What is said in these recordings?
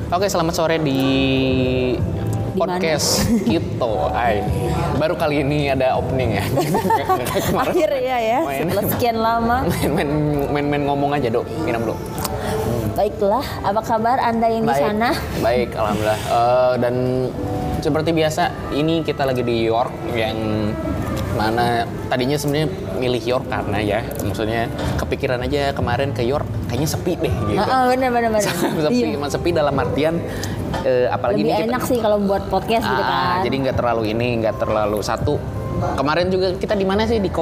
Oke, selamat sore di podcast gitu. Baru kali ini ada opening ya. Akhirnya ya, setelah sekian lama. Main ngomong aja, Dok. Minum dulu. Baiklah, apa kabar Anda yang di sana? Baik, alhamdulillah. Dan seperti biasa, ini kita lagi di York yang mana tadinya sebenarnya milih York karena ya, maksudnya kepikiran aja kemarin ke York kayaknya sepi deh gitu. Bener. Sepi dalam artian apalagi lebih enak sih kalau buat podcast gitu kan. Jadi nggak terlalu satu. Kemarin juga kita di mana sih, di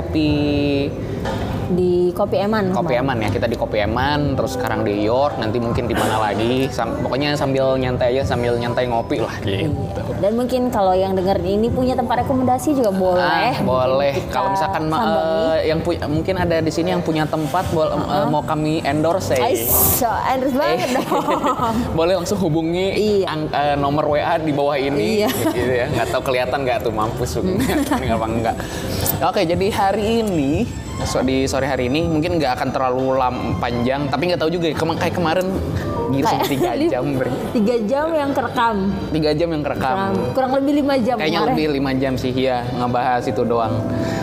Kopi Eman ya, kita di Kopi Eman, terus sekarang di York, nanti mungkin di mana lagi, pokoknya sambil nyantai ngopi lah gitu. Dan mungkin kalau yang denger ini punya tempat rekomendasi juga boleh. Boleh. Kalau misalkan yang mungkin ada di sini yang punya tempat mau kami endorse endorse banget dong. Boleh langsung hubungi nomor WA di bawah ini. Gitu ya. Nggak tahu kelihatan nggak tuh, mampus apa enggak. Oke, jadi hari ini di sore hari ini mungkin nggak akan terlalu panjang, tapi nggak tahu juga ya, kayak kemarin gila 3 jam 3 jam yang kerekam. 3 jam yang kerekam. Kurang lebih 5 jam. Kayaknya lebih 5 jam sih ya, ngebahas itu doang.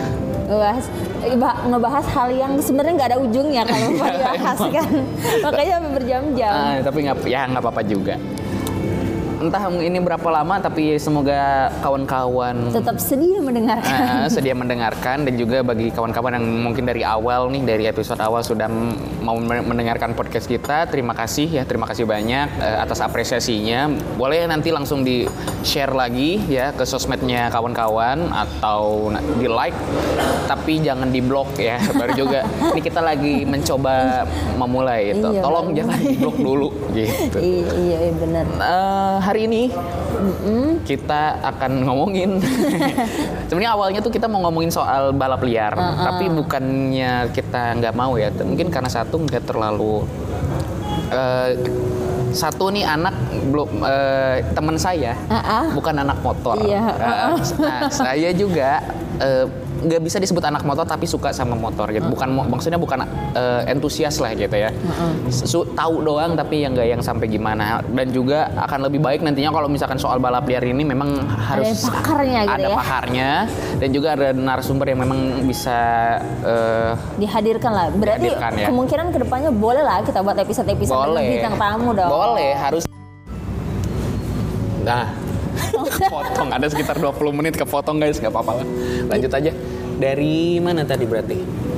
Ngebahas hal yang sebenarnya nggak ada ujungnya kalau dibahas kan. Makanya sampai berjam-jam. Tapi nggak apa-apa juga. Entah ini berapa lama, tapi semoga kawan-kawan tetap sedia mendengarkan. Dan juga bagi kawan-kawan yang mungkin dari episode awal sudah mau mendengarkan podcast kita, terima kasih banyak atas apresiasinya. Boleh nanti langsung di share lagi ya ke sosmednya kawan-kawan atau di like, tapi jangan di blok ya. Baru juga ini kita lagi mencoba memulai itu. Tolong jangan di blok dulu gitu. Iya benar. Hari ini kita akan ngomongin sebenarnya awalnya tuh kita mau ngomongin soal balap liar, tapi bukannya kita nggak mau ya, mungkin karena satu nggak terlalu satu nih anak belum teman saya bukan anak motor. Saya juga nggak bisa disebut anak motor tapi suka sama motor gitu. Maksudnya bukan entusias lah gitu ya. Tahu doang tapi nggak yang sampai gimana. Dan juga akan lebih baik nantinya kalau misalkan soal balap liar ini memang harus ada pakarnya dan juga ada narasumber yang memang bisa dihadirkan lah. Berarti kemungkinan kedepannya boleh lah kita buat episode-episode dengan bintang tamu dong. Boleh, harus. Nah, potong ada sekitar 20 menit kepotong guys, nggak apa-apa lah. Lanjut aja. Dari mana tadi berarti?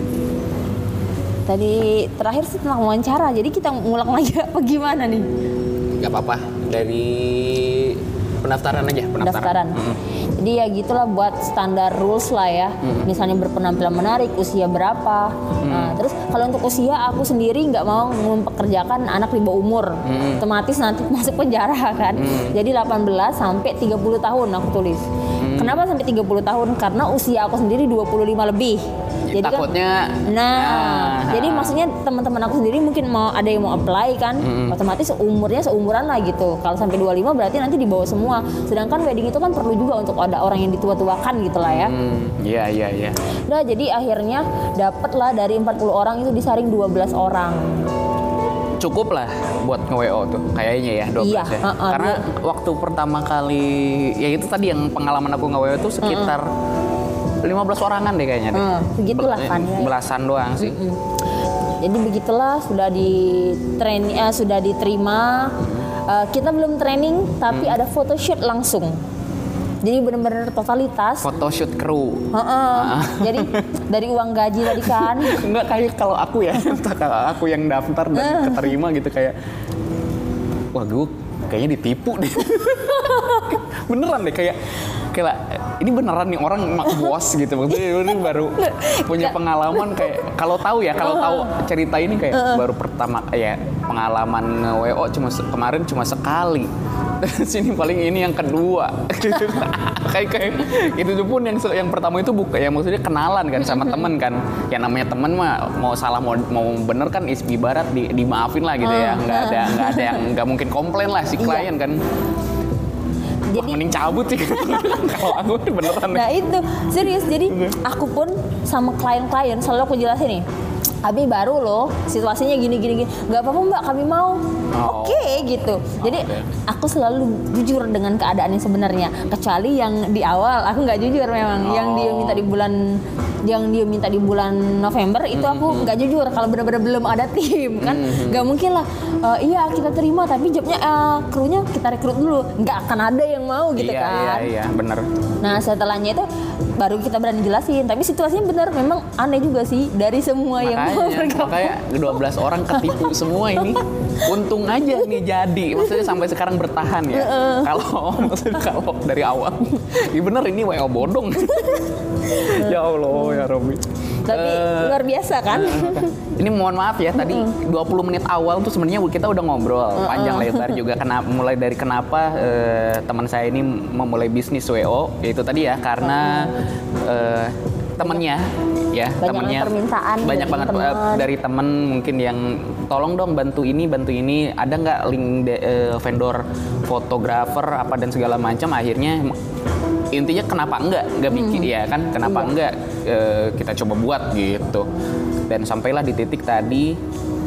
Tadi terakhir sih tentang wawancara, jadi kita ngulang lagi apa gimana nih? Nggak apa-apa, dari pendaftaran aja. Pendaftaran. Jadi ya gitulah buat standar rules lah ya. Misalnya berpenampilan menarik, usia berapa. Nah, terus kalau untuk usia aku sendiri nggak mau mempekerjakan anak di bawah umur. Otomatis nanti masuk penjara kan. Jadi 18 sampai 30 tahun aku tulis. Kenapa sampai 30 tahun? Karena usia aku sendiri 25 lebih. Jadi takutnya jadi maksudnya teman-teman aku sendiri mungkin ada yang mau apply kan, otomatis umurnya seumuran lah gitu. Kalau sampai 25 berarti nanti dibawa semua. Sedangkan wedding itu kan perlu juga untuk ada orang yang ditua-tuakan gitu lah ya. Iya. Udah, jadi akhirnya dapet lah dari 40 orang itu disaring 12 orang. Cukup lah buat nge-WO tuh kayaknya ya 12 ya. Karena waktu pertama kali ya itu tadi yang pengalaman aku nge-WO tuh sekitar 15 orangan deh kayaknya deh. Begitulah kan ya. Belasan doang sih. Jadi begitulah sudah diterima. Kita belum training tapi ada photoshoot langsung. Jadi benar-benar totalitas. Photoshoot kru. Jadi dari uang gaji tadi kan. Enggak kayak kalau aku ya, kalau aku yang daftar dan keterima gitu kayak, wah gue kayaknya ditipu deh. Beneran deh kayak ini beneran nih orang bos gitu. Maksudnya ini baru punya pengalaman kayak kalau tahu cerita ini kayak baru pertama ya pengalaman nge-WO kemarin cuma sekali. Terus ini paling ini yang kedua. kayak itu pun yang pertama itu maksudnya kenalan kan sama temen kan. Yang namanya temen mah mau salah mau bener kan ibarat dimaafin lah gitu ya. Nggak ada yang nggak mungkin komplain lah si klien kan. Jadi mending cabut sih kalau aku beneran. Nah itu serius, jadi aku pun sama klien-klien selalu aku jelasin nih, Abi baru loh, situasinya gini. Nggak apa-apa mbak, kami mau. Oke, gitu. Jadi aku selalu jujur dengan keadaan yang sebenarnya. Kecuali yang di awal aku nggak jujur memang. Yang dia minta di bulan November itu aku nggak jujur. Kalau benar-benar belum ada tim kan, nggak mungkin lah. Iya kita terima, tapi jobnya krunya kita rekrut dulu. Nggak akan ada yang mau gitu kan. Iya, benar. Nah setelahnya itu baru kita berani jelasin. Tapi situasinya benar, memang aneh juga sih dari semua yang mau bergabung. Makanya 12 orang ketipu semua ini. Untung aja nih jadi, maksudnya sampai sekarang bertahan ya. Kalau dari awal, ya bener ini WO bodong. Ya Allah ya Robi. Tapi luar biasa kan? Ini mohon maaf ya, tadi 20 menit awal tuh sebenarnya kita udah ngobrol panjang lebar juga. Mulai dari kenapa teman saya ini memulai bisnis WO, yaitu tadi ya karena temennya ya, temennya banyak banget dari temen mungkin yang tolong dong bantu ini, ada nggak link vendor fotografer apa dan segala macam. Akhirnya intinya kenapa enggak bikin ya kan, kenapa enggak kita coba buat gitu. Dan sampailah di titik tadi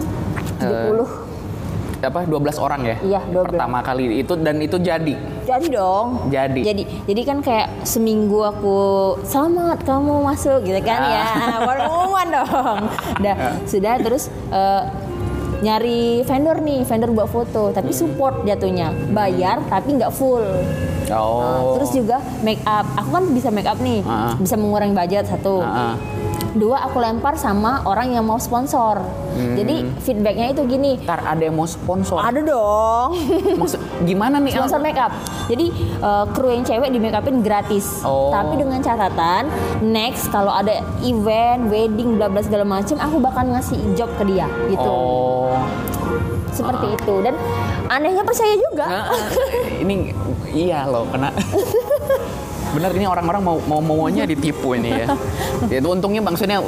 12 orang ya? Iya, 12. Pertama kali itu, dan itu jadi dong. Jadi kan kayak seminggu aku selamat kamu masuk gitu kan ya. Pengumuman dong. Sudah terus nyari vendor buat foto, tapi support jatuhnya. Bayar tapi nggak full. Terus juga make up. Aku kan bisa make up nih. Bisa mengurangi budget satu. Dua, aku lempar sama orang yang mau sponsor. Jadi feedbacknya itu gini. Ntar ada yang mau sponsor? Ada dong. Maksud gimana nih? Sponsor makeup. Jadi kru yang cewek di make upin gratis. Tapi dengan catatan next kalau ada event, wedding, bla bla segala macam, aku bakal ngasih job ke dia gitu. Seperti itu. Dan anehnya percaya juga. Ini iya loh, kena. Bener, ini orang-orang maunya ditipu ini ya. Itu untungnya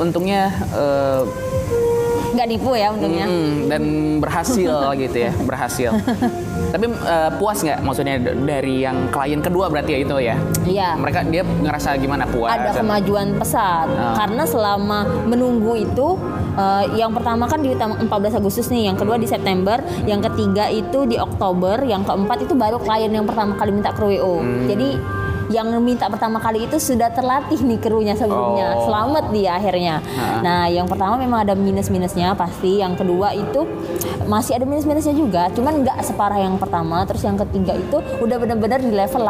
nggak nipu ya untungnya. Dan berhasil gitu ya, berhasil. Tapi puas nggak maksudnya dari yang klien kedua berarti ya itu ya? Iya. Dia ngerasa gimana, puas? Ada kemajuan pesat karena selama menunggu itu yang pertama kan di 14 Agustus nih, yang kedua di September, yang ketiga itu di Oktober, yang keempat itu baru klien yang pertama kali minta kru WO. Jadi yang minta pertama kali itu sudah terlatih nih krunya sebelumnya. Selamat dia akhirnya. Nah, yang pertama memang ada minus-minusnya pasti. Yang kedua itu masih ada minus-minusnya juga, cuman nggak separah yang pertama. Terus yang ketiga itu udah benar-benar di level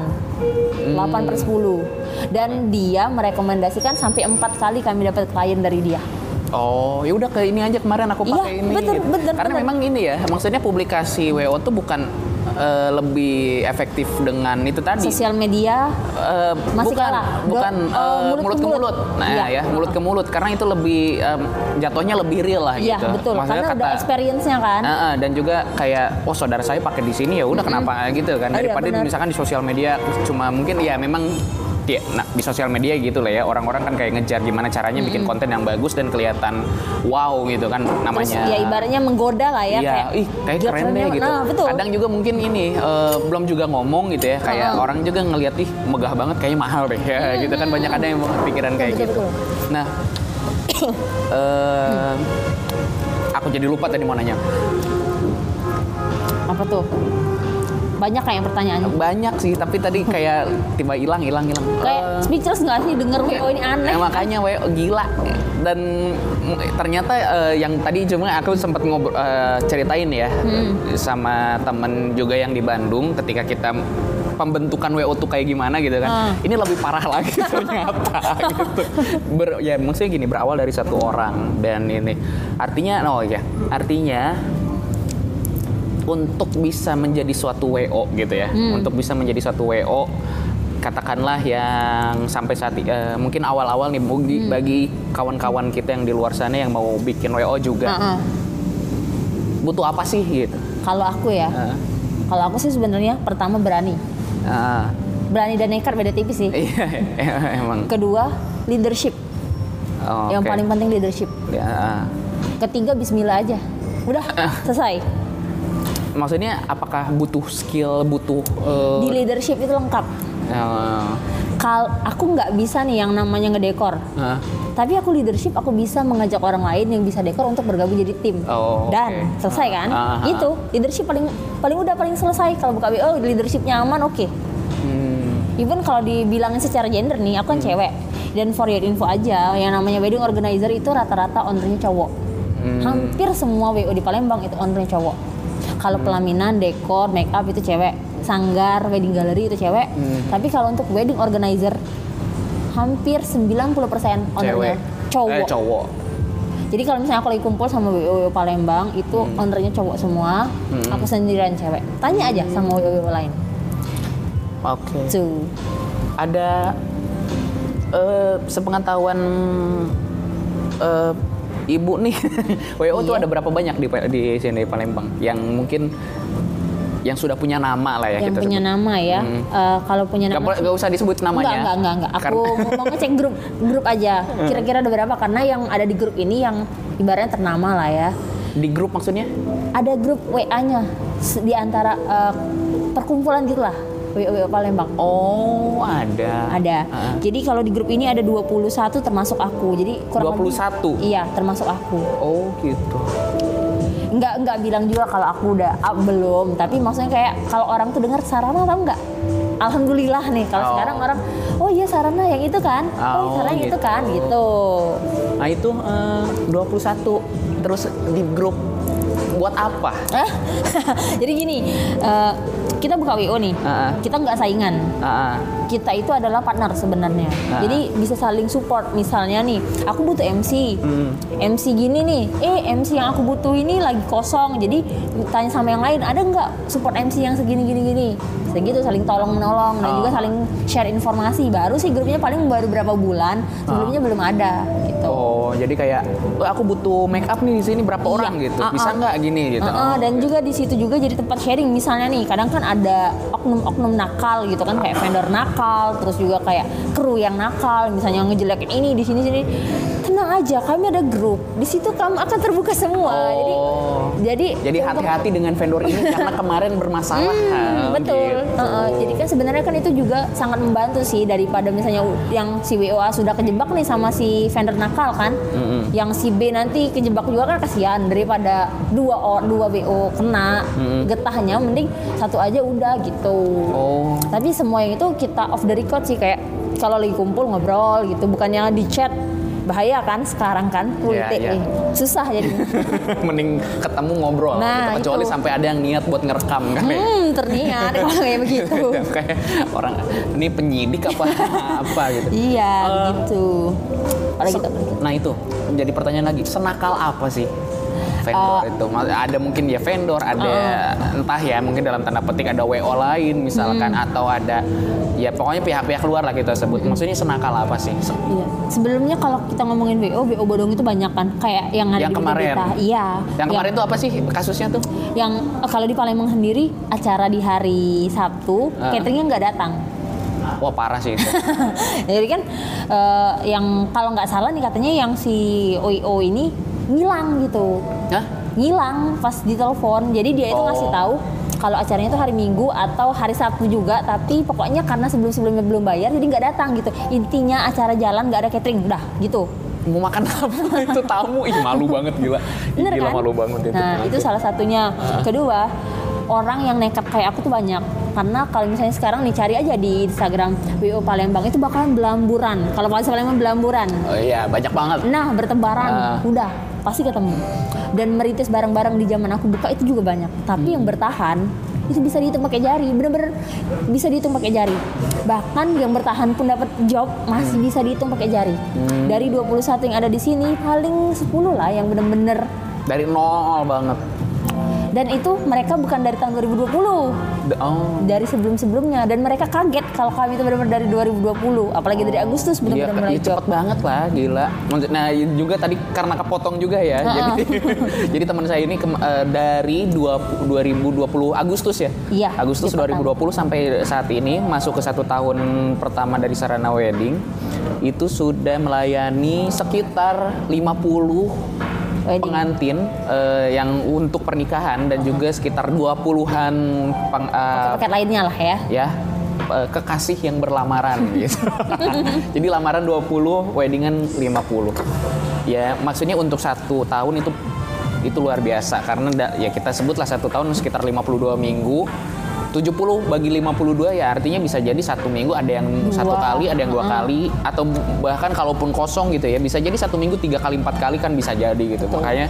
8/10. Dan dia merekomendasikan sampai 4 kali kami dapat klien dari dia. Ya udah ke ini aja kemarin aku pakai ini. Betul. Karena memang ini ya, maksudnya publikasi WO tuh bukan lebih efektif dengan itu tadi. Sosial media masih kalah. Bukan mulut ke mulut. Nah ya, mulut ke mulut, karena itu lebih jatuhnya lebih real lah gitu. Iya, betul. Maksudnya karena udah experience-nya kan. Dan juga kayak saudara saya pakai di sini, ya udah kenapa gitu kan, daripada misalkan di sosial media cuma mungkin ya memang di sosial media gitu lah ya, orang-orang kan kayak ngejar gimana caranya bikin konten yang bagus dan kelihatan wow gitu kan namanya. Terus ya ibaratnya menggoda lah ya. Iya, kayak keren deh gitu. Betul. Kadang juga mungkin ini belum juga ngomong gitu ya, kayak orang juga ngelihat megah banget, kayaknya mahal deh ya gitu kan, banyak ada yang pikiran kayak gitu. Betul. Nah, aku jadi lupa tadi mau nanya. Apa tuh? Banyak kayak pertanyaannya. Banyak sih, tapi tadi kayak tiba hilang. Kayak speechless nggak sih denger WO ini aneh. Makanya WO gila. Dan ternyata yang tadi cuma aku sempat ceritain ya sama temen juga yang di Bandung ketika kita pembentukan WO tuh kayak gimana gitu kan. Ini lebih parah lagi ternyata gitu. Ya maksudnya gini, berawal dari satu orang dan ini artinya untuk bisa menjadi suatu WO gitu ya, untuk bisa menjadi suatu WO, katakanlah yang sampai saat mungkin awal-awal nih bagi kawan-kawan kita yang di luar sana yang mau bikin WO juga, butuh apa sih gitu? Kalau aku sih sebenarnya pertama berani dan nekat, beda tipis sih. Iya, emang. Kedua leadership, yang paling penting leadership. Ketiga Bismillah aja, udah selesai. Maksudnya apakah butuh skill, di leadership itu lengkap. Aku nggak bisa nih yang namanya ngedekor. Tapi aku leadership, aku bisa mengajak orang lain yang bisa dekor untuk bergabung jadi tim. Dan selesai kan? Itu leadership paling selesai. Kalau buka WO leadershipnya aman, oke. Even kalau dibilangin secara gender nih, aku kan cewek. Dan for your info aja, yang namanya wedding organizer itu rata-rata ownernya cowok. Hampir semua WO di Palembang itu ownernya cowok. Kalau pelaminan, dekor, make up itu cewek. Sanggar, wedding gallery itu cewek. Tapi kalau untuk wedding organizer hampir 90% ownernya cowok. Jadi kalau misalnya aku lagi kumpul sama WO Palembang itu ownernya cowok semua, aku sendirian cewek. Tanya aja sama WO lain. Oke. Ada sepengetahuan ibu nih, WO tuh ada berapa banyak di sini di Palembang yang mungkin yang sudah punya nama lah ya, yang kita punya sebut. Nama ya. Kalau punya nama nggak usah disebut namanya. Enggak. Aku mau ngecek grup aja. Kira-kira ada berapa? Karena yang ada di grup ini yang ibaratnya ternama lah ya. Di grup maksudnya? Ada grup WA-nya di antara perkumpulan gitulah. WO Palembang. Oh, ada. Jadi kalau di grup ini ada 21 termasuk aku. Jadi kurang 21? Lebih, iya, termasuk aku. Oh, gitu. Enggak bilang juga kalau aku udah belum, tapi maksudnya kayak kalau orang tuh dengar Sarana tahu nggak? Alhamdulillah nih kalau sekarang orang, oh iya Sarana yang itu kan, Sarana yang gitu. itu kan, gitu. Nah itu 21 terus di grup buat apa? Jadi gini, kita buka WO nih, kita nggak saingan. Kita itu adalah partner sebenarnya. Jadi bisa saling support. Misalnya nih, aku butuh MC. MC gini nih, MC yang aku butuh ini lagi kosong. Jadi tanya sama yang lain, ada nggak support MC yang segini. Segitu saling tolong menolong dan juga saling share informasi. Baru sih grupnya paling baru berapa bulan, sebelumnya belum ada gitu. Oh, jadi kayak aku butuh make up nih di sini berapa orang gitu. Bisa nggak gini gitu. Dan juga di situ juga jadi tempat sharing. Misalnya nih, kadang kan ada oknum-oknum nakal gitu kan, kayak vendor nakal, terus juga kayak kru yang nakal, misalnya ngejelekin ini di sini. Tenang aja, kami ada grup. Di situ kamu akan terbuka semua. Jadi hati-hati dengan vendor ini karena kemarin bermasalah. Betul. Gitu. Jadi kan sebenarnya kan itu juga sangat membantu sih daripada misalnya yang si WOA sudah kejebak nih sama si vendor nakal kan. Yang si B nanti kejebak juga kan kasihan, daripada dua WO kena getahnya, mending satu aja udah gitu. Tapi semua yang itu kita off the record sih, kayak kalau lagi kumpul ngobrol gitu, bukannya di chat. Bahaya kan sekarang kan politik susah jadi. Mending ketemu ngobrol gitu. Kecuali sampai ada yang niat buat ngerekam kan. Terniat kalau kayak begitu. Kayak orang ini penyidik apa gitu. Iya gitu. Nah itu jadi pertanyaan lagi, senakal apa sih vendor itu? Ada mungkin ya vendor, ada entah ya mungkin dalam tanda petik ada WO lain misalkan, atau ada ya pokoknya pihak-pihak luar lah kita sebut. Maksudnya senakal apa sih? Iya. Sebelumnya kalau kita ngomongin WO bodong itu banyak kan, kayak yang ada di berita. Iya. Yang kemarin tuh apa sih kasusnya tuh? Yang kalau di Palembang sendiri acara di hari Sabtu, cateringnya nggak datang. Wah parah sih itu. Jadi kan yang kalau nggak salah nih katanya yang si OIO ini ngilang gitu. Ngilang pas ditelepon. Jadi dia itu ngasih tahu kalau acaranya itu hari Minggu atau hari Sabtu juga, tapi pokoknya karena sebelumnya belum bayar jadi nggak datang gitu. Intinya acara jalan nggak ada catering, udah gitu. Mau makan apa itu tamu? Malu banget gila. Bener gila kan? Malu banget itu. Nah itu salah satunya. Kedua, orang yang nekat kayak aku tuh banyak. Karena kalau misalnya sekarang nih cari aja di Instagram WO Palembang itu bakalan belamburan. Kalau bahasa Palembang belamburan. Oh iya, banyak banget. Nah, bertebaran. Udah, pasti ketemu. Dan merintis barang-barang di zaman aku buka itu juga banyak. Tapi yang bertahan itu bisa dihitung pakai jari. Bener-bener bisa dihitung pakai jari. Bahkan yang bertahan pun dapat job masih bisa dihitung pakai jari. Dari 21 yang ada di sini paling 10 lah yang bener-bener dari nol banget. Dan itu mereka bukan dari tahun 2020, dari sebelum-sebelumnya. Dan mereka kaget kalau kami itu benar-benar dari 2020, apalagi dari Agustus benar-benar mulai cepet banget lah, gila. Nah juga tadi karena kepotong juga ya, jadi teman saya ini dari 2020 Agustus ya, Agustus 2020 sampai saat ini masuk ke 1 tahun pertama dari Sarana Wedding, itu sudah melayani sekitar 50 pengantin yang untuk pernikahan dan juga sekitar 20-an paket lainnya lah ya. Ya. kekasih yang berlamaran gitu. Jadi lamaran 20, weddingan 50. Ya maksudnya untuk 1 tahun itu luar biasa karena ya kita sebutlah 1 tahun sekitar 52 minggu. 70 bagi 52 ya artinya bisa jadi 1 minggu ada yang 1 kali, ada yang 2 kali, atau bahkan kalaupun kosong gitu ya bisa jadi 1 minggu 3 kali 4 kali kan bisa jadi gitu. Makanya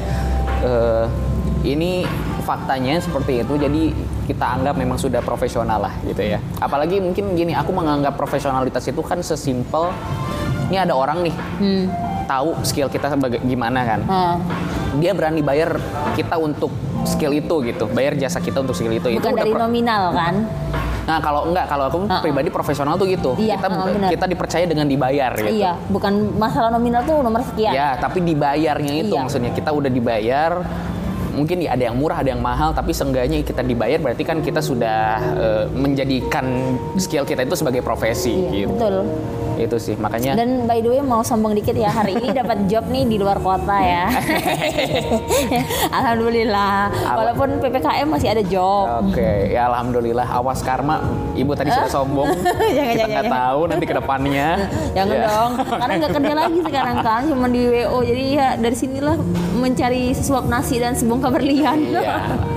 ini faktanya seperti itu, jadi kita anggap memang sudah profesional lah gitu ya. Apalagi mungkin gini, aku menganggap profesionalitas itu kan sesimpel ini ada orang nih tahu skill kita gimana kan, dia berani bayar kita untuk skill itu gitu, bayar jasa kita untuk skill itu. Bukan dari nominal kan? Nah kalau aku pribadi profesional tuh gitu, iya, kita dipercaya dengan dibayar gitu. Iya, bukan masalah nominal tuh nomor sekian. Ya, tapi dibayarnya itu maksudnya kita udah dibayar. Mungkin ada yang murah, ada yang mahal, tapi seenggaknya kita dibayar berarti kan kita sudah menjadikan skill kita itu sebagai profesi gitu. Betul. Itu sih makanya. Dan by the way mau sombong dikit ya, hari ini dapat job nih di luar kota ya. Alhamdulillah. Walaupun PPKM masih ada job. Oke, ya alhamdulillah. Awas karma, ibu tadi sudah sombong. Kita nggak tahu nanti ke depannya. Jangan dong, karena nggak kerja lagi sekarang kan, cuma di WO. Jadi ya dari sinilah mencari sesuap nasi dan sebongkah berlian. Iya.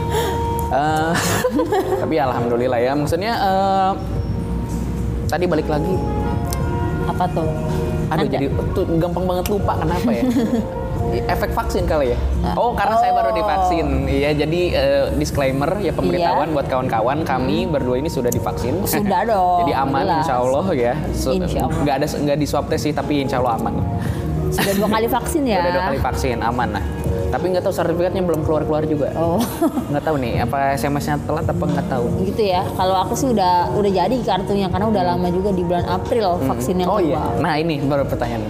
Tapi alhamdulillah ya, maksudnya tadi balik lagi. Apa tuh? Aduh, jadi tuh gampang banget lupa kenapa ya? Efek vaksin kali ya? Oh, karena saya baru divaksin. Iya, jadi disclaimer ya, pemberitahuan buat kawan-kawan, kami berdua ini sudah divaksin. Sudah dong. Jadi aman, jelas. insya Allah ya. Insya Allah. Nggak di swab test sih, tapi insya Allah aman. Sudah 2 kali vaksin ya? Sudah 2 kali vaksin, aman lah. Tapi nggak tahu sertifikatnya belum keluar juga. Oh. Nggak tahu nih, apa SMS-nya telat apa nggak tahu. Gitu ya. Kalau aku sih udah jadi kartunya karena udah lama juga di bulan April vaksin yang kedua. Iya. Nah ini baru pertanyaan.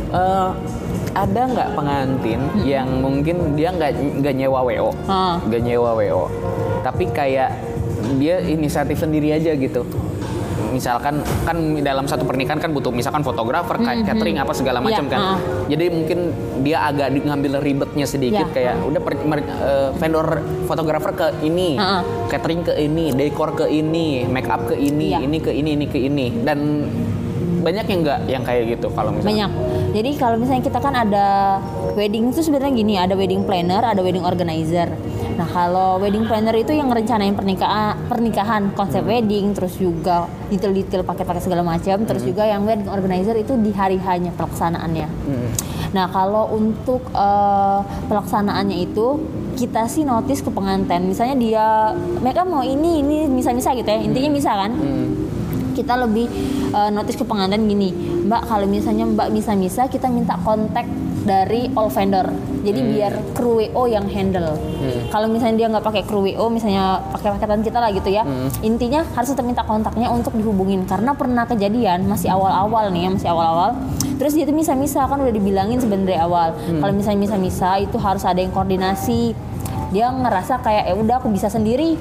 Ada nggak pengantin yang mungkin dia nggak nyewa WO, nggak nyewa WO, tapi kayak dia inisiatif sendiri aja gitu. Misalkan kan dalam satu pernikahan kan butuh misalkan fotografer, catering apa segala macam kan. Jadi mungkin dia agak ngambil ribetnya sedikit kayak udah vendor fotografer ke ini, catering ke ini, dekor ke ini, make up ke ini, ini ke ini ke ini, dan banyak yang enggak yang kayak gitu kalau misalnya. Banyak. Jadi kalau misalnya kita kan ada wedding itu sebenarnya gini, ada wedding planner, ada wedding organizer. Nah, kalau wedding planner itu yang ngerencanain pernikahan, konsep wedding, terus juga detail-detail paket-paket segala macam, terus juga yang wedding organizer itu di hari hanya pelaksanaannya. Nah, kalau untuk pelaksanaannya itu kita sih notice ke pengantin, misalnya dia mereka mau ini misa-misa gitu ya, intinya misa kan. Kita lebih notice ke pengantin gini, Mbak, kalau misalnya Mbak misa-misa kita minta kontak dari all vendor, jadi biar kru WO yang handle. Kalau misalnya dia nggak pakai kru WO, misalnya pakai paketan kita lah gitu ya, intinya harus tetap minta kontaknya untuk dihubungin, karena pernah kejadian masih awal-awal nih ya, terus dia tuh misa-misa kan udah dibilangin sebenarnya awal, kalau misalnya misa-misa itu harus ada yang koordinasi, dia ngerasa kayak ya udah aku bisa sendiri.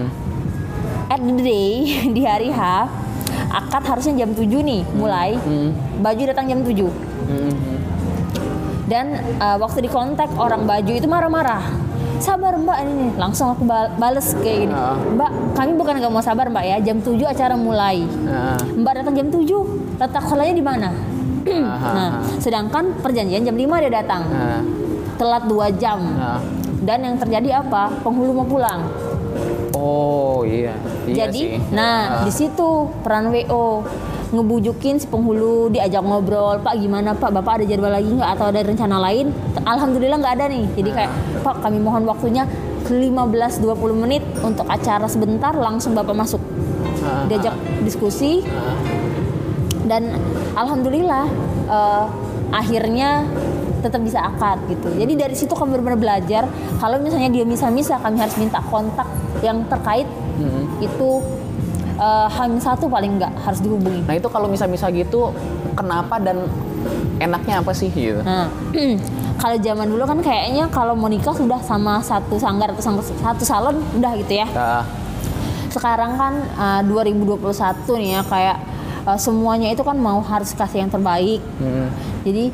At the day di hari H akad harusnya jam 7 nih mulai, baju datang jam 7. Dan waktu dikontak orang baju itu marah-marah. Sabar Mbak, ini langsung aku bales kayak gini. Mbak, kami bukan nggak mau sabar Mbak ya, jam 7 acara mulai. Mbak datang jam 7, letak kolanya di mana? Nah, sedangkan perjanjian jam 5 dia datang. Telat 2 jam. Dan yang terjadi apa? Penghulu mau pulang. Oh iya. Jadi, di situ peran WO ngebujukin si penghulu, diajak ngobrol, Pak gimana Pak, Bapak ada jadwal lagi nggak atau ada rencana lain? Alhamdulillah nggak ada nih. Jadi kayak Pak, kami mohon waktunya 15-20 menit untuk acara sebentar, langsung Bapak masuk. Diajak diskusi dan alhamdulillah akhirnya tetap bisa akad gitu. Jadi dari situ kami benar-benar belajar kalau misalnya dia misa-misa kami harus minta kontak yang terkait itu H-1 paling enggak harus dihubungi. Nah itu kalau misa-misa gitu kenapa dan enaknya apa sih gitu? Kalau zaman dulu kan kayaknya kalau mau nikah sudah sama satu sanggar atau satu salon udah gitu ya. Sekarang kan 2021 nih ya kayak semuanya itu kan mau harus kasih yang terbaik. Jadi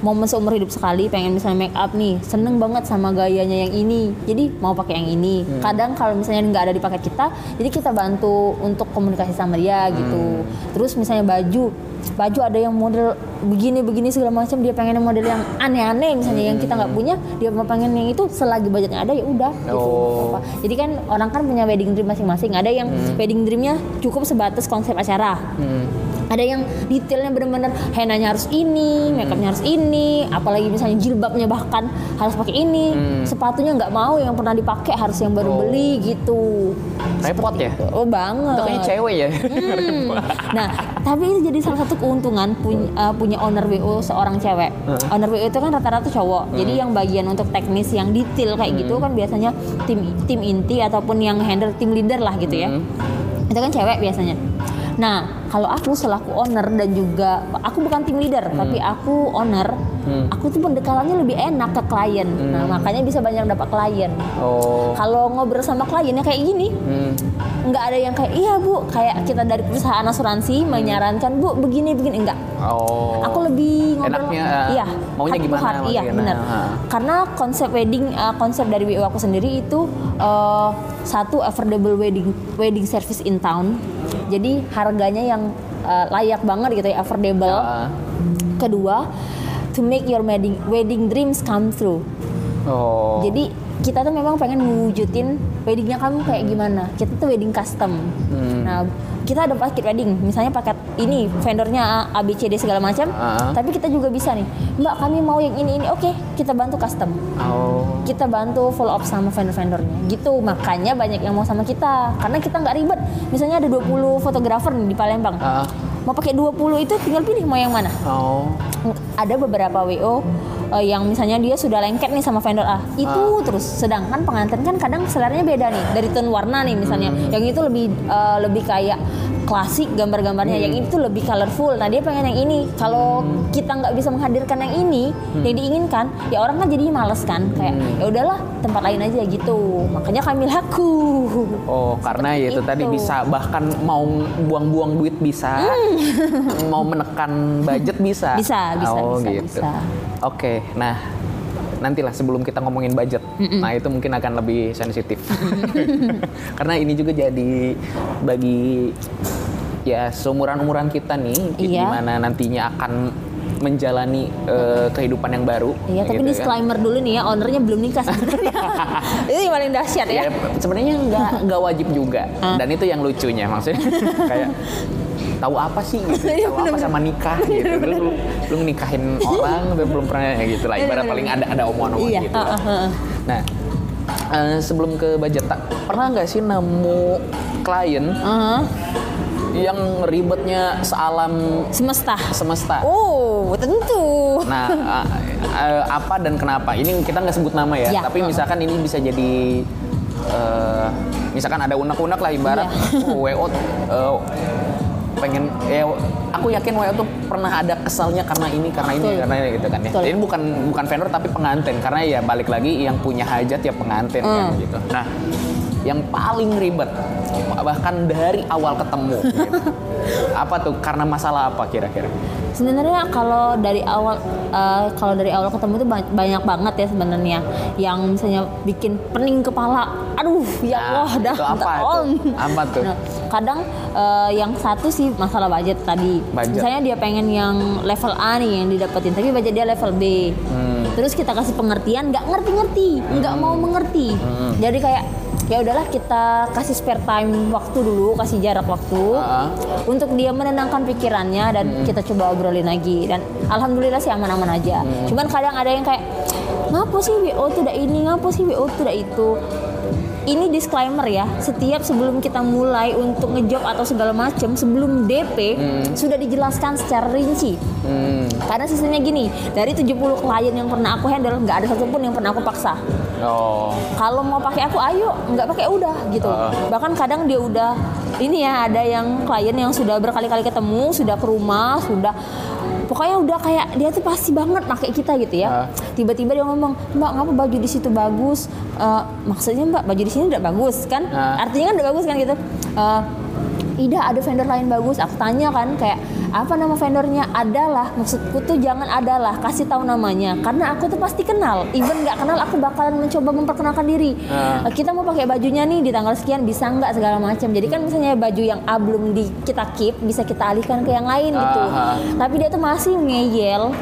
momen seumur hidup sekali, pengen misalnya make up nih, seneng banget sama gayanya yang ini, jadi mau pakai yang ini. Kadang kalau misalnya nggak ada di paket kita, jadi kita bantu untuk komunikasi sama dia gitu. Terus misalnya baju ada yang model begini segala macam, dia pengen model yang aneh-aneh misalnya yang kita nggak punya, dia mau pengen yang itu, selagi budgetnya ada ya udah gitu. Jadi kan orang kan punya wedding dream masing-masing. Ada yang wedding dreamnya cukup sebatas konsep acara. Ada yang detailnya benar-benar henanya harus ini, makeupnya harus ini, apalagi misalnya jilbabnya bahkan harus pakai ini, sepatunya nggak mau yang pernah dipakai, harus yang baru beli gitu. Repot ya? Oh banget. Itu kayaknya cewek ya. Nah, tapi itu jadi salah satu keuntungan punya owner WO seorang cewek. Owner WO itu kan rata-rata cowok. Jadi yang bagian untuk teknis yang detail kayak gitu kan biasanya tim inti ataupun yang handle tim leader lah gitu ya. Itu kan cewek biasanya. Nah, kalau aku selaku owner dan juga aku bukan tim leader, tapi aku owner, aku tuh pendekatannya lebih enak ke klien. Nah, makanya bisa banyak dapat klien. Kalau ngobrol sama kliennya kayak gini, nggak ada yang kayak iya bu, kayak kita dari perusahaan asuransi menyarankan bu begini enggak. Aku lebih ngobrol, enaknya, iya, maunya gimana? Iya benar. Karena konsep wedding, konsep dari WO aku sendiri itu satu affordable wedding service in town. Jadi harganya yang layak banget gitu ya, affordable. Kedua, to make your wedding dreams come true. Jadi kita tuh memang pengen mewujudin weddingnya kamu kayak gimana. Kita tuh wedding custom. Nah, kita ada paket wedding, misalnya paket ini vendornya A, B, C, D segala macam. Tapi kita juga bisa nih, Mbak kami mau yang ini. Oke, kita bantu custom. Kita bantu follow up sama vendor-vendornya. Gitu, makanya banyak yang mau sama kita. Karena kita nggak ribet. Misalnya ada 20 fotografer nih di Palembang. Mau pakai 20 itu tinggal pilih mau yang mana. Ada beberapa WO yang misalnya dia sudah lengket nih sama vendor A itu terus, sedangkan pengantin kan kadang seleranya beda nih dari tone warna nih misalnya, yang itu lebih kayak klasik gambar-gambarnya, yang itu lebih colorful. Nah dia pengen yang ini. Kalau kita nggak bisa menghadirkan yang ini yang diinginkan, ya orang kan jadi males kan, kayak ya udahlah tempat lain aja gitu. Makanya kami laku. Karena ya itu tadi bisa bahkan mau buang-buang duit bisa, mau menekan budget bisa. Bisa. Oke, nah nantilah sebelum kita ngomongin budget, nah itu mungkin akan lebih sensitif. Karena ini juga jadi bagi ya seumuran-umuran kita nih, gimana nantinya akan menjalani kehidupan yang baru. Iya, tapi gitu disclaimer dulu nih ya, ownernya belum nikah sebenarnya. Itu yang paling dahsyat ya. Sebenarnya nggak wajib juga, dan itu yang lucunya maksudnya kayak tahu apa sih gitu, tahu apa sama nikah gitu. Lu nikahin orang tapi belum pernah ya gitu lah, ibarat paling ada omongan-omongan gitu. Nah, sebelum ke budget, pernah nggak sih nemu klien yang ribetnya sealam semesta? Oh, tentu. Nah, apa dan kenapa? Ini kita nggak sebut nama ya, tapi misalkan ini bisa jadi misalkan ada unek-unek lah ibarat WO pengen aku yakin WO tuh pernah ada kesalnya karena ini karena gitu kan ya. Jadi bukan vendor tapi pengantin, karena ya balik lagi yang punya hajat ya pengantin kan gitu. Nah, yang paling ribet bahkan dari awal ketemu gitu. Apa tuh, karena masalah apa kira-kira? Sebenarnya kalau dari awal ketemu itu banyak banget ya sebenarnya yang misalnya bikin pening kepala. Aduh, ya Allah, dah apa tuh? Nah, kadang yang satu sih masalah budget tadi. Misalnya dia pengen yang level A nih yang didapetin, tapi budget dia level B. Terus kita kasih pengertian, nggak ngerti-ngerti, nggak mau mengerti. Jadi kayak ya udahlah kita kasih spare time waktu dulu, kasih jarak waktu untuk dia menenangkan pikirannya dan kita coba obrolin lagi, dan alhamdulillah sih aman-aman aja. Cuman kadang ada yang kayak ngapa sih WO tuh udah ini, ngapa sih WO tuh udah itu. Ini disclaimer ya, setiap sebelum kita mulai untuk ngejob atau segala macam, sebelum DP sudah dijelaskan secara rinci. Karena sistemnya gini, dari 70 klien yang pernah aku handle, nggak ada satupun yang pernah aku paksa. Kalau mau pakai aku ayo, nggak pakai udah gitu. Bahkan kadang dia udah ini ya, ada yang klien yang sudah berkali-kali ketemu, sudah ke rumah, sudah pokoknya udah kayak dia tuh pasti banget pakai kita gitu ya. Tiba-tiba dia ngomong, Mbak ngapa baju di situ bagus? Maksudnya Mbak baju di sini udah bagus kan? Artinya kan udah bagus kan gitu. Ida ada vendor lain bagus. Aku tanya kan kayak apa nama vendornya? Adalah, maksudku tuh jangan adalah, kasih tahu namanya karena aku tuh pasti kenal. Even nggak kenal aku bakalan mencoba memperkenalkan diri. Kita mau pakai bajunya nih di tanggal sekian, bisa nggak segala macam. Jadi kan misalnya baju yang A belum kita keep, bisa kita alihkan ke yang lain gitu. Tapi dia tuh masih ngeyel.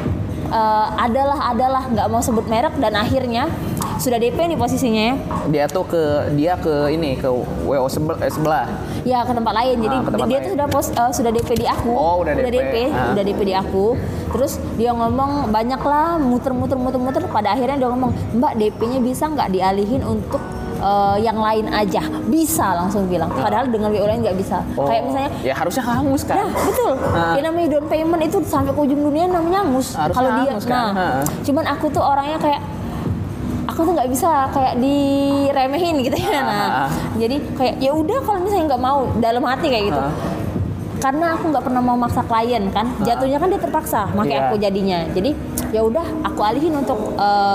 Adalah nggak mau sebut merek dan akhirnya sudah DP nih posisinya. Dia ke ini ke WO sebelah. Ya ke tempat lain. Jadi dia tuh sudah DP di aku. Oh, udah DP. Udah DP di aku. Terus dia ngomong banyak lah muter. Pada akhirnya dia ngomong, Mbak DP-nya bisa nggak dialihin untuk yang lain aja? Bisa, langsung bilang. Padahal dengan WO lain nggak bisa. Kayak misalnya ya harusnya hangus kan. Nah betul. Dia namanya down payment itu sampai ke ujung dunia namanya hangus. Kalau dia kan? Cuman aku tuh orangnya kayak aku tuh nggak bisa kayak diremehin gitu ya. Jadi kayak ya udah kalau misalnya nggak mau, dalam hati kayak gitu. Karena aku nggak pernah mau maksa klien kan, jatuhnya kan dia terpaksa pakai aku jadinya. Jadi ya udah aku alihin untuk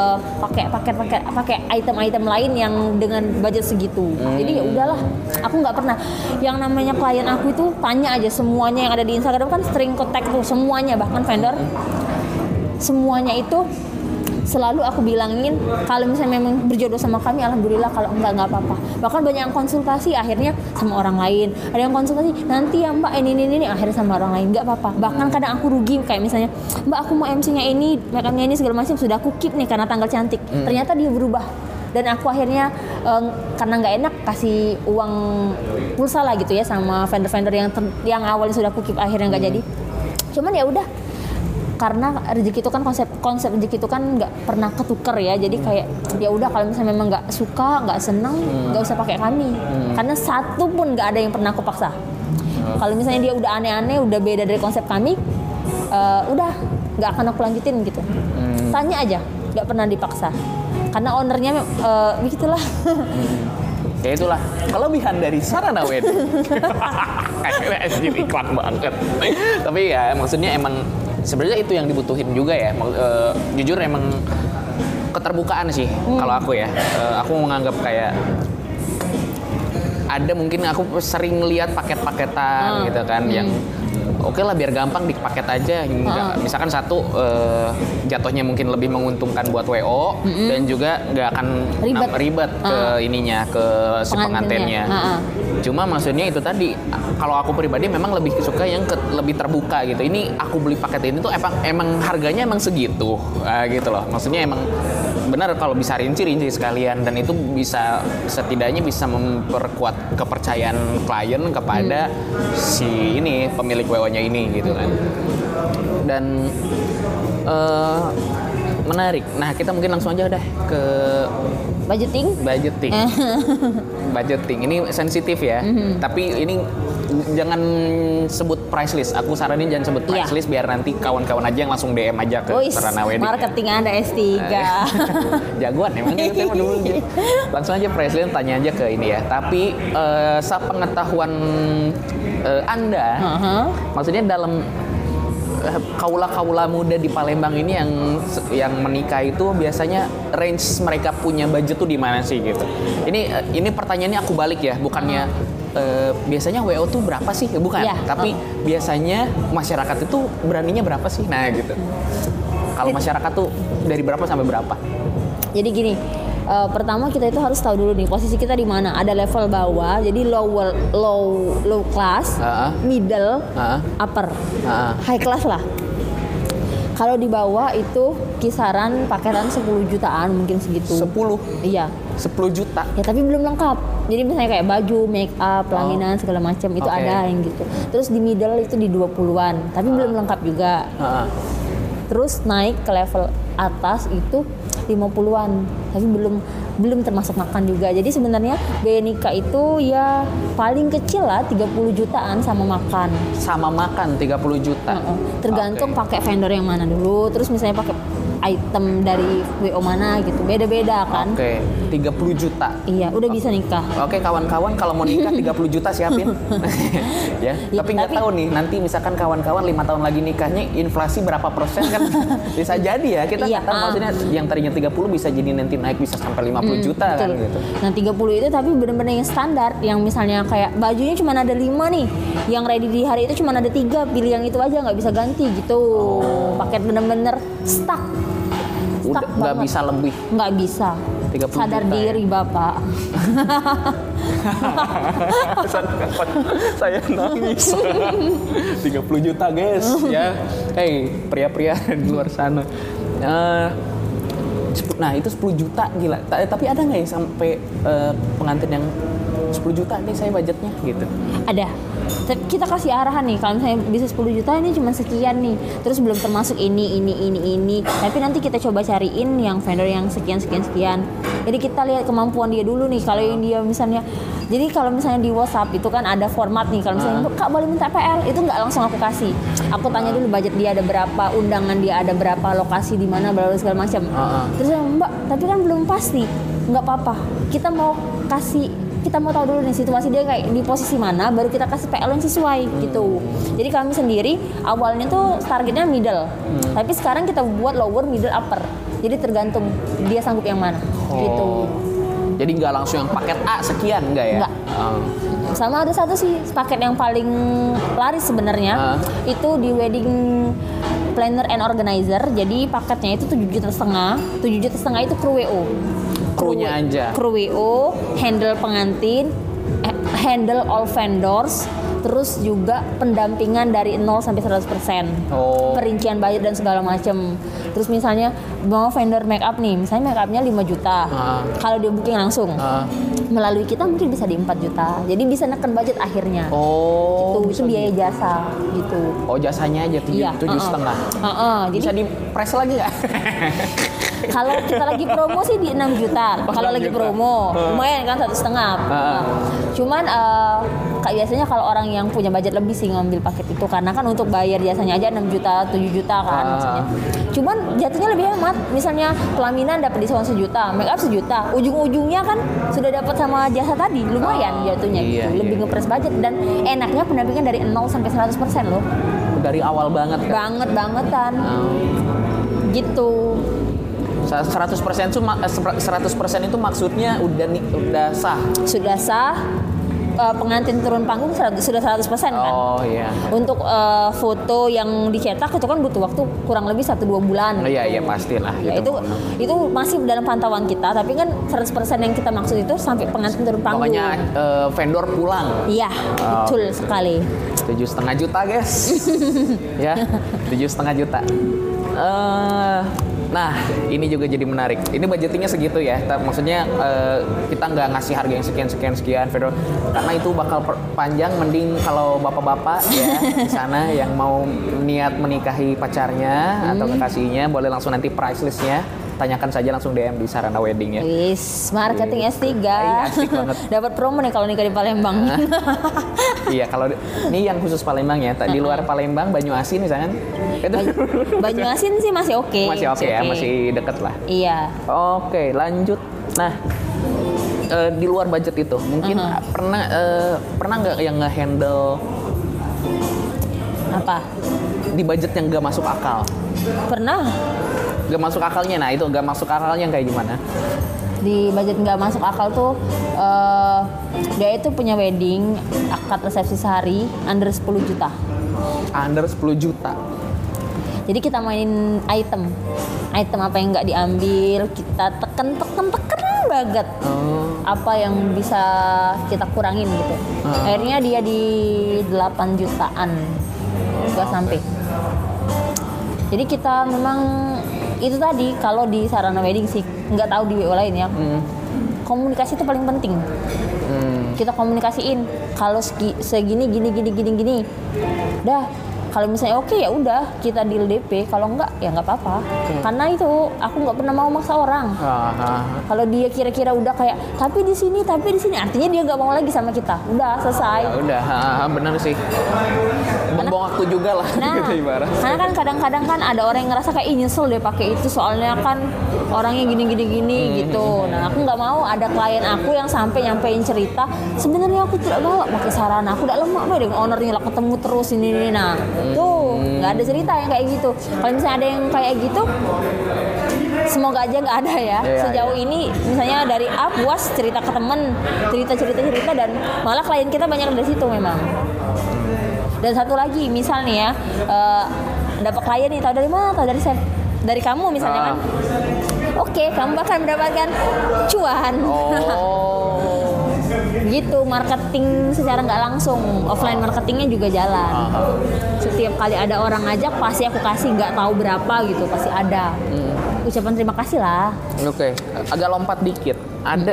pakai item-item lain yang dengan budget segitu. Jadi ya udahlah, aku nggak pernah. Yang namanya klien aku itu tanya aja semuanya yang ada di Instagram kan string contact tuh semuanya, bahkan vendor semuanya itu selalu aku bilangin kalau misalnya memang berjodoh sama kami alhamdulillah, kalau enggak apa-apa. Bahkan banyak yang konsultasi akhirnya sama orang lain, ada yang konsultasi nanti ya Mbak ini akhirnya sama orang lain, nggak apa-apa. Bahkan kadang aku rugi kayak misalnya Mbak aku mau MC-nya ini, make-up-nya ini segala macam sudah aku keep nih karena tanggal cantik, ternyata dia berubah dan aku akhirnya karena nggak enak kasih uang pulsa lah gitu ya sama vendor-vendor yang awalnya sudah aku keep akhirnya nggak jadi. Cuman ya udah, karena rezeki itu kan konsep rezeki itu kan nggak pernah ketuker ya, jadi kayak ya udah kalau misalnya memang nggak suka nggak seneng nggak usah pakai kami, karena satu pun nggak ada yang pernah aku paksa. Kalau misalnya dia udah aneh-aneh udah beda dari konsep kami, udah nggak akan aku lanjutin gitu. Tanya aja, nggak pernah dipaksa karena ownernya begitulah. Ya itulah kelebihan dari Sarana Wedding. Kayaknya iklan banget. Tapi ya maksudnya emang sebenarnya itu yang dibutuhin juga ya. Jujur emang keterbukaan sih kalau aku ya. Aku menganggap kayak ada mungkin aku sering lihat paket-paketan gitu kan yang oke lah biar gampang dipaket aja. Misalkan satu jatuhnya mungkin lebih menguntungkan buat WO dan juga nggak akan ribet ke ininya ke si pengantinnya. Cuma maksudnya itu tadi kalau aku pribadi memang lebih suka yang lebih terbuka gitu. Ini aku beli paket ini tuh emang harganya emang segitu gitu loh. Maksudnya emang benar kalau bisa rinci sekalian dan itu bisa setidaknya bisa memperkuat kepercayaan klien kepada si ini pemilik WO-nya ini gitu kan. Dan menarik. Nah, kita mungkin langsung aja udah ke budgeting. Budgeting ini sensitif ya. Tapi ini jangan sebut price list. Aku saranin jangan sebut price list biar nanti kawan-kawan aja yang langsung DM aja ke Sarana Wedding. Marketing Anda S3. Jagoan emang gitu dulu. Langsung aja price list, tanya aja ke ini ya. Tapi sepengetahuan Anda, maksudnya dalam kaula-kaula muda di Palembang ini yang menikah itu biasanya range mereka punya budget tuh di mana sih gitu. Ini pertanyaannya aku balik ya, bukannya biasanya WO tuh berapa sih? Bukan, tapi biasanya masyarakat itu beraninya berapa sih? Nah gitu. Kalau masyarakat tuh dari berapa sampai berapa? Jadi gini, pertama kita itu harus tahu dulu nih posisi kita di mana. Ada level bawah, jadi low class, middle, upper, high class lah. Kalau di bawah itu kisaran paketan 10 jutaan mungkin segitu. 10? Iya. 10 juta? Ya tapi belum lengkap. Jadi misalnya kayak baju, make up, pelaminan segala macam itu ada yang gitu. Terus di middle itu di 20-an, tapi belum lengkap juga. Terus naik ke level atas itu 50-an, tapi belum termasuk makan juga. Jadi sebenarnya biaya nikah itu ya paling kecil lah 30 jutaan sama makan. Sama makan 30 juta. Tergantung pakai vendor yang mana dulu. Terus misalnya pakai item dari WO mana gitu. Beda-beda kan. 30 juta. Iya, udah bisa nikah. Oke kawan-kawan, kalau mau nikah 30 juta siapin. Ya, Ya, tapi nggak tapi- tahu nih nanti misalkan kawan-kawan 5 tahun lagi nikahnya inflasi berapa persen kan bisa jadi ya. Kita Iya, nggak tahu maksudnya yang tadinya 30 bisa jadi nanti naik bisa sampai 50 juta kan Betul. gitu. Nah 30 itu tapi bener-bener yang standar, yang misalnya kayak bajunya cuma ada 5 nih, yang ready di hari itu cuma ada 3, pilih yang itu aja, nggak bisa ganti gitu. Paket bener-bener stuck Udah nggak banget. bisa lebih. Nggak bisa. 30 Sadar juta diri bapak. Saya nangis. 30 juta guys ya. Hey pria-pria di luar sana. Nah itu 10 juta gila. Tapi ada nggak yang sampai pengantin yang 10 juta nih saya budgetnya gitu? Ada. Tapi kita kasih arahan nih, kalau misalnya bisa 10 juta ini cuma sekian nih, terus belum termasuk ini. Tapi nanti kita coba cariin yang vendor yang sekian. Jadi kita lihat kemampuan dia dulu nih. Kalau yang dia misalnya, jadi kalau misalnya di WhatsApp itu kan ada format nih. Kalau misalnya Kak boleh minta PL, itu nggak langsung aku kasih. Aku tanya dulu budget dia ada berapa, undangan dia ada berapa, lokasi di mana, bla bla segala macam. Terus Mbak, tapi kan belum pasti. Nggak apa-apa. Kita mau tahu dulu nih situasi dia kayak di posisi mana, baru kita kasih PL yang sesuai gitu. Jadi kami sendiri awalnya tuh targetnya middle, tapi sekarang kita buat lower, middle, upper. Jadi tergantung dia sanggup yang mana gitu. Jadi nggak langsung yang paket A sekian nggak ya? Nggak. Sama ada satu sih paket yang paling laris sebenarnya, itu di wedding planner and organizer. Jadi paketnya itu 7,5 juta. 7,5 juta itu kru WO. Krunya aja. Kru WO, handle pengantin, handle all vendors, terus juga pendampingan dari 0 sampai 100%. Perincian budget dan segala macam. Terus misalnya mau vendor make up nih, misalnya make upnya 5 juta. Kalau dia booking langsung, melalui kita mungkin bisa di 4 juta. Jadi bisa neken budget akhirnya. Itu biaya jasa gitu. Oh jasanya aja 7,5. Jadi Bisa di press lagi nggak? kalau kita lagi promo sih di 6 juta. Kalau 6 lagi juta. promo, lumayan kan 1,5. Cuman kayak biasanya kalau orang yang punya budget lebih sih ngambil paket itu, karena kan untuk bayar jasanya aja 6 juta, 7 juta kan misalnya. Cuman jatuhnya lebih hemat. Misalnya pelaminan dapat diskon 1 juta, make up 1 juta. Ujung-ujungnya kan sudah dapat sama jasa tadi, lumayan jatuhnya gitu. Lebih ngepres budget dan enaknya pendampingan dari 0 sampai 100% loh. Dari awal banget kan? Bangetan. Gitu. 100% itu maksudnya udah sah. Sudah sah, pengantin turun panggung sudah 100% kan. Oh iya. Untuk foto yang dicetak itu kan butuh waktu kurang lebih 1-2 bulan. Oh iya pastilah. Ya, itu masih dalam pantauan kita, tapi kan 100% yang kita maksud itu sampai pengantin turun panggung. Pokoknya vendor pulang. Iya, betul sekali. 7,5 juta guys. Ya 7,5 juta. Nah, ini juga jadi menarik. Ini budgetingnya segitu ya. Maksudnya kita nggak ngasih harga yang sekian vendor, karena itu bakal panjang. Mending kalau bapak-bapak ya di sana yang mau niat menikahi pacarnya atau kekasihnya, boleh langsung nanti price listnya tanyakan saja langsung DM di Sarana Wedding ya. Wis, marketing S3. Iya, asik banget. Dapat promo nih kalau nikah di Palembang. Iya, kalau ini yang khusus Palembang ya. Di luar Palembang, Banyuasin misalkan. Itu Banyuasin sih masih oke. masih oke ya, masih deket lah. Iya. Oke, lanjut. Nah, di luar budget itu mungkin pernah nggak yang nge-handle Apa? di budget yang nggak masuk akal? Pernah Nggak masuk akalnya, nah itu nggak masuk akalnya yang kayak gimana? di budget nggak masuk akal tuh, dia itu punya wedding akad resepsi sehari under 10 juta. Under 10 juta. Jadi kita mainin item apa yang nggak diambil, kita tekan banget apa yang bisa kita kurangin gitu. Akhirnya dia di 8 jutaan nggak sampai. Jadi kita memang itu tadi, kalau di Sarana Wedding sih, nggak tahu di WO lain ya. Komunikasi itu paling penting. Kita komunikasiin kalau segini gini. Dah, kalau misalnya oke ya udah kita deal DP, kalau enggak ya nggak apa-apa. Karena itu aku nggak pernah mau maksa orang. Kalau dia kira-kira udah kayak tapi di sini, artinya dia nggak mau lagi sama kita. Udah selesai. Ya udah, benar sih. Karena buang-buang waktu juga lah gitu ibarat. Karena kan kadang-kadang kan ada orang yang ngerasa kayak nyesel deh pakai itu soalnya kan orangnya gini gitu. Nah aku nggak mau ada klien aku yang sampai nyampein cerita sebenarnya aku tidak bawa pakai sarana, aku tidak lemak dengan ownernya lah ketemu terus ini. Nah tuh nggak ada cerita yang kayak gitu. Kalau misalnya ada yang kayak gitu, semoga aja nggak ada ya. Sejauh ini misalnya dari A puas cerita ke temen, cerita dan malah klien kita banyak dari situ memang. Dan satu lagi misal nih ya, dapat klien nih, tahu dari mana? Tahu dari saya, dari kamu misalnya kan. Oke, kamu akan mendapatkan cuan. Gitu, marketing secara nggak langsung, offline marketingnya juga jalan. Setiap kali ada orang ngajak pasti aku kasih, nggak tahu berapa gitu, pasti ada. Ucapan terima kasih lah. Oke, agak lompat dikit. Ada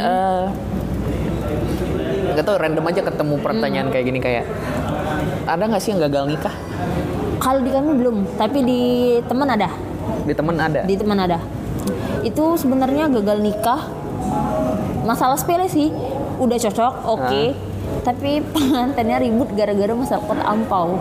nggak tahu, random aja ketemu pertanyaan kayak gini, kayak ada nggak sih yang gagal nikah? Kalau di kami belum, tapi di teman ada. Di teman ada? Di teman ada. Itu sebenarnya gagal nikah masalah sepele sih, udah cocok, oke. Tapi pengantinnya ribut gara-gara masalah kotak ampau.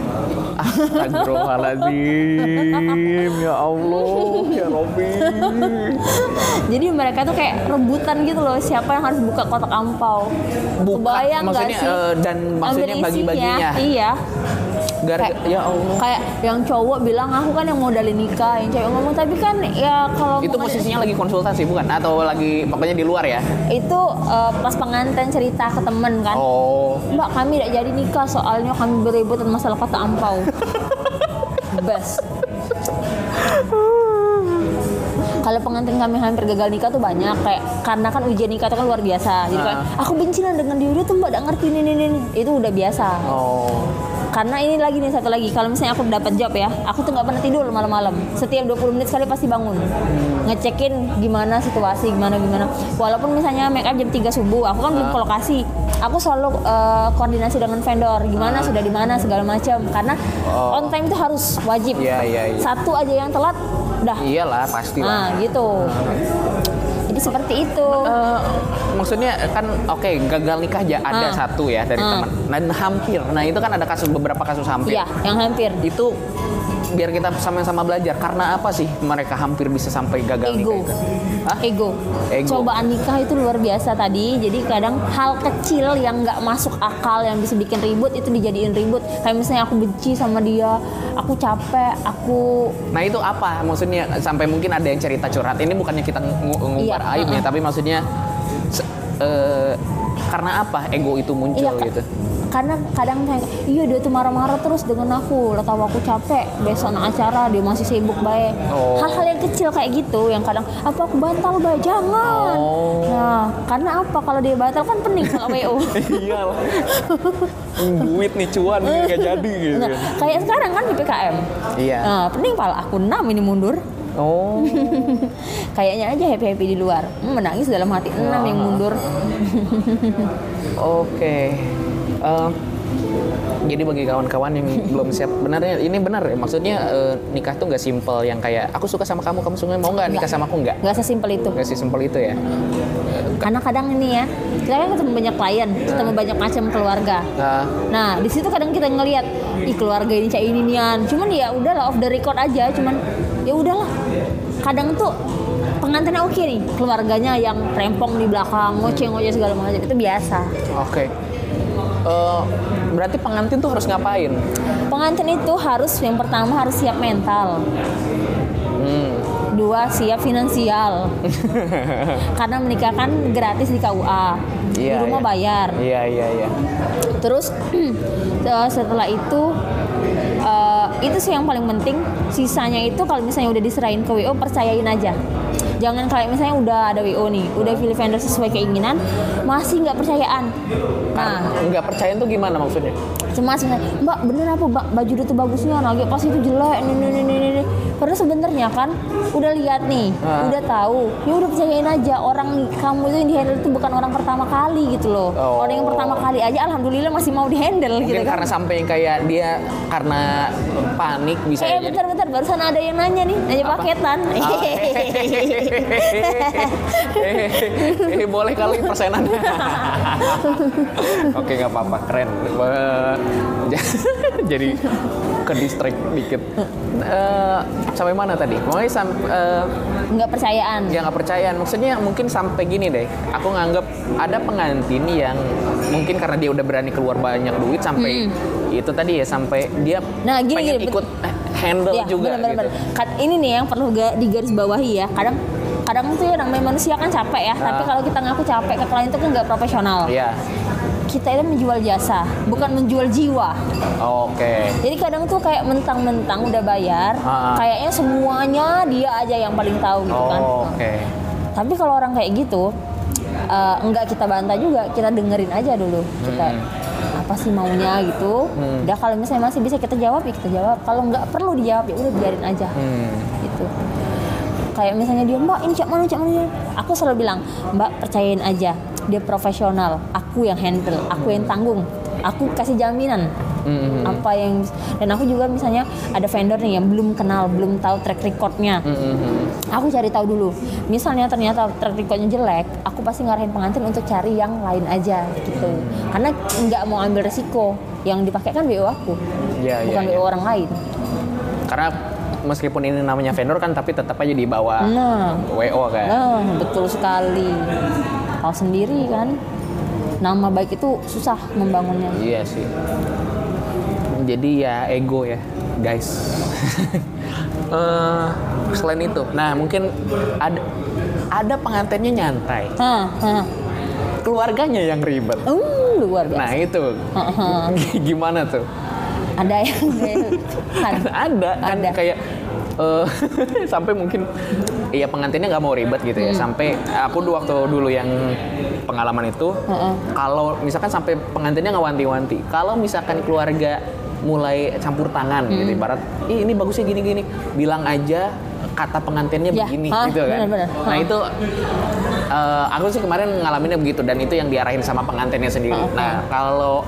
Astagfirullahaladzim, ya Allah, ya Robby. Jadi mereka tuh kayak rebutan gitu loh, siapa yang harus buka kotak ampau. Kebayang nggak sih? Dan maksudnya bagi-baginya. Iya. Ya Allah. Kayak yang cowok bilang aku kan yang modalin nikah, yang cewek ngomong tapi kan ya kalau itu posisinya lagi konsultasi bukan? Atau lagi pokoknya di luar ya? Itu pas pengantin cerita ke temen kan. Mbak kami tidak jadi nikah soalnya kami berebutan masalah kotak ampau. Best. Kalau pengantin kami hampir gagal nikah tuh banyak, kayak karena kan ujian nikah itu kan luar biasa. Jadi kan aku benci lah dengan dia tuh mbak, gak ngerti ini. Itu udah biasa. Karena ini lagi nih, satu lagi, kalau misalnya aku dapat job ya, aku tuh nggak pernah tidur malam-malam. Setiap 20 menit sekali pasti bangun, ngecekin gimana situasi, gimana. Walaupun misalnya make up jam 3 subuh, aku kan belum ke lokasi. Aku selalu koordinasi dengan vendor, gimana sudah di mana segala macam. Karena on time itu harus wajib. Satu aja yang telat, udah. Iyalah pasti lah. Nah gitu. Jadi seperti itu. Maksudnya kan gagal nikah aja ada satu ya dari teman. Dan hampir. Nah itu kan ada beberapa kasus hampir. Iya, yang hampir. Itu biar kita sama-sama belajar. Karena apa sih mereka hampir bisa sampai gagal nikah itu? Ego. Cobaan nikah itu luar biasa tadi. Jadi kadang hal kecil yang nggak masuk akal yang bisa bikin ribut itu dijadiin ribut. Kayak misalnya aku benci sama dia, aku capek, aku. Nah itu apa? Maksudnya sampai mungkin ada yang cerita curhat. Ini bukannya kita ngumbar aibnya, tapi maksudnya karena apa ego itu muncul gitu? Karena kadang dia tuh marah-marah terus dengan aku, lah tahu aku capek, besok acara dia masih sibuk baik. Hal-hal yang kecil kayak gitu yang kadang apa aku bantal baik, jangan. Nah karena apa, kalau dia batal kan pening kalau WO. Iyalah. Duit nih, cuan nih nggak jadi gitu. Nah, kayak sekarang kan di PKM. Iya. Nah pening pala aku 6 ini mundur. Kayaknya aja happy di luar, menangis dalam hati 6 yang mundur. Jadi bagi kawan-kawan yang belum siap, benarnya ini benar ya, maksudnya nikah tuh nggak simpel yang kayak aku suka sama kamu suka, mau nggak nikah sama aku, nggak sesimpel itu ya. Karena kadang ini ya, kita kan ketemu banyak klien, ketemu banyak macam keluarga. Nah di situ kadang kita ngelihat keluarga ini cak ini nian, cuman ya udahlah off the record aja, cuman ya udahlah. Kadang tuh pengantinnya oke nih, keluarganya yang rempong di belakang, ngoceh segala macam, itu biasa. Berarti pengantin tuh harus ngapain? Pengantin itu yang pertama harus siap mental. 2 siap finansial. Karena menikah kan gratis di KUA. Di rumah bayar. Iya. Terus setelah itu sih yang paling penting. Sisanya itu kalau misalnya udah diserahin ke WO, percayain aja. Jangan kayak misalnya udah ada WO nih, udah pilih vendor sesuai keinginan, masih nggak percayaan. Nah, nggak percaya tuh gimana maksudnya? Cuma sebenarnya, Mbak bener apa Mbak, baju itu bagusnya, lagi pas itu jelek, ini. Padahal sebenarnya kan udah lihat nih, udah tahu, ya udah percayain aja. Orang kamu itu yang dihandle itu bukan orang pertama kali gitu loh. Orang yang pertama kali aja alhamdulillah masih mau dihandle gitu kan. Karena sampai kayak dia karena panik bisa jadi. Bentar, barusan ada yang nanya nih, nanya paketan. Boleh kali persenannya. Oke, nggak apa-apa, keren. Jadi ke distrik dikit. Sampai mana tadi? Pokoknya nggak percayaan. Ya nggak percayaan. Maksudnya mungkin sampai gini deh. Aku nganggap ada pengantin yang mungkin karena dia udah berani keluar banyak duit sampai itu tadi ya, sampai dia pengen ikut handle ya, juga. Bener. Ini nih yang perlu digarisbawahi ya. Kadang tuh ya namanya manusia kan capek ya. Tapi kalau kita ngaku capek ke klien itu kan nggak profesional. Iya. Kita itu menjual jasa, bukan menjual jiwa. Oke. Jadi kadang tuh kayak mentang-mentang udah bayar, kayaknya semuanya dia aja yang paling tahu gitu kan. Oke. Tapi kalau orang kayak gitu, enggak kita bantah juga, kita dengerin aja dulu. Kita apa sih maunya gitu. Udah kalau misalnya masih bisa kita jawab ya kita jawab. Kalau nggak perlu dijawab ya udah biarin aja. Gitu. Kayak misalnya dia, Mbak ini cak mana. Aku selalu bilang, Mbak percayain aja. Dia profesional, aku yang handle, aku yang tanggung, aku kasih jaminan apa yang. Dan aku juga misalnya ada vendor nih yang belum kenal, belum tahu track recordnya, aku cari tahu dulu. Misalnya ternyata track recordnya jelek, aku pasti ngarahin pengantin untuk cari yang lain aja gitu. Karena nggak mau ambil resiko, yang dipakai kan BO aku, bukan BO orang lain. Karena meskipun ini namanya vendor kan, tapi tetap aja di bawah WO kan. Betul sekali. Tahu sendiri kan, nama baik itu susah membangunnya. Iya sih. Jadi ya ego ya, guys. Selain itu, nah mungkin ada pengantinnya nyantai. Keluarganya yang ribet. Luar biasa. Nah itu, gimana tuh? Ada yang ada kayak sampai mungkin ya pengantinnya nggak mau ribet gitu ya. Sampai aku waktu dulu yang pengalaman itu, kalau misalkan sampai pengantinnya nggak wanti-wanti, kalau misalkan keluarga mulai campur tangan gitu, ibarat ini bagusnya gini-gini, bilang aja kata pengantinnya begini gitu kan. Bener. Nah itu aku sih kemarin ngalaminnya begitu, dan itu yang diarahin sama pengantinnya sendiri. Nah kalau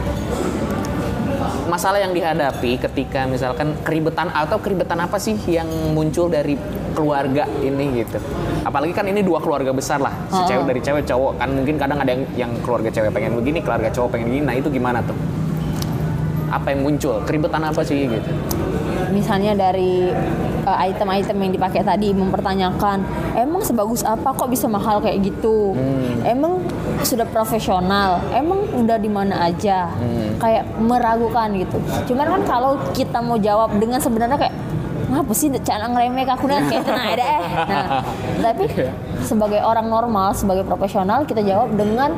masalah yang dihadapi ketika misalkan keribetan apa sih yang muncul dari keluarga ini gitu. Apalagi kan ini dua keluarga besar lah, dari cewek cowok kan, mungkin kadang ada yang keluarga cewek pengen begini, keluarga cowok pengen begini. Nah itu gimana tuh? Apa yang muncul? Keribetan apa sih gitu? Misalnya dari item-item yang dipakai tadi, mempertanyakan emang sebagus apa kok bisa mahal kayak gitu, emang sudah profesional, emang udah di mana aja, kayak meragukan gitu. Cuman kan kalau kita mau jawab dengan sebenarnya kayak ngapa sih cara ngeremeh aku dan kayak nah tapi sebagai orang normal, sebagai profesional kita jawab dengan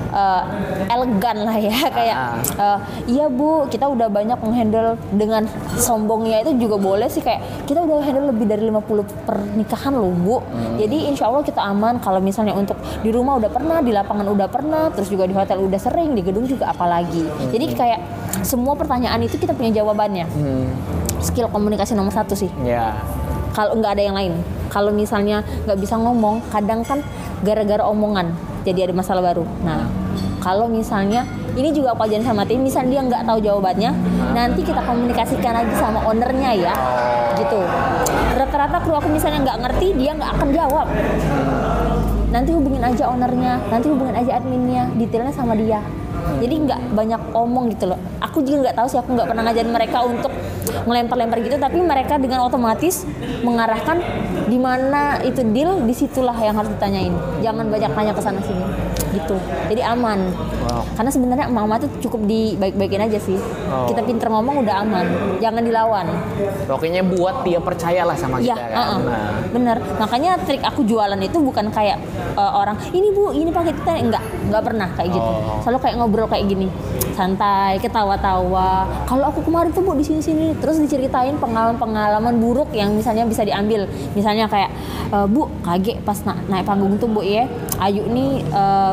elegan lah ya, kayak iya Bu, kita udah banyak menghandle. Dengan sombongnya itu juga boleh sih, kayak kita udah handle lebih dari 50 pernikahan loh Bu, jadi insya Allah kita aman. Kalau misalnya untuk di rumah udah pernah, di lapangan udah pernah, terus juga di hotel udah sering, di gedung juga apalagi. Jadi kayak semua pertanyaan itu kita punya jawabannya. Skill komunikasi nomor 1 sih. Kalau nggak ada yang lain. Kalau misalnya nggak bisa ngomong, kadang kan gara-gara omongan jadi ada masalah baru. Nah, kalau misalnya ini juga aku ajarin sama tim, misalnya dia nggak tahu jawabannya, nanti kita komunikasikan lagi sama ownernya ya, gitu. Rata-rata kru aku misalnya nggak ngerti, dia nggak akan jawab. Nanti hubungin aja ownernya, nanti hubungin aja adminnya, detailnya sama dia. Jadi nggak banyak omong gitu loh. Aku juga nggak tahu sih, aku nggak pernah ngajarin mereka untuk ngelempar-lempar gitu, tapi mereka dengan otomatis mengarahkan di mana itu deal, disitulah yang harus ditanyain. Jangan banyak tanya ke sana sini, gitu. Jadi aman. Karena sebenarnya emak-emak itu cukup dibaik-baikin aja sih. Kita pinter ngomong udah aman, jangan dilawan. Pokoknya buat dia percayalah sama kita kan. Bener. Makanya trik aku jualan itu bukan kayak orang ini Bu, ini paket kita, nggak pernah kayak gitu. Selalu kayak ngobrol kayak gini, santai, ketawa-tawa. Kalau aku kemarin tuh Bu di sini-sini, terus diceritain pengalaman buruk yang misalnya bisa diambil. Misalnya kayak Bu, kaget pas naik panggung tuh Bu ya, Ayu nih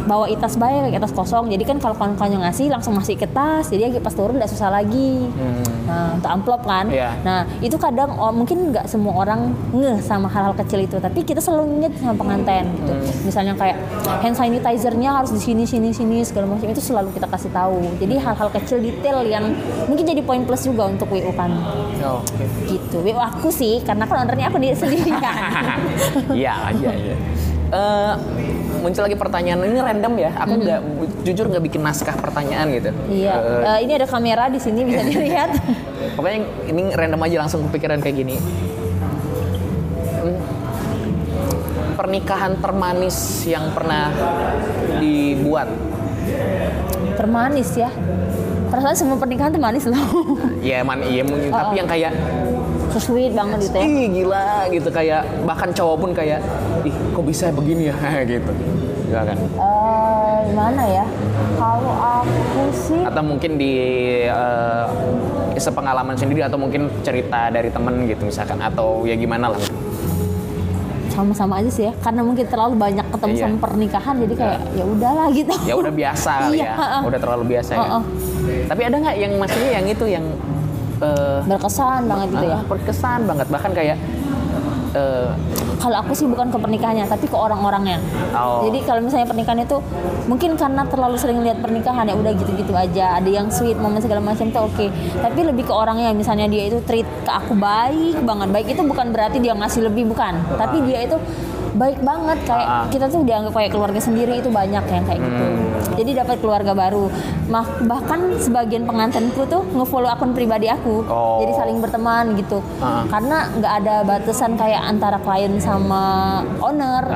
bawa tas baik, kayak tas kosong. Jadi kan kalau kawan-kawan ngasih langsung masih ke tas, jadi pas turun nggak susah lagi. Nah, untuk amplop kan. Iya. Nah, itu kadang mungkin nggak semua orang ngeh sama hal-hal kecil itu, tapi kita selalu inget sama pengantin gitu. Misalnya kayak hand sanitizer-nya harus di sini segala macam, itu selalu kita kasih tahu. Jadi hal-hal kecil detail yang mungkin jadi poin plus juga untuk WO kami. Oke. Gitu. WO aku sih, karena kan ownernya aku sendiri kan. Iya aja. Muncul lagi pertanyaan, ini random ya. Aku jujur nggak bikin naskah pertanyaan gitu. Iya. Ini ada kamera di sini bisa dilihat. Pokoknya ini random aja, langsung kepikiran kayak gini. Pernikahan termanis yang pernah dibuat. Termanis ya. Perasaan semua pernikahan termanis loh. Iya mungkin, tapi yang kayak So sweet banget gitu ya. ih gila gitu, kayak bahkan cowok pun kayak ih kok bisa begini ya gitu. Gila kan? Gimana ya? Kalau aku sih Atau mungkin di sepengalaman sendiri, atau mungkin cerita dari temen gitu misalkan, atau ya gimana lah. sama-sama aja sih ya, karena mungkin terlalu banyak ketemu sama pernikahan, jadi kayak ya udahlah gitu. Ya udah biasa kali ya, udah terlalu biasa ya. Tapi ada nggak yang maksudnya yang itu yang berkesan banget gitu ya? Berkesan banget, bahkan kayak kalau aku sih bukan ke pernikahannya, tapi ke orang-orangnya. Jadi kalau misalnya pernikahan itu mungkin karena terlalu sering lihat pernikahan ya udah gitu-gitu aja. Ada yang sweet, momen segala macam tuh oke. Tapi lebih ke orangnya, misalnya dia itu treat ke aku baik banget. Baik itu bukan berarti dia ngasih lebih, bukan. Tapi dia itu baik banget, kayak kita tuh dianggap kayak keluarga sendiri, itu banyak yang kayak gitu. Jadi dapat keluarga baru. Bahkan sebagian pengantinku tuh nge-follow akun pribadi aku. Jadi saling berteman gitu. Karena nggak ada batasan kayak antara klien sama owner,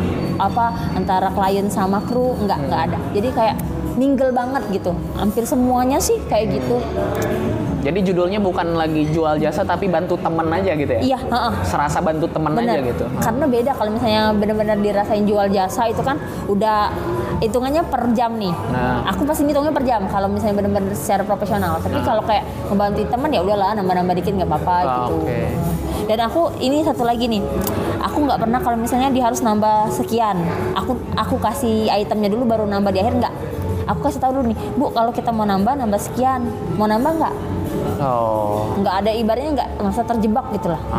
antara klien sama kru, nggak ada. Jadi kayak mingle banget gitu. Hampir semuanya sih kayak gitu. Jadi judulnya bukan lagi jual jasa tapi bantu temen aja gitu ya? Iya, Serasa bantu temen aja gitu. Karena beda kalau misalnya benar-benar dirasain jual jasa itu kan udah hitungannya per jam nih. Aku pasti ngitungnya per jam kalau misalnya benar-benar secara profesional. Tapi kalau kayak ngebantu temen ya udahlah, nambah-nambah dikit nggak apa-apa gitu. Dan aku ini satu lagi nih, aku nggak pernah kalau misalnya dia harus nambah sekian, aku kasih itemnya dulu baru nambah di akhir, nggak. Aku kasih tahu dulu nih, Bu, kalau kita mau nambah sekian, mau nambah nggak? Nggak ada, ibaratnya nggak merasa terjebak gitu lah.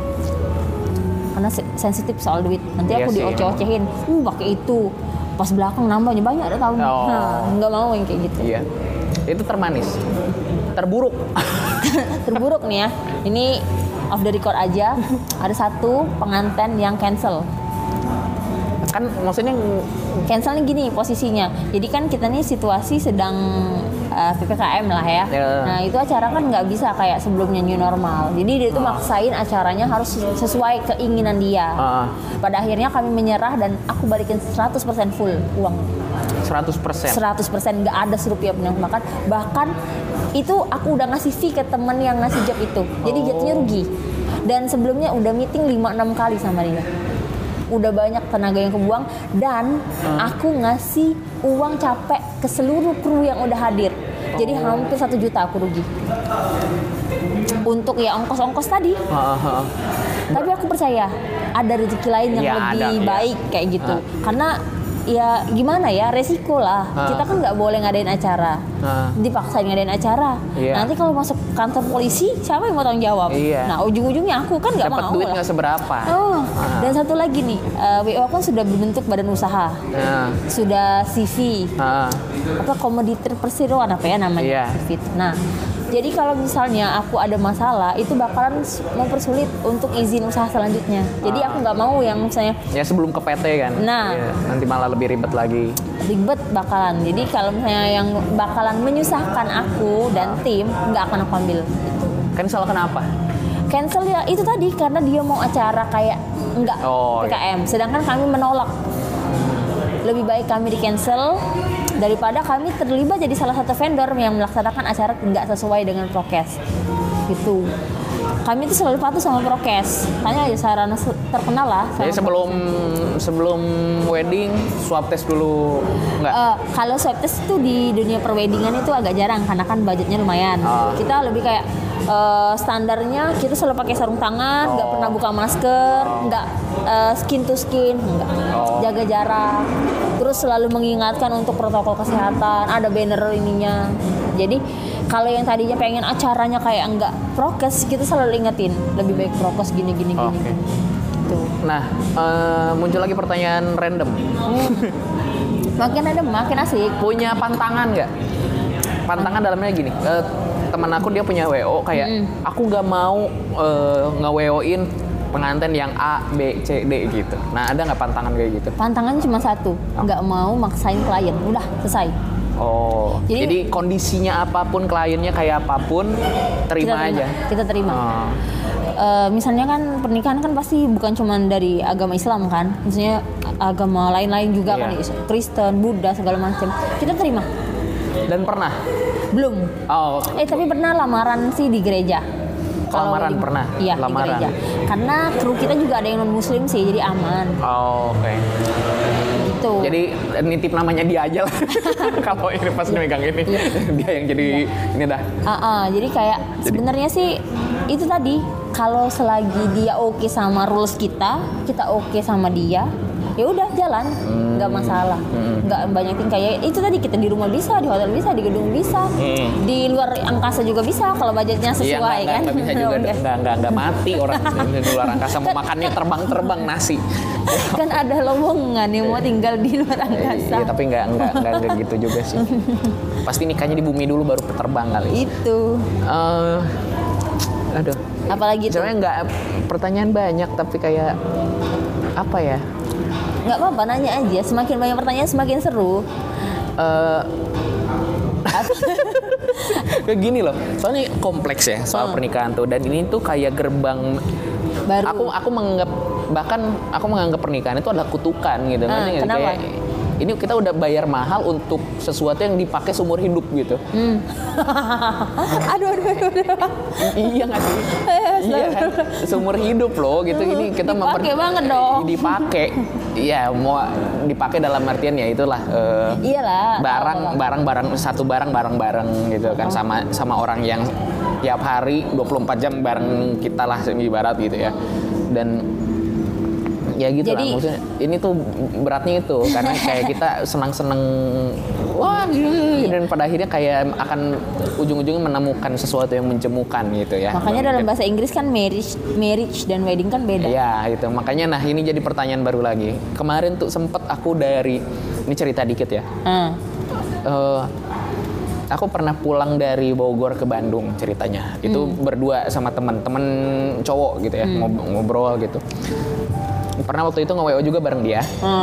Karena sensitif soal duit. Nanti aku dioceh-ocehin, pakai itu. Pas belakang nambahnya banyak, ada tahun. Nggak mau yang kayak gitu. Iya. Itu termanis. Terburuk. Terburuk nih ya. Ini off the record aja. Ada satu pengantin yang cancel. Kan maksudnya cancelnya gini posisinya. Jadi kan kita nih situasi sedang PPKM lah ya. Nah itu acara kan nggak bisa kayak sebelumnya new normal. Jadi dia itu maksain acaranya harus sesuai keinginan dia. Pada akhirnya kami menyerah dan aku balikin 100% full uang. 100%? 100%, nggak ada serupiah pun yang makan. Bahkan itu aku udah ngasih fee ke temen yang ngasih job itu. Jadi jatuhnya rugi. Dan sebelumnya udah meeting 5-6 kali sama dia. Udah banyak tenaga yang kebuang dan aku ngasih uang capek ke seluruh kru yang udah hadir. Jadi hampir 1 juta aku rugi untuk ya ongkos-ongkos tadi. Tapi aku percaya ada rezeki lain yang lebih baik kayak gitu. Karena ya gimana ya, resiko lah. Kita kan nggak boleh ngadain acara, dipaksain ngadain acara. Nanti kalau masuk kantor polisi, siapa yang mau tanggung jawab? Nah ujung-ujungnya aku kan nggak mau. Dapat duit nggak seberapa. Dan satu lagi nih, WO kan sudah berbentuk badan usaha, sudah CV, komoditi perseroan apa ya namanya, CV. Nah jadi kalau misalnya aku ada masalah, itu bakalan mempersulit untuk izin usaha selanjutnya. Jadi aku nggak mau yang misalnya ya sebelum ke PT kan. Nanti malah lebih ribet lagi. Ribet bakalan. Jadi kalau misalnya yang bakalan menyusahkan aku dan tim, nggak akan aku ambil. Gitu. Cancel kenapa? Cancel ya itu tadi karena dia mau acara kayak nggak PKM, sedangkan kami menolak. Lebih baik kami di cancel daripada kami terlibat jadi salah satu vendor yang melaksanakan acara nggak sesuai dengan prokes gitu. Kami itu selalu patuh sama prokes. Tanya aja Sarana terkenal lah. Jadi sebelum wedding swab test dulu nggak? Kalau swab test itu di dunia perweddingan itu agak jarang karena kan budgetnya lumayan. Kita lebih kayak standarnya kita selalu pakai sarung tangan, nggak pernah buka masker, nggak skin to skin, nggak jaga jarak. Terus selalu mengingatkan untuk protokol kesehatan, ada banner ininya. Jadi kalau yang tadinya pengen acaranya kayak nggak prokes, kita selalu ingetin lebih baik prokes gini. Tuh. Nah, muncul lagi pertanyaan random. Makin ada makin asik. Punya pantangan nggak? Pantangan dalamnya gini. Teman aku dia punya WO kayak aku nggak mau nge-WO-in pengantin yang A, B, C, D gitu. Nah, ada nggak pantangan kayak gitu? Pantangan cuma satu, nggak mau maksain klien. Udah selesai. Oh, jadi kondisinya apapun, kliennya kayak apapun, terima aja. Kita terima. Misalnya kan pernikahan kan pasti bukan cuma dari agama Islam kan, misalnya agama lain-lain juga kan, Kristen, Buddha segala macam. Kita terima. Dan pernah? Belum. Oh. Tapi pernah lamaran sih di gereja. Lamaran pernah? Iya, lamaran. Di gereja. Karena kru kita juga ada yang non Muslim sih, jadi aman. Oh, oke. Gitu. Jadi nitip namanya dia aja lah. Kalau ini pas megang ini, dia yang jadi ini dah. Jadi kayak sebenarnya sih itu tadi, kalau selagi dia oke sama rules kita oke sama dia, ya udah jalan, nggak masalah, nggak banyakin kayak itu tadi, kita di rumah bisa, di hotel bisa, di gedung bisa, di luar angkasa juga bisa kalau budgetnya sesuai kan. Nggak bisa juga, nggak mati orang di luar angkasa mau makannya terbang nasi. Kan ada lowongan yang mau tinggal di luar angkasa. Iya, tapi nggak gitu juga sih. Pasti nikahnya di bumi dulu baru terbang kali. Itu. Aduh. Apalagi itu? Sebenarnya nggak, pertanyaan banyak tapi kayak apa ya? Nggak apa-apa, nanya aja. Semakin banyak pertanyaan semakin seru. Kayak gini loh, soalnya kompleks ya soal pernikahan tuh, dan ini tuh kayak gerbang baru. Aku menganggap pernikahan itu adalah kutukan gitu kan. Kenapa? Kayak, ini kita udah bayar mahal untuk sesuatu yang dipakai seumur hidup gitu. Aduh. Iya nggak sih? Iya kan, seumur hidup loh gitu. Ini kita dipakai banget dong. Dipakai, iya mau dipakai dalam artian ya itulah. Iyalah. Barang satu barang gitu kan, sama orang yang tiap hari 24 jam bareng kita lah ibarat gitu ya. Dan ya gitu lah, maksudnya ini tuh beratnya itu karena kayak kita senang-senang dan pada akhirnya kayak akan ujung-ujungnya menemukan sesuatu yang menjemukan gitu ya. Makanya dalam bahasa Inggris kan marriage dan wedding kan beda. Ya itu, makanya nah ini jadi pertanyaan baru lagi. Kemarin tuh sempet aku ini cerita dikit ya. Aku pernah pulang dari Bogor ke Bandung ceritanya. Itu berdua sama teman cowok gitu ya, ngobrol gitu. Pernah waktu itu nge-WO juga bareng dia.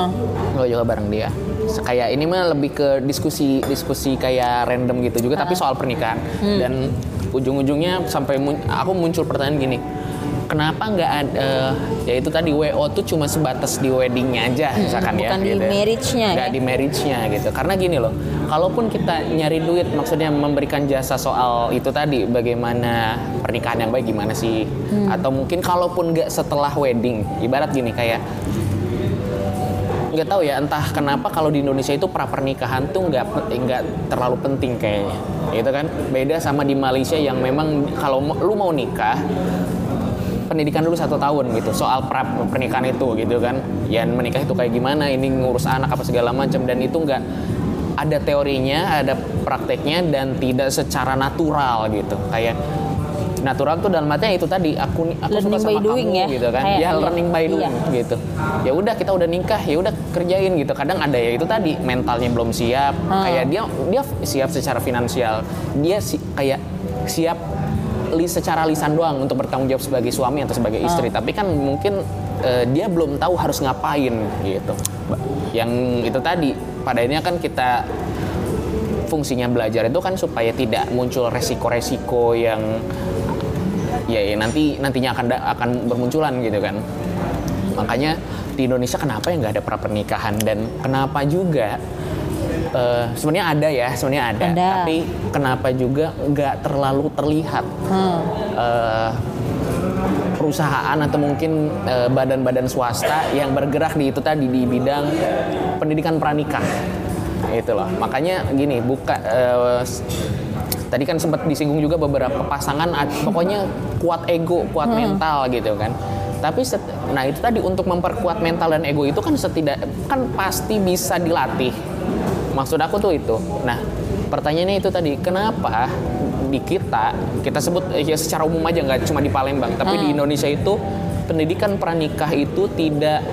Kayak ini mah lebih ke diskusi kayak random gitu juga, tapi soal pernikahan. Dan ujung-ujungnya sampai aku muncul pertanyaan gini. Kenapa nggak ada, ya itu tadi WO tuh cuma sebatas di weddingnya aja misalkan bukan ya. Bukan di gitu. marriage-nya Nggak di marriage-nya gitu. Karena gini loh, kalaupun kita nyari duit, maksudnya memberikan jasa soal itu tadi, bagaimana pernikahan yang baik gimana sih? Atau mungkin kalaupun nggak setelah wedding, ibarat gini kayak, nggak tahu ya, entah kenapa kalau di Indonesia itu pra pernikahan tuh nggak terlalu penting kayaknya, gitu kan? Beda sama di Malaysia yang memang kalau lu mau nikah, pendidikan dulu 1 tahun gitu soal pra pernikahan itu gitu kan, ya menikah itu kayak gimana, ini ngurus anak apa segala macam, dan itu nggak ada teorinya, ada prakteknya, dan tidak secara natural gitu. Kayak natural tuh dalam artinya itu tadi, aku suka sama kamu gitu kan, ya learning by doing gitu. Ya udah kita udah nikah, ya udah kerjain gitu. Kadang ada ya itu tadi, mentalnya belum siap, kayak dia siap secara finansial, dia kayak siap secara lisan doang untuk bertanggung jawab sebagai suami atau sebagai istri, tapi kan mungkin dia belum tahu harus ngapain gitu. Yang itu tadi, pada akhirnya kan kita fungsinya belajar itu kan supaya tidak muncul resiko-resiko yang ya nantinya akan bermunculan gitu kan. Makanya di Indonesia kenapa ya nggak ada pra pernikahan, dan kenapa juga sebenarnya ada, tapi kenapa juga nggak terlalu terlihat perusahaan atau mungkin badan-badan swasta yang bergerak di itu tadi, di bidang pendidikan pranikah itu loh. Makanya gini, tadi kan sempat disinggung juga beberapa pasangan pokoknya kuat ego, kuat mental gitu kan. Tapi nah itu tadi untuk memperkuat mental dan ego itu kan kan pasti bisa dilatih. Maksud aku tuh itu. Nah, pertanyaannya itu tadi, kenapa di kita sebut ya secara umum aja, nggak cuma di Palembang, tapi di Indonesia itu pendidikan pranikah itu tidak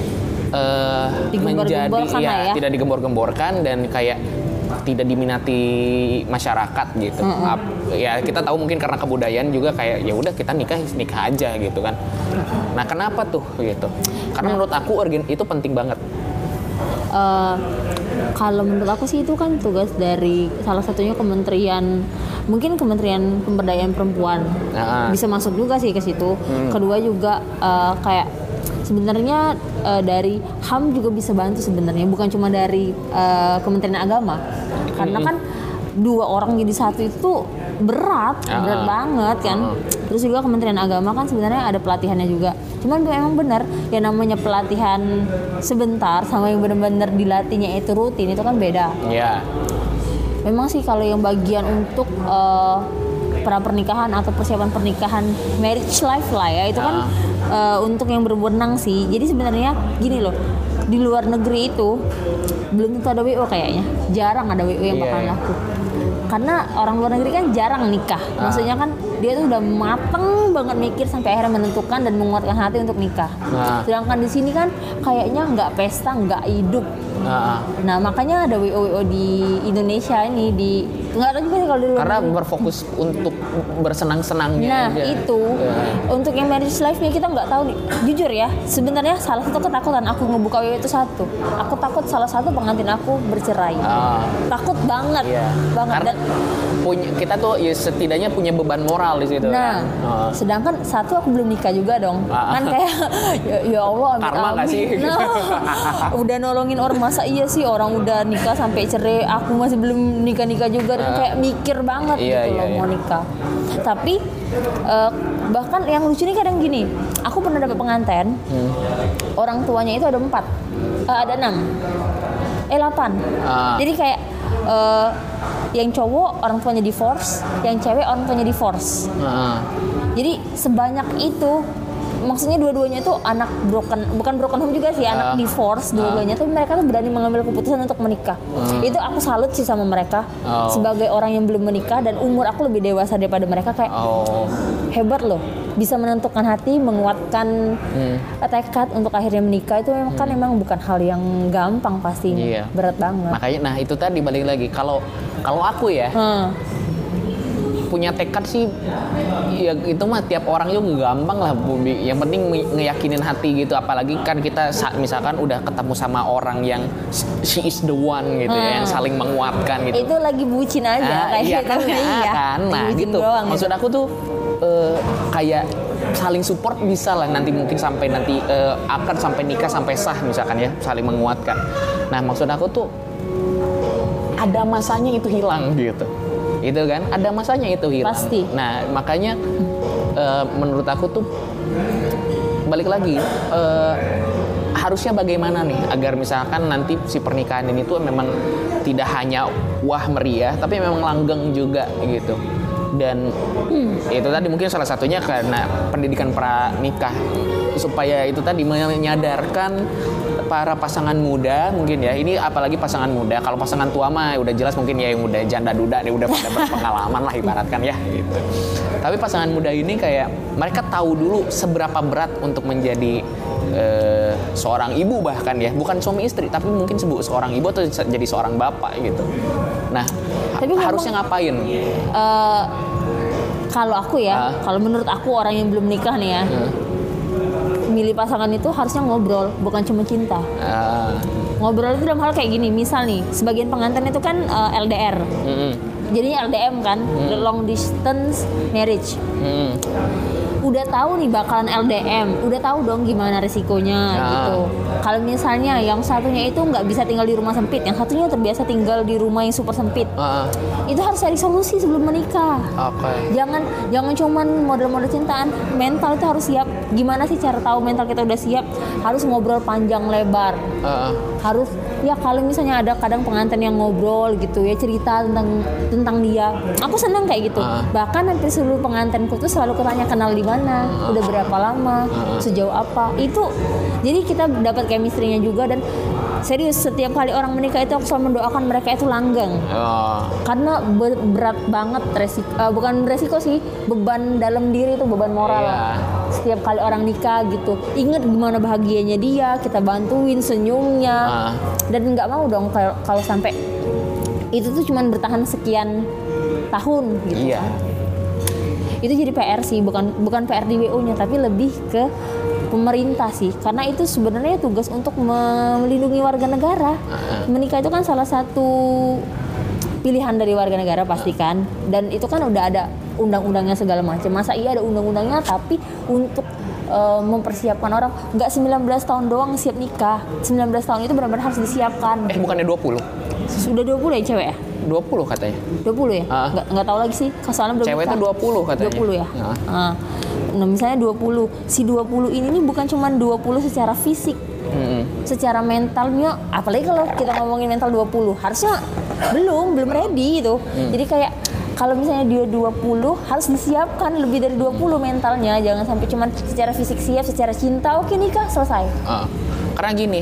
tidak digembor-gemborkan dan kayak tidak diminati masyarakat gitu. Ya kita tahu mungkin karena kebudayaan juga kayak ya udah kita nikah aja gitu kan. Nah, kenapa tuh gitu? Karena menurut aku itu penting banget. Kalau menurut aku sih itu kan tugas dari salah satunya Kementerian Pemberdayaan Perempuan. Bisa masuk juga sih ke situ. Kedua juga kayak sebenarnya dari HAM juga bisa bantu sebenarnya, bukan cuma dari Kementerian Agama. Karena kan 2 orang jadi satu itu berat banget kan. Terus juga Kementerian Agama kan sebenarnya ada pelatihannya juga. Cuman memang benar yang namanya pelatihan sebentar sama yang benar-benar dilatihnya itu rutin itu kan beda. Iya. Memang sih kalau yang bagian untuk pra pernikahan atau persiapan pernikahan, marriage life lah ya, itu kan untuk yang berwenang sih. Jadi sebenarnya gini loh, di luar negeri itu belum tentu ada WO kayaknya. Jarang ada WO yang bakalan laku. Karena orang luar negeri kan jarang nikah. Maksudnya kan dia tuh udah mateng banget mikir sampai akhirnya menentukan dan menguatkan hati untuk nikah. Sedangkan di sini kan kayaknya nggak pesta, nggak hidup. Nah makanya ada WO di Indonesia ini nggak tahu juga sih kalau di luar karena negeri. berfokus untuk bersenang-senangnya. Nah aja. itu untuk yang marriage life-nya kita nggak tahu nih. Jujur ya, sebenarnya salah satu ketakutan aku ngebuka WO itu satu. Aku takut salah satu pengantin aku bercerai. Takut banget, banget. Karena kita tuh ya setidaknya punya beban moral di situ. Nah, sedangkan satu aku belum nikah juga dong. Kan kayak ya Allah, amit-amit. Karma nggak sih? Nah, udah nolongin orang, masa iya sih orang udah nikah sampai cerai, aku masih belum nikah juga dan kayak mikir banget mau nikah. Tapi bahkan yang lucu nih kadang gini, aku pernah dapat pengantin, orang tuanya itu ada 8. Jadi kayak yang cowok orang tuanya divorce, yang cewek orang tuanya divorce. Jadi sebanyak itu, maksudnya dua-duanya itu anak bukan broken home juga sih, anak divorce dua-duanya, tapi mereka tuh berani mengambil keputusan untuk menikah. Itu aku salut sih sama mereka sebagai orang yang belum menikah dan umur aku lebih dewasa daripada mereka, kayak hebat loh, bisa menentukan hati, menguatkan tekad untuk akhirnya menikah. Itu memang kan memang bukan hal yang gampang pastinya, berat banget. Makanya nah itu tadi balik lagi, kalau aku ya punya tekad sih, ya itu mah tiap orang juga gampang lah, Budi. Yang penting ngeyakinin hati gitu. Apalagi kan kita misalkan udah ketemu sama orang yang she is the one gitu ya, yang saling menguatkan gitu. Itu lagi bucin aja kayak iya kan, iya. Kan? Nah gitu. Maksud aku tuh kayak saling support bisa lah nanti, mungkin sampai nanti akan sampai nikah sampai sah misalkan ya, saling menguatkan. Nah maksud aku tuh ada masanya itu hilang gitu. Itu kan ada masanya itu hilang. Pasti. Nah makanya menurut aku tuh balik lagi harusnya bagaimana nih agar misalkan nanti si pernikahan ini tuh memang tidak hanya wah meriah, tapi memang langgeng juga gitu. Dan itu tadi mungkin salah satunya karena pendidikan pranikah, supaya itu tadi menyadarkan para pasangan muda mungkin ya, ini apalagi pasangan muda. Kalau pasangan tua mah udah jelas mungkin ya yang udah janda duda nih, udah pada berpengalaman lah ibaratkan ya gitu. Tapi pasangan muda ini kayak mereka tahu dulu seberapa berat untuk menjadi seorang ibu, bahkan ya bukan suami istri, tapi mungkin seorang ibu atau jadi seorang bapak gitu. Nah tapi harusnya ngapain? Kalau aku ya, kalau menurut aku orang yang belum nikah nih ya, milih pasangan itu harusnya ngobrol, bukan cuma cinta. Ngobrol itu dalam hal kayak gini, misal nih, sebagian pengantin itu kan LDR, jadinya LDM kan, long distance marriage. Udah tahu nih bakalan LDM, udah tahu dong gimana risikonya gitu. Kalau misalnya yang satunya itu nggak bisa tinggal di rumah sempit, yang satunya terbiasa tinggal di rumah yang super sempit, itu harus cari solusi sebelum menikah. Jangan cuman model-model cintaan, mental itu harus siap. Gimana sih cara tahu mental kita udah siap? Harus ngobrol panjang lebar. harus ya kalau misalnya ada kadang pengantin yang ngobrol gitu ya cerita tentang dia, aku seneng kayak gitu. Bahkan hampir seluruh pengantinku tuh selalu kutanya kenal di mana, udah berapa lama, sejauh apa. Itu jadi kita dapat chemistry-nya juga. Dan serius setiap kali orang menikah itu aku selalu mendoakan mereka itu langgeng. Karena berat banget bukan resiko sih, beban dalam diri itu, beban moral. Setiap kali orang nikah gitu, ingat gimana bahagianya dia, kita bantuin senyumnya. Dan nggak mau dong kalau sampai itu tuh cuman bertahan sekian tahun gitu. Itu jadi PR sih, bukan PR di WO-nya, tapi lebih ke pemerintah sih, karena itu sebenarnya tugas untuk melindungi warga negara. Menikah itu kan salah satu pilihan dari warga negara pastikan, dan itu kan udah ada undang-undangnya segala macam. Masa iya ada undang-undangnya tapi untuk mempersiapkan orang nggak 19 tahun doang siap nikah. 19 tahun itu benar-benar harus disiapkan. Bukannya 20? Sudah 20 ya cewek ya? 20 katanya. 20 ya? Nggak tahu lagi sih, soalnya belum cewek itu 20 katanya. 20 ya? Nah misalnya 20, si 20 ini nih bukan cuma 20 secara fisik, secara mentalnya, apalagi kalau kita ngomongin mental 20, harusnya belum ready gitu. Jadi kayak kalau misalnya dia 20 harus disiapkan lebih dari 20 mentalnya, jangan sampai cuma secara fisik siap, secara cinta oke nikah selesai. Karena gini,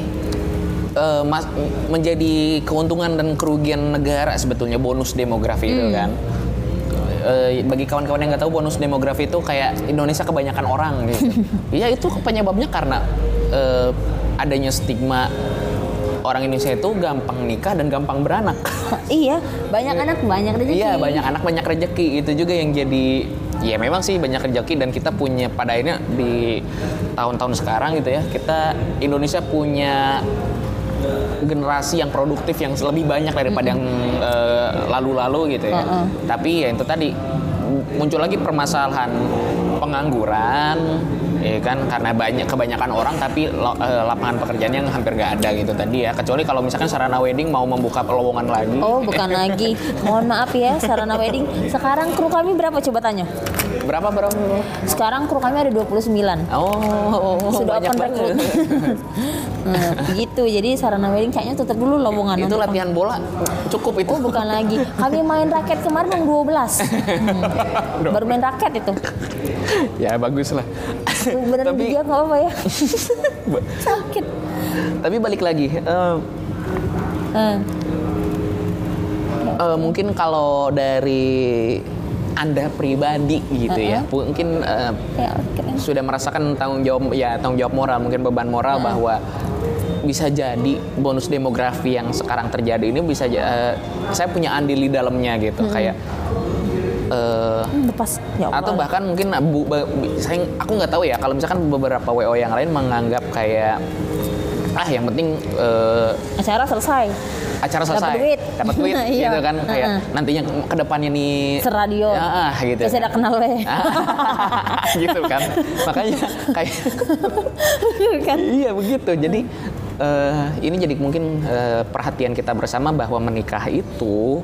menjadi keuntungan dan kerugian negara sebetulnya bonus demografi itu kan. Bagi kawan-kawan yang nggak tahu, bonus demografi itu kayak Indonesia kebanyakan orang gitu. Iya, itu penyebabnya karena adanya stigma orang Indonesia itu gampang nikah dan gampang beranak. Iya, banyak anak banyak rezeki. Iya, banyak anak banyak rezeki, itu juga yang jadi ya memang sih banyak rezeki. Dan kita punya pada akhirnya di tahun-tahun sekarang gitu ya, kita Indonesia punya generasi yang produktif yang lebih banyak daripada yang lalu-lalu gitu ya. Tapi ya itu tadi muncul lagi permasalahan pengangguran, ya kan, karena kebanyakan orang tapi lapangan pekerjaan yang hampir nggak ada gitu tadi ya. Kecuali kalau misalkan Sarana Wedding mau membuka lowongan lagi. Oh bukan lagi, mohon maaf ya Sarana Wedding. Sekarang kru kami berapa coba tanya? Berapa? Sekarang kru kami ada 29. Sudah open rekrut. Gitu, jadi Sarana Wedding kayaknya tutup dulu lowongan. Itu latihan bola cukup itu? Oh bukan lagi, kami main raket kemarin 12. Baru main raket itu. Ya bagus lah. Beneran juga nggak apa-apa ya. Sakit. Tapi balik lagi, mungkin kalau dari Anda pribadi gitu ya, mungkin sudah merasakan tanggung jawab moral, mungkin beban moral bahwa bisa jadi bonus demografi yang sekarang terjadi ini bisa saya punya andil di dalamnya gitu. Kayak lepas ya Allah. Atau bahkan mungkin aku nggak tahu ya, kalau misalkan beberapa WO yang lain menganggap kayak yang penting acara selesai dapat duit gitu kan, kayak nantinya kedepannya nih seradio gitu ya, saya udah kenal gitu kan, makanya kayak kan? Iya begitu. Jadi ini jadi mungkin perhatian kita bersama bahwa menikah itu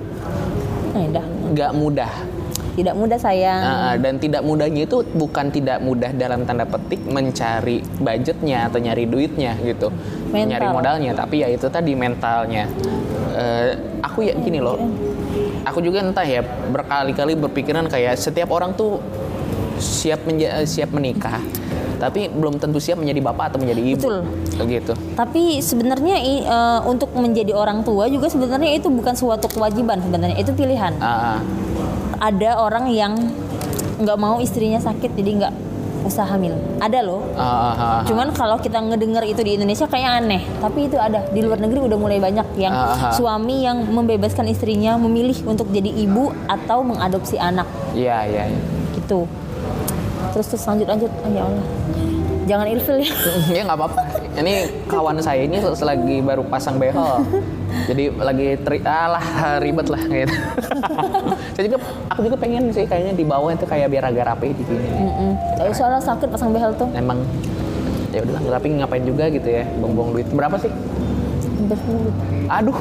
nggak mudah. Tidak mudah sayang. Dan tidak mudahnya itu bukan tidak mudah dalam tanda petik mencari budgetnya atau nyari duitnya gitu, nyari modalnya, tapi ya itu tadi mentalnya. Aku ya gini loh, aku juga entah ya berkali-kali berpikiran kayak setiap orang tuh siap menikah, tapi belum tentu siap menjadi bapak atau menjadi ibu. Betul. Gitu. Tapi sebenarnya untuk menjadi orang tua juga sebenarnya itu bukan suatu kewajiban, sebenarnya itu pilihan. Ada orang yang nggak mau istrinya sakit jadi nggak usah hamil, ada loh. Cuman kalau kita ngedengar itu di Indonesia kayak aneh, tapi itu ada di luar negeri, udah mulai banyak yang suami yang membebaskan istrinya memilih untuk jadi ibu atau mengadopsi anak. Iya. Gitu. Terus lanjut. Ya Allah, jangan ilfil ya. Ya nggak apa-apa. Ini kawan saya ini lagi baru pasang behel. Jadi lagi ribet lah gitu. Aku juga pengen sih kayaknya di bawah itu kayak biar agak rapi di sini. Soalnya sakit pasang behel tuh. Emang ya udahlah, tapi ngapain juga gitu ya, buang-buang duit. Berapa sih? Aduh.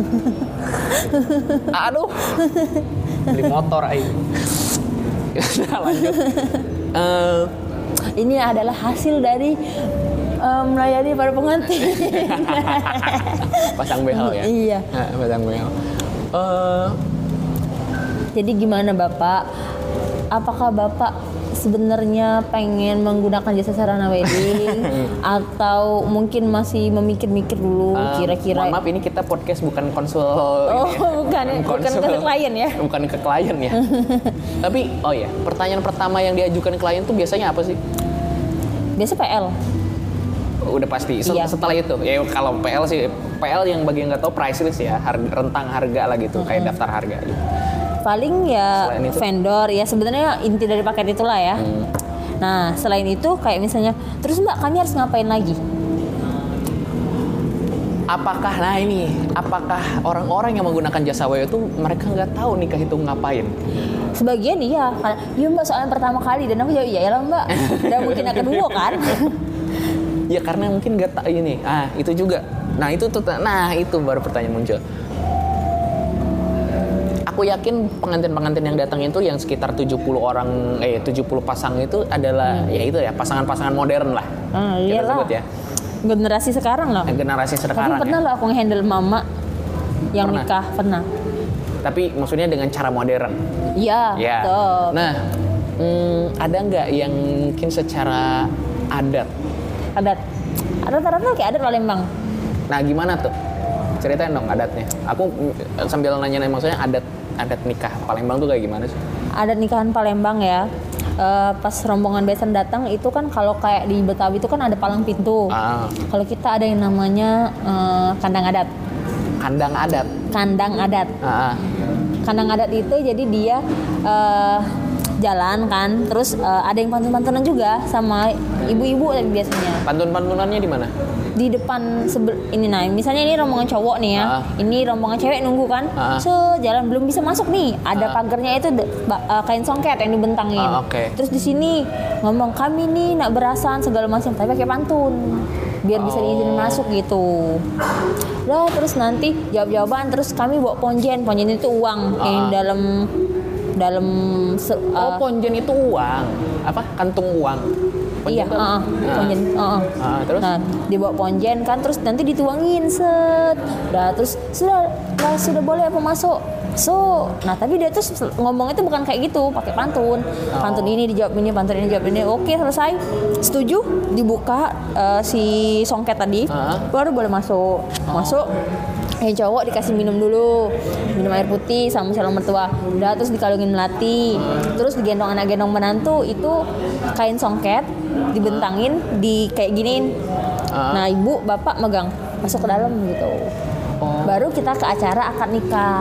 Beli motor aja. Ini adalah hasil dari Melayani para pengantin. Pasang behel ya? Iya. Nah, pasang behel. Jadi gimana Bapak? Apakah Bapak sebenarnya pengen menggunakan jasa sarana wedding atau mungkin masih memikir-mikir dulu kira-kira? Mohon maaf, ini kita podcast bukan konsul. Bukan ke klien ya? Bukan ke klien ya. Tapi pertanyaan pertama yang diajukan klien tuh biasanya apa sih? Biasa PL. Udah pasti. Iya. Setelah itu, ya kalau PL sih, PL yang bagi yang nggak tahu price list ya, rentang harga lah gitu, kayak daftar harga gitu. Paling ya vendor ya, sebenarnya inti dari paket itulah ya. Nah selain itu kayak misalnya, terus Mbak kami harus ngapain lagi? Apakah orang-orang yang menggunakan jasa WO itu mereka nggak tahu nikah itu ngapain? Sebagian iya, karena iya Mbak soalnya pertama kali, dan aku jawab iya lah Mbak, dan mungkin akan kedua kan. Ya karena mungkin nggak tahu ini. Itu juga. Itu baru pertanyaan muncul. Aku yakin pengantin-pengantin yang datang itu yang sekitar 70 pasang itu adalah pasangan-pasangan modern lah. Kita Iyalah. sebut ya. Generasi sekarang loh. Generasi sekarang. Tapi pernah loh aku nge-handle mama yang nikah, pernah. Tapi maksudnya dengan cara modern. Iya. Betul. Nah, ada nggak yang mungkin secara adat? Rata-rata kayak adat Palembang. Nah, gimana tuh? Ceritain dong adatnya. Aku sambil nanya maksudnya adat nikah Palembang tuh kayak gimana sih? Adat nikahan Palembang ya. Pas rombongan besan datang itu kan kalau kayak di Betawi itu kan ada palang pintu. Kalau kita ada yang namanya kandang adat. Kandang adat itu jadi dia jalan kan, terus ada yang pantun-pantunan juga sama ibu-ibu tapi biasanya. Pantun-pantunannya di mana? Di depan ini misalnya ini rombongan cowok nih ya, ini rombongan cewek nunggu kan, jalan belum bisa masuk nih, ada pagarnya itu kain songket yang dibentangin. Terus di sini ngomong kami nih nak berasan segala macam, tapi pakai pantun biar bisa diizinin masuk gitu. Lah terus nanti jawab-jawaban, terus kami bawa ponjen itu uang yang dalam ponjen itu uang apa, kantung uang. Iya, ponjen. Terus? Nah, dibawa ponjen kan, terus nanti dituangin set. Terus sudah boleh apa masuk. Nah tapi dia tuh ngomongnya tuh bukan kayak gitu, pakai pantun. Pantun ini dijawab ini, pantun ini dijawab ini. Oke, selesai. Setuju, dibuka si songket tadi, baru boleh masuk. Yang cowok dikasih minum dulu, minum air putih sama calon mertua. Udah terus dikalungin melati, terus digendong anak gendong menantu itu kain songket dibentangin di kayak giniin. Nah ibu bapak megang masuk ke dalam gitu. Baru kita ke acara akad nikah.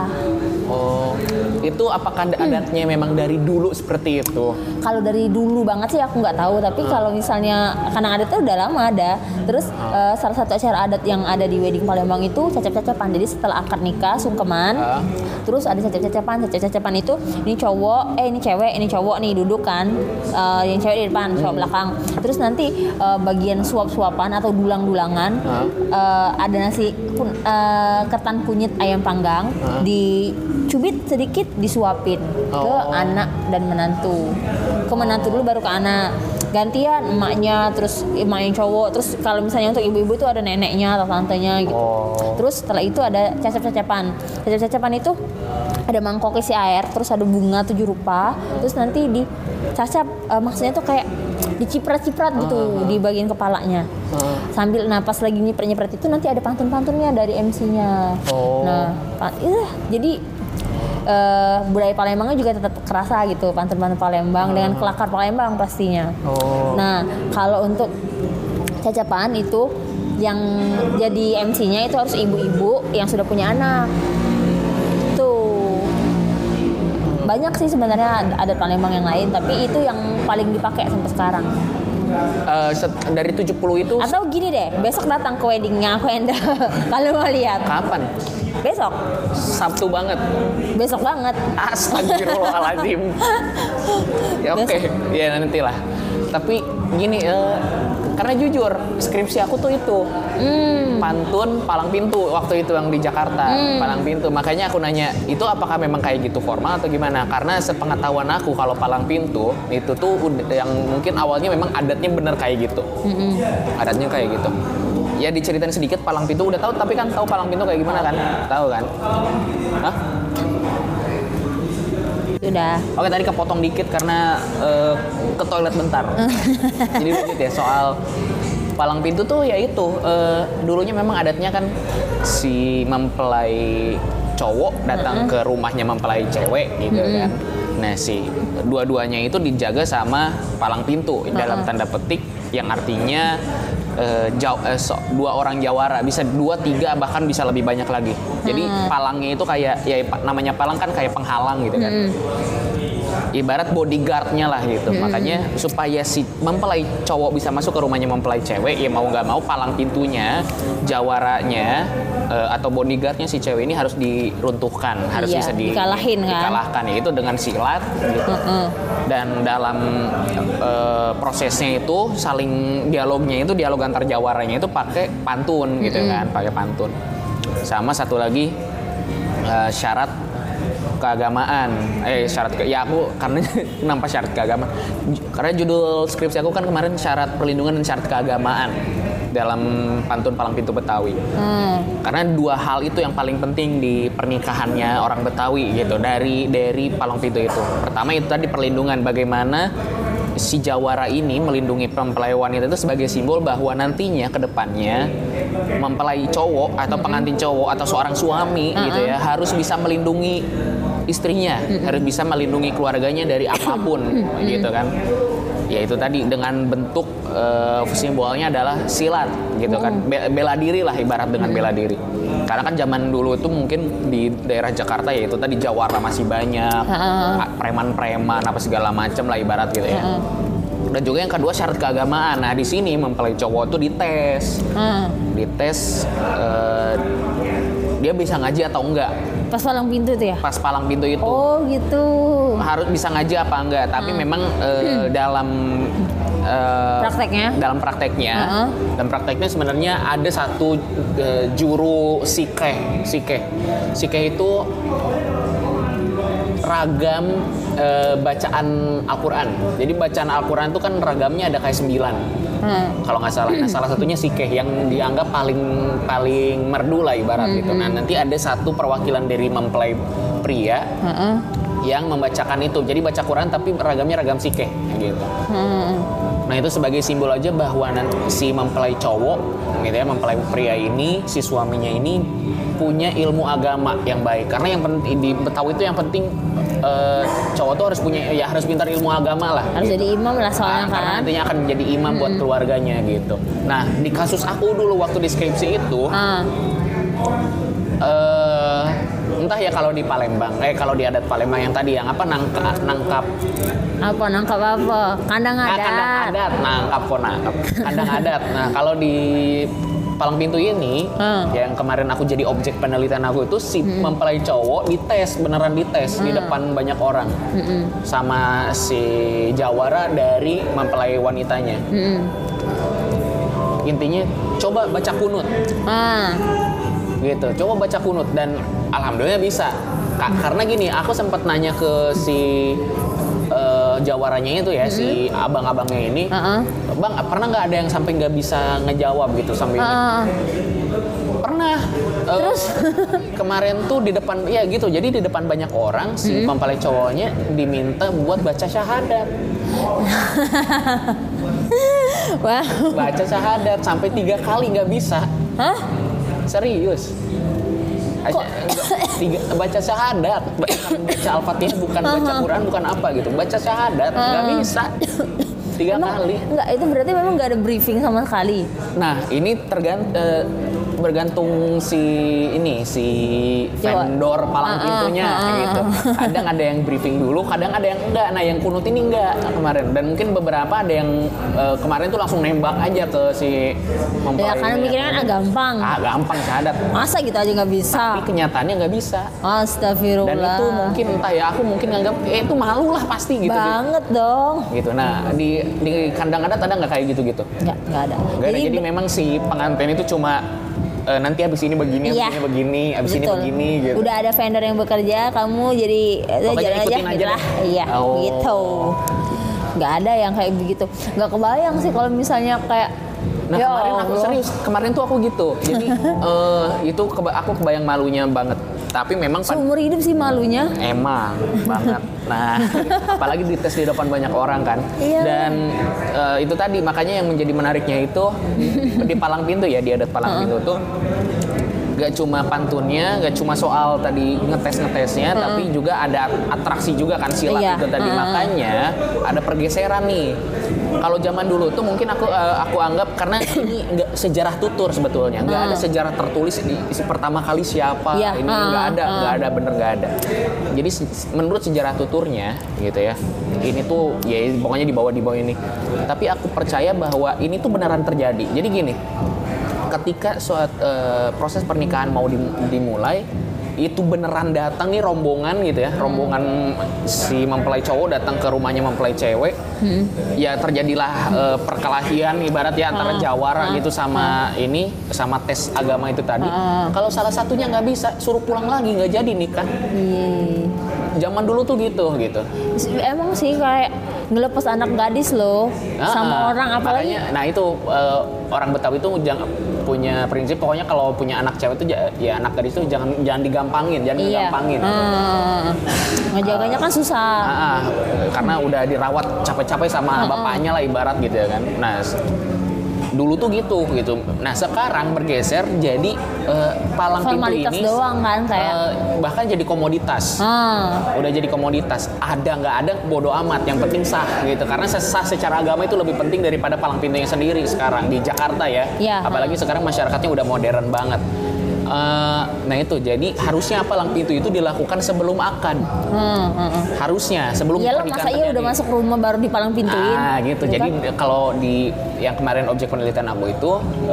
Itu apakah adatnya memang dari dulu seperti itu? Kalau dari dulu banget sih aku nggak tahu, tapi kalau misalnya karena adatnya udah lama ada. Terus salah satu acara adat yang ada di wedding Palembang itu cacap-cacapan. Jadi setelah akad nikah sungkeman, terus ada cacap-cacapan itu ini cowok, ini cewek, ini cowok nih duduk kan, yang cewek di depan, cowok belakang. Terus nanti bagian suap-suapan atau dulang-dulangan, ada nasi ketan kunyit ayam panggang, dicubit sedikit disuapin ke anak dan menantu. Ke menantu dulu baru ke anak. Gantian emaknya, terus emak yang cowok, terus kalau misalnya untuk ibu-ibu itu ada neneknya atau tantenya gitu. Terus setelah itu ada cacap-cacapan. Cacap-cacapan itu ada mangkok isi air, terus ada bunga 7 rupa, terus nanti dicacap, maksudnya tuh kayak diciprat-ciprat gitu di bagian kepalanya. Sambil napas lagi nyiprat-nyiprat itu nanti ada pantun-pantunnya dari MC-nya. Nah, jadi budaya Palembangnya juga tetap kerasa gitu, pantun-pantun Palembang dengan kelakar Palembang pastinya. Nah, kalau untuk cacapan itu yang jadi MC-nya itu harus ibu-ibu yang sudah punya anak. Tuh. Banyak sih sebenarnya adat Palembang yang lain, tapi itu yang paling dipakai sampai sekarang. Dari 70 itu atau gini deh, besok datang ke weddingnya aku handle. Kalau mau lihat. Kapan? Besok. Sabtu banget. Besok banget. Astagfirullahaladzim. Ya oke. Ya nanti lah. Tapi gini, karena jujur skripsi aku tuh itu pantun palang pintu waktu itu yang di Jakarta, palang pintu. Makanya aku nanya, itu apakah memang kayak gitu formal atau gimana? Karena sepengetahuan aku kalau palang pintu itu tuh yang mungkin awalnya memang adatnya bener kayak gitu. Adatnya kayak gitu. Ya diceritain sedikit palang pintu udah tahu, tapi kan tahu palang pintu kayak gimana kan? Tahu kan? Hah? Udah. Oke, tadi kepotong dikit karena ke toilet bentar. Jadi lanjut ya soal palang pintu tuh ya itu dulunya memang adatnya kan si mempelai cowok datang ke rumahnya mempelai cewek gitu kan. Nah si dua-duanya itu dijaga sama palang pintu dalam tanda petik yang artinya dua orang jawara, bisa 2, 3 bahkan bisa lebih banyak lagi. Jadi palangnya itu kayak ya namanya palang kan kayak penghalang gitu kan. Ibarat bodyguardnya lah gitu. Makanya supaya si mempelai cowok bisa masuk ke rumahnya mempelai cewek, ya mau nggak mau palang pintunya, jawaranya atau bodyguardnya si cewek ini harus diruntuhkan, harus bisa dikalahkan ya itu dengan silat gitu. Dan dalam prosesnya itu saling dialognya itu dialog antar jawaranya itu pakai pantun gitu kan, pakai pantun. Sama satu lagi syarat keagamaan. Ya aku karena kenapa syarat keagamaan? Karena judul skripsi aku kan kemarin syarat perlindungan dan syarat keagamaan dalam pantun palang pintu Betawi. Karena 2 hal itu yang paling penting di pernikahannya orang Betawi gitu dari palang pintu itu. Pertama itu tadi perlindungan, bagaimana si jawara ini melindungi mempelai wanita itu sebagai simbol bahwa nantinya ke depannya mempelai cowok atau pengantin cowok atau seorang suami gitu ya harus bisa melindungi istrinya, harus bisa melindungi keluarganya dari apapun gitu kan. Ya itu tadi dengan bentuk simbolnya adalah silat gitu kan, bela diri lah ibarat dengan bela diri. Karena kan zaman dulu itu mungkin di daerah Jakarta ya itu tadi jawara masih banyak, preman-preman apa segala macam lah ibarat gitu ya. Dan juga yang kedua syarat keagamaan. Nah di sini mempelai cowok tuh dites, dia bisa ngaji atau enggak. Pas palang pintu itu ya? Pas palang pintu itu. Oh gitu. Harus bisa ngaji apa enggak, tapi memang dalam prakteknya sebenarnya ada satu juru sikeh itu ragam bacaan Al-Quran. Jadi bacaan Al-Quran itu kan ragamnya ada kayak 9 kalau nggak salah. Nah salah satunya sikeh yang dianggap paling merdu lah ibarat gitu. Nah nanti ada satu perwakilan dari mempelai pria yang membacakan itu. Jadi baca Quran tapi ragamnya ragam sikeh gitu. Nah itu sebagai simbol aja bahwa si mempelai cowok gitu ya, mempelai pria ini, si suaminya ini punya ilmu agama yang baik. Karena yang penting di Betawi itu yang penting cowok tuh harus punya, ya harus pintar ilmu agama lah. Harus gitu. Jadi imam lah soalnya kan. Karena nantinya akan menjadi imam buat keluarganya gitu. Nah di kasus aku dulu waktu di skripsi itu, entah ya kalau di Palembang, kalau di adat Palembang yang tadi yang apa nangkap apa? Kandang adat. Nangkap kandang adat. Nah kalau di palang pintu ini yang kemarin aku jadi objek penelitian aku itu si mempelai cowok beneran dites di depan banyak orang sama si jawara dari mempelai wanitanya. Intinya coba baca kunut. Gitu, coba baca kunut dan alhamdulillah bisa. Karena gini, aku sempat nanya ke si jawaranya itu ya, si abang-abangnya ini, bang pernah nggak ada yang sampai nggak bisa ngejawab gitu sampai ini? Pernah. Terus kemarin tuh di depan, ya gitu, jadi di depan banyak orang si mempelai cowoknya diminta buat baca syahadat. Baca syahadat sampai 3 kali nggak bisa. Serius. Baca syahadat, baca Al-Fatihah, bukan baca Quran, bukan apa gitu. Baca syahadat nggak bisa 3 kali. Enggak, itu berarti memang nggak ada briefing sama sekali. Nah ini bergantung si vendor palang pintunya gitu. Kadang ada yang briefing dulu, kadang ada yang enggak. Nah yang kunut ini enggak kemarin, dan mungkin beberapa ada yang kemarin tuh langsung nembak aja ke si mempelai. Ya karena mikirnya kan gampang. Gampang syahadat. Masa gitu aja nggak bisa? Tapi kenyataannya nggak bisa. Astagfirullah. Dan itu mungkin entah ya, aku mungkin nganggap itu malu lah pasti gitu. Banget dong. Gitu. Nah di kandang adat ada nggak kayak gitu? Nggak ada. Jadi memang si pengantin itu cuma nanti abis ini begini, abis ini begini, abis ini begini gitu. Udah ada vendor yang bekerja, kamu jadi jalan aja gitu lah. Iya, gitu. Nggak ada yang kayak begitu. Nggak kebayang sih kalau misalnya kayak Nah ya kemarin aku Allah. serius, kemarin tuh aku gitu. Jadi itu aku kebayang malunya banget. Tapi memang seumur hidup sih malunya. Emang banget. Nah, apalagi dites di depan banyak orang kan. Iya. Dan itu tadi makanya yang menjadi menariknya itu di palang pintu ya, di adat palang pintu tuh gak cuma pantunnya, gak cuma soal tadi ngetesnya, tapi juga ada atraksi juga kan, silat itu tadi. Makanya ada pergeseran nih. Kalau zaman dulu tuh mungkin aku anggap karena ini nggak sejarah tutur sebetulnya, nggak ada sejarah tertulis di pertama kali siapa ini nggak ada bener nggak ada. Jadi menurut sejarah tuturnya gitu ya, ini tuh ya pokoknya di bawah ini. Tapi aku percaya bahwa ini tuh beneran terjadi. Jadi gini. Ketika proses pernikahan mau dimulai, itu beneran datang nih rombongan gitu ya, rombongan si mempelai cowok datang ke rumahnya mempelai cewek. Ya terjadilah perkelahian ibarat ya antara jawara gitu sama tes agama itu tadi. Kalau salah satunya nggak bisa, suruh pulang lagi, nggak jadi nikah. Zaman dulu tuh gitu. Emang sih kayak ngelepas anak gadis loh sama orang apalagi. Makanya, nah itu orang Betawi itu punya prinsip pokoknya kalau punya anak cewek itu ya anak gadis itu jangan digampangin, digampangin. Ngejaganya kan susah. Karena udah dirawat capek-capek sama bapaknya lah ibarat gitu ya kan. Nah dulu tuh gitu. Nah sekarang bergeser jadi palang formalitas pintu ini doang kan kayak bahkan jadi komoditas. Udah jadi komoditas. Ada nggak ada bodo amat. Yang penting sah gitu. Karena sah secara agama itu lebih penting daripada palang pintunya sendiri sekarang di Jakarta ya. Apalagi sekarang masyarakatnya udah modern banget. Nah itu jadi harusnya palang pintu itu dilakukan sebelum akad. Harusnya sebelum pernikahan masa iya udah masuk rumah baru dipalang pintuin. Gitu. Jadi kalau di yang kemarin objek penelitian aku itu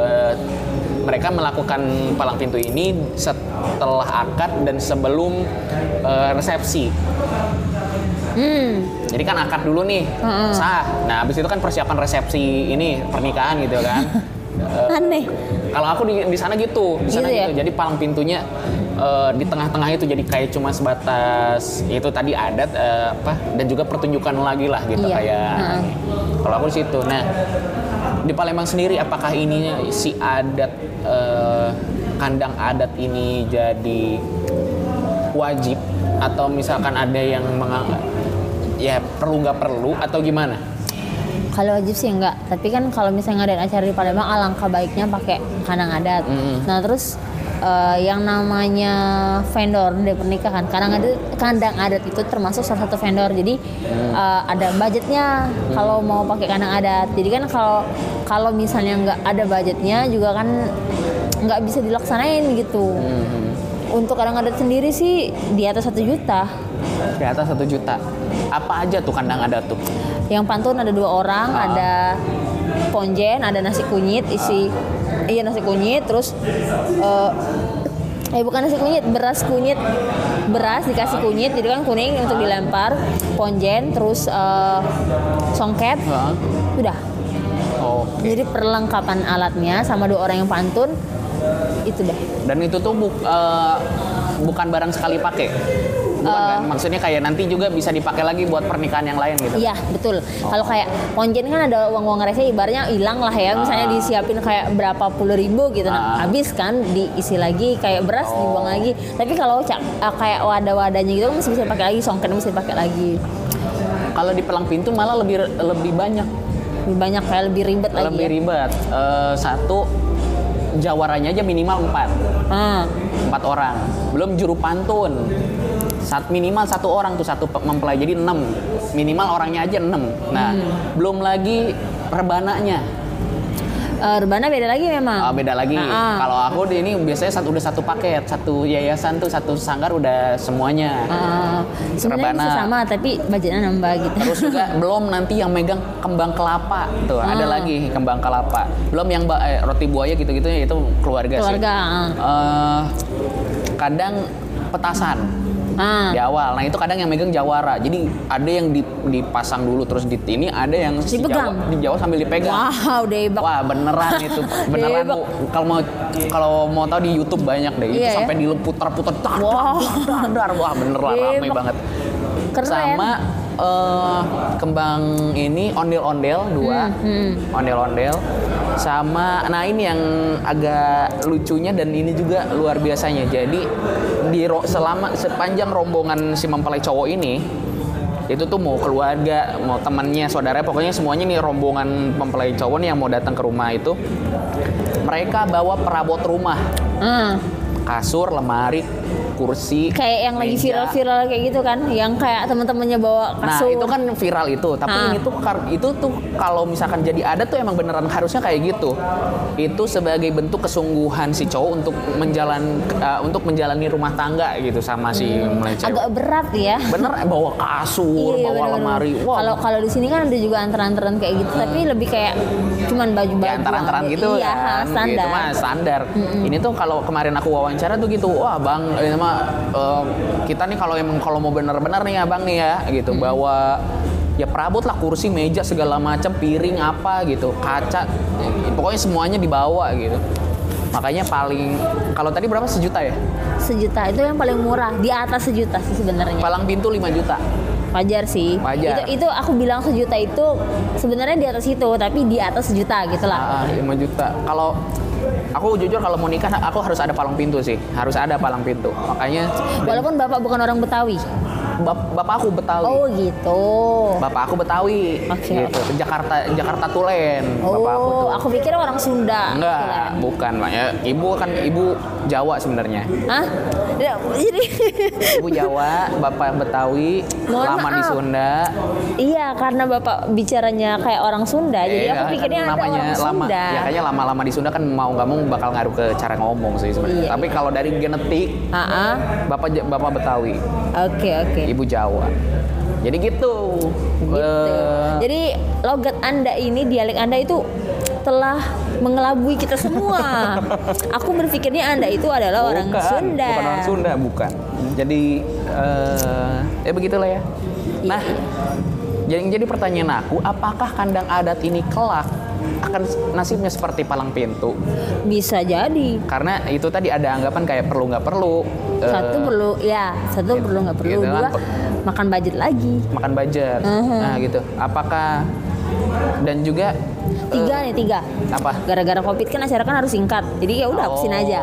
mereka melakukan palang pintu ini setelah akad dan sebelum resepsi. Jadi kan akad dulu nih sah. Nah habis itu kan persiapan resepsi ini pernikahan gitu kan. Aneh. Kalau aku di sana gitu, Ya? Jadi palang pintunya di tengah-tengah itu jadi kayak cuma sebatas itu tadi adat dan juga pertunjukan lagi lah gitu kayak. Kalau aku di situ. Nah di Palembang sendiri apakah ini si adat kandang adat ini jadi wajib atau misalkan ada yang ya perlu nggak perlu atau gimana? Kalau wajib sih enggak, tapi kan kalau misalnya ngadain acara di Palembang alangkah baiknya pakai kandang adat. Nah terus yang namanya vendor dari pernikahan, kandang adat itu termasuk salah satu vendor. Jadi ada budgetnya kalau mau pakai kandang adat. Jadi kan kalau misalnya nggak ada budgetnya juga kan nggak bisa dilaksanain gitu. Untuk kandang adat sendiri sih di atas 1 juta. Di atas 1 juta. Apa aja tuh kandang adat tuh? Yang pantun ada 2 orang, ada ponjen, ada nasi kunyit nasi kunyit, terus bukan nasi kunyit, beras dikasih kunyit, jadi kan kuning untuk dilempar, ponjen, terus songket, udah. Jadi perlengkapan alatnya sama 2 orang yang pantun itu deh. Dan itu tuh bukan barang sekali pakai. Bukan kan? Maksudnya kayak nanti juga bisa dipakai lagi buat pernikahan yang lain gitu. Iya, betul. Kalau kayak ponjen kan ada uang resnya ibaratnya hilang lah ya. Misalnya disiapin kayak berapa puluh ribu gitu. Nah, habis kan diisi lagi kayak beras dibuang lagi. Tapi kalau kayak wadah-wadahnya gitu kan masih bisa dipakai lagi, songket masih dipakai lagi. Kalau di palang pintu malah lebih banyak. Lebih banyak kayak lebih ribet lagi. Lebih ribet. Satu jawaranya aja minimal 4 orang. Belum juru pantun. Minimal 1 orang tuh, 1 mempelai, jadi 6. Minimal orangnya aja 6. Nah, belum lagi rebananya. Rebana beda lagi memang. Beda lagi. Kalau aku di ini biasanya udah satu paket, satu yayasan tuh, satu sanggar udah semuanya. Sebenarnya bisa sama tapi budgetnya nambah gitu. Terus juga belum nanti yang megang kembang kelapa tuh, ada lagi kembang kelapa. Belum yang roti buaya gitu-gitu itu keluarga sih. Kadang petasan di awal. Nah itu kadang yang megang jawara. Jadi ada yang dipasang dulu terus di ini, ada yang di Jawa sambil dipegang. Wow, debak. Wah beneran itu, beneran. Kalau mau tahu di YouTube banyak deh. Itu sampai diputar-putar. Dar. Wah beneran ramai banget. Keren. Sama kembang ini ondel-ondel 2, ondel-ondel. Sama, nah ini yang agak lucunya dan ini juga luar biasanya. Jadi sepanjang rombongan si mempelai cowok ini, itu tuh mau keluarga, mau temannya, saudaranya, pokoknya semuanya nih rombongan mempelai cowok nih yang mau datang ke rumah itu, mereka bawa perabot rumah, kasur, lemari, kursi, kayak yang meja. Lagi viral-viral kayak gitu kan, yang kayak teman-temannya bawa kasur. Nah itu kan viral itu, tapi itu tuh kalau misalkan jadi adat tuh emang beneran harusnya kayak gitu. Itu sebagai bentuk kesungguhan si cowok untuk menjalani rumah tangga gitu sama si mempelai cewek. Agak berat ya. Bener, bawa kasur, bawa lemari. Wow. Kalau di sini kan ada juga antar-antaran kayak gitu, tapi lebih kayak cuman baju-baju. Ya, antar-antaran gitu kan. Standar. Itu mah standar. Ini tuh kalau kemarin aku wawancara tuh gitu, wah bang, ini mah kita nih kalau mau bener-bener nih ya bang nih ya gitu, bawa ya perabot lah, kursi, meja, segala macam, piring apa gitu, kaca, pokoknya semuanya dibawa gitu. Makanya paling, kalau tadi berapa, 1 juta ya? 1 juta itu yang paling murah, di atas 1 juta sih sebenarnya. Palang pintu 5 juta. Wajar sih. Wajar. Itu aku bilang 1 juta itu sebenarnya di atas itu, tapi di atas 1 juta gitulah. 5 juta. Kalau aku jujur kalau mau nikah aku harus ada palang pintu sih, harus ada palang pintu. Makanya. Walaupun bapak bukan orang Betawi. Bapak aku Betawi. Oh gitu. Bapak aku Betawi. Okay. Gitu. Jakarta Tulen. Oh, bapak aku tuh. Aku pikir orang Sunda. Enggak, Tulen. bukan Pak. Ya, ibu Jawa sebenarnya. Hah? Ya, jadi Ibu Jawa, bapak Betawi, lama di Sunda. Iya, karena bapak bicaranya kayak orang Sunda, jadi aku pikirnya kan ada orang Sunda. Ya kayaknya lama-lama di Sunda kan mau nggak mau bakal ngaruh ke cara ngomong sih sebenarnya. Iya. Tapi kalau dari genetik, bapak Betawi. Oke. Ibu Jawa. Jadi gitu. Jadi logat Anda ini, dialek Anda itu telah mengelabui kita semua. Aku berpikirnya Anda itu adalah orang Sunda. Bukan orang Sunda, bukan. Jadi begitulah ya. Nah, jadi pertanyaan aku, apakah kandang adat ini kelak akan nasibnya seperti palang pintu? Bisa jadi. Karena itu tadi ada anggapan kayak perlu nggak perlu. Satu perlu nggak perlu. Gitu Dua, kan, makan budget lagi. Makan budget. Nah gitu. Apakah dan juga tiga. Apa? Gara-gara COVID kan acara kan harus singkat. Jadi ya udah hapusin aja.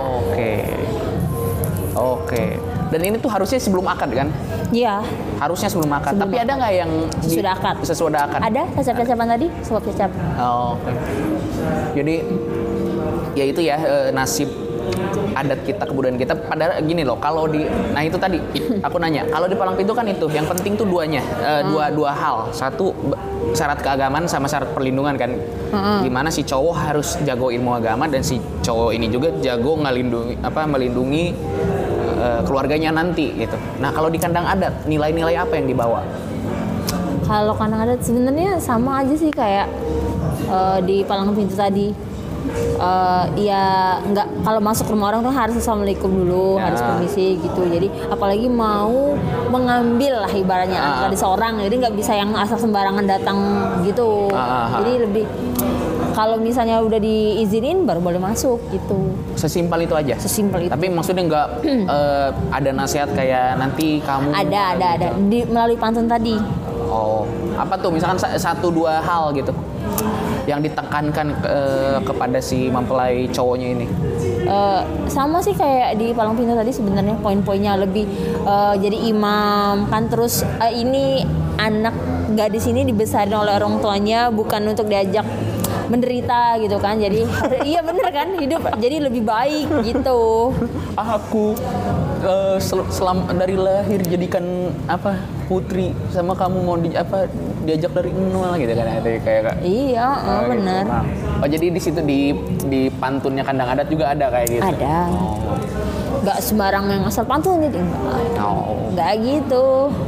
Oke. Dan ini tuh harusnya sebelum akad kan? Iya. Harusnya sebelum akad. Tapi ada nggak yang sesudah akad? Ada cacap-cacapan tadi, suap cacap. Oke. Jadi ya itu ya nasib adat kita, kebudayaan kita. Padahal gini loh, kalau nah itu tadi aku nanya, kalau di palang pintu kan itu yang penting tuh duanya, dua hal. Satu, syarat keagamaan sama syarat perlindungan kan. Dimana si cowok harus jago ilmu agama dan si cowok ini juga jago melindungi keluarganya nanti gitu. Nah kalau di kandang adat nilai-nilai apa yang dibawa? Kalau kandang adat sebenarnya sama aja sih kayak di palang pintu tadi. Ya nggak, kalau masuk rumah orang tuh harus assalamualaikum dulu, harus permisi gitu. Jadi apalagi mau mengambil lah ibaratnya anak seorang, jadi nggak bisa yang asal sembarangan datang gitu. Jadi lebih kalau misalnya udah diizinin baru boleh masuk gitu. Sesimpel itu aja. Sesimpel itu. Tapi maksudnya nggak ada nasihat kayak nanti kamu ada melalui pantun tadi. Oh, apa tuh misalkan 1-2 hal gitu yang ditekankan kepada si mempelai cowoknya ini? Sama sih kayak di palang pintu tadi sebenarnya, poin-poinnya lebih jadi imam kan, terus ini anak gadis ini dibesarin oleh orang tuanya bukan untuk diajak menderita gitu kan, jadi iya bener kan, hidup jadi lebih baik gitu. Aku dari lahir jadikan apa putri sama kamu mau diajak dari nol gitu kan ada kayak Iya, benar. Gitu. Oh jadi di situ di pantunnya kandang adat juga ada kayak gitu. Ada. Oh. Nggak sembarang yang asal pantun gitu. Nggak gitu.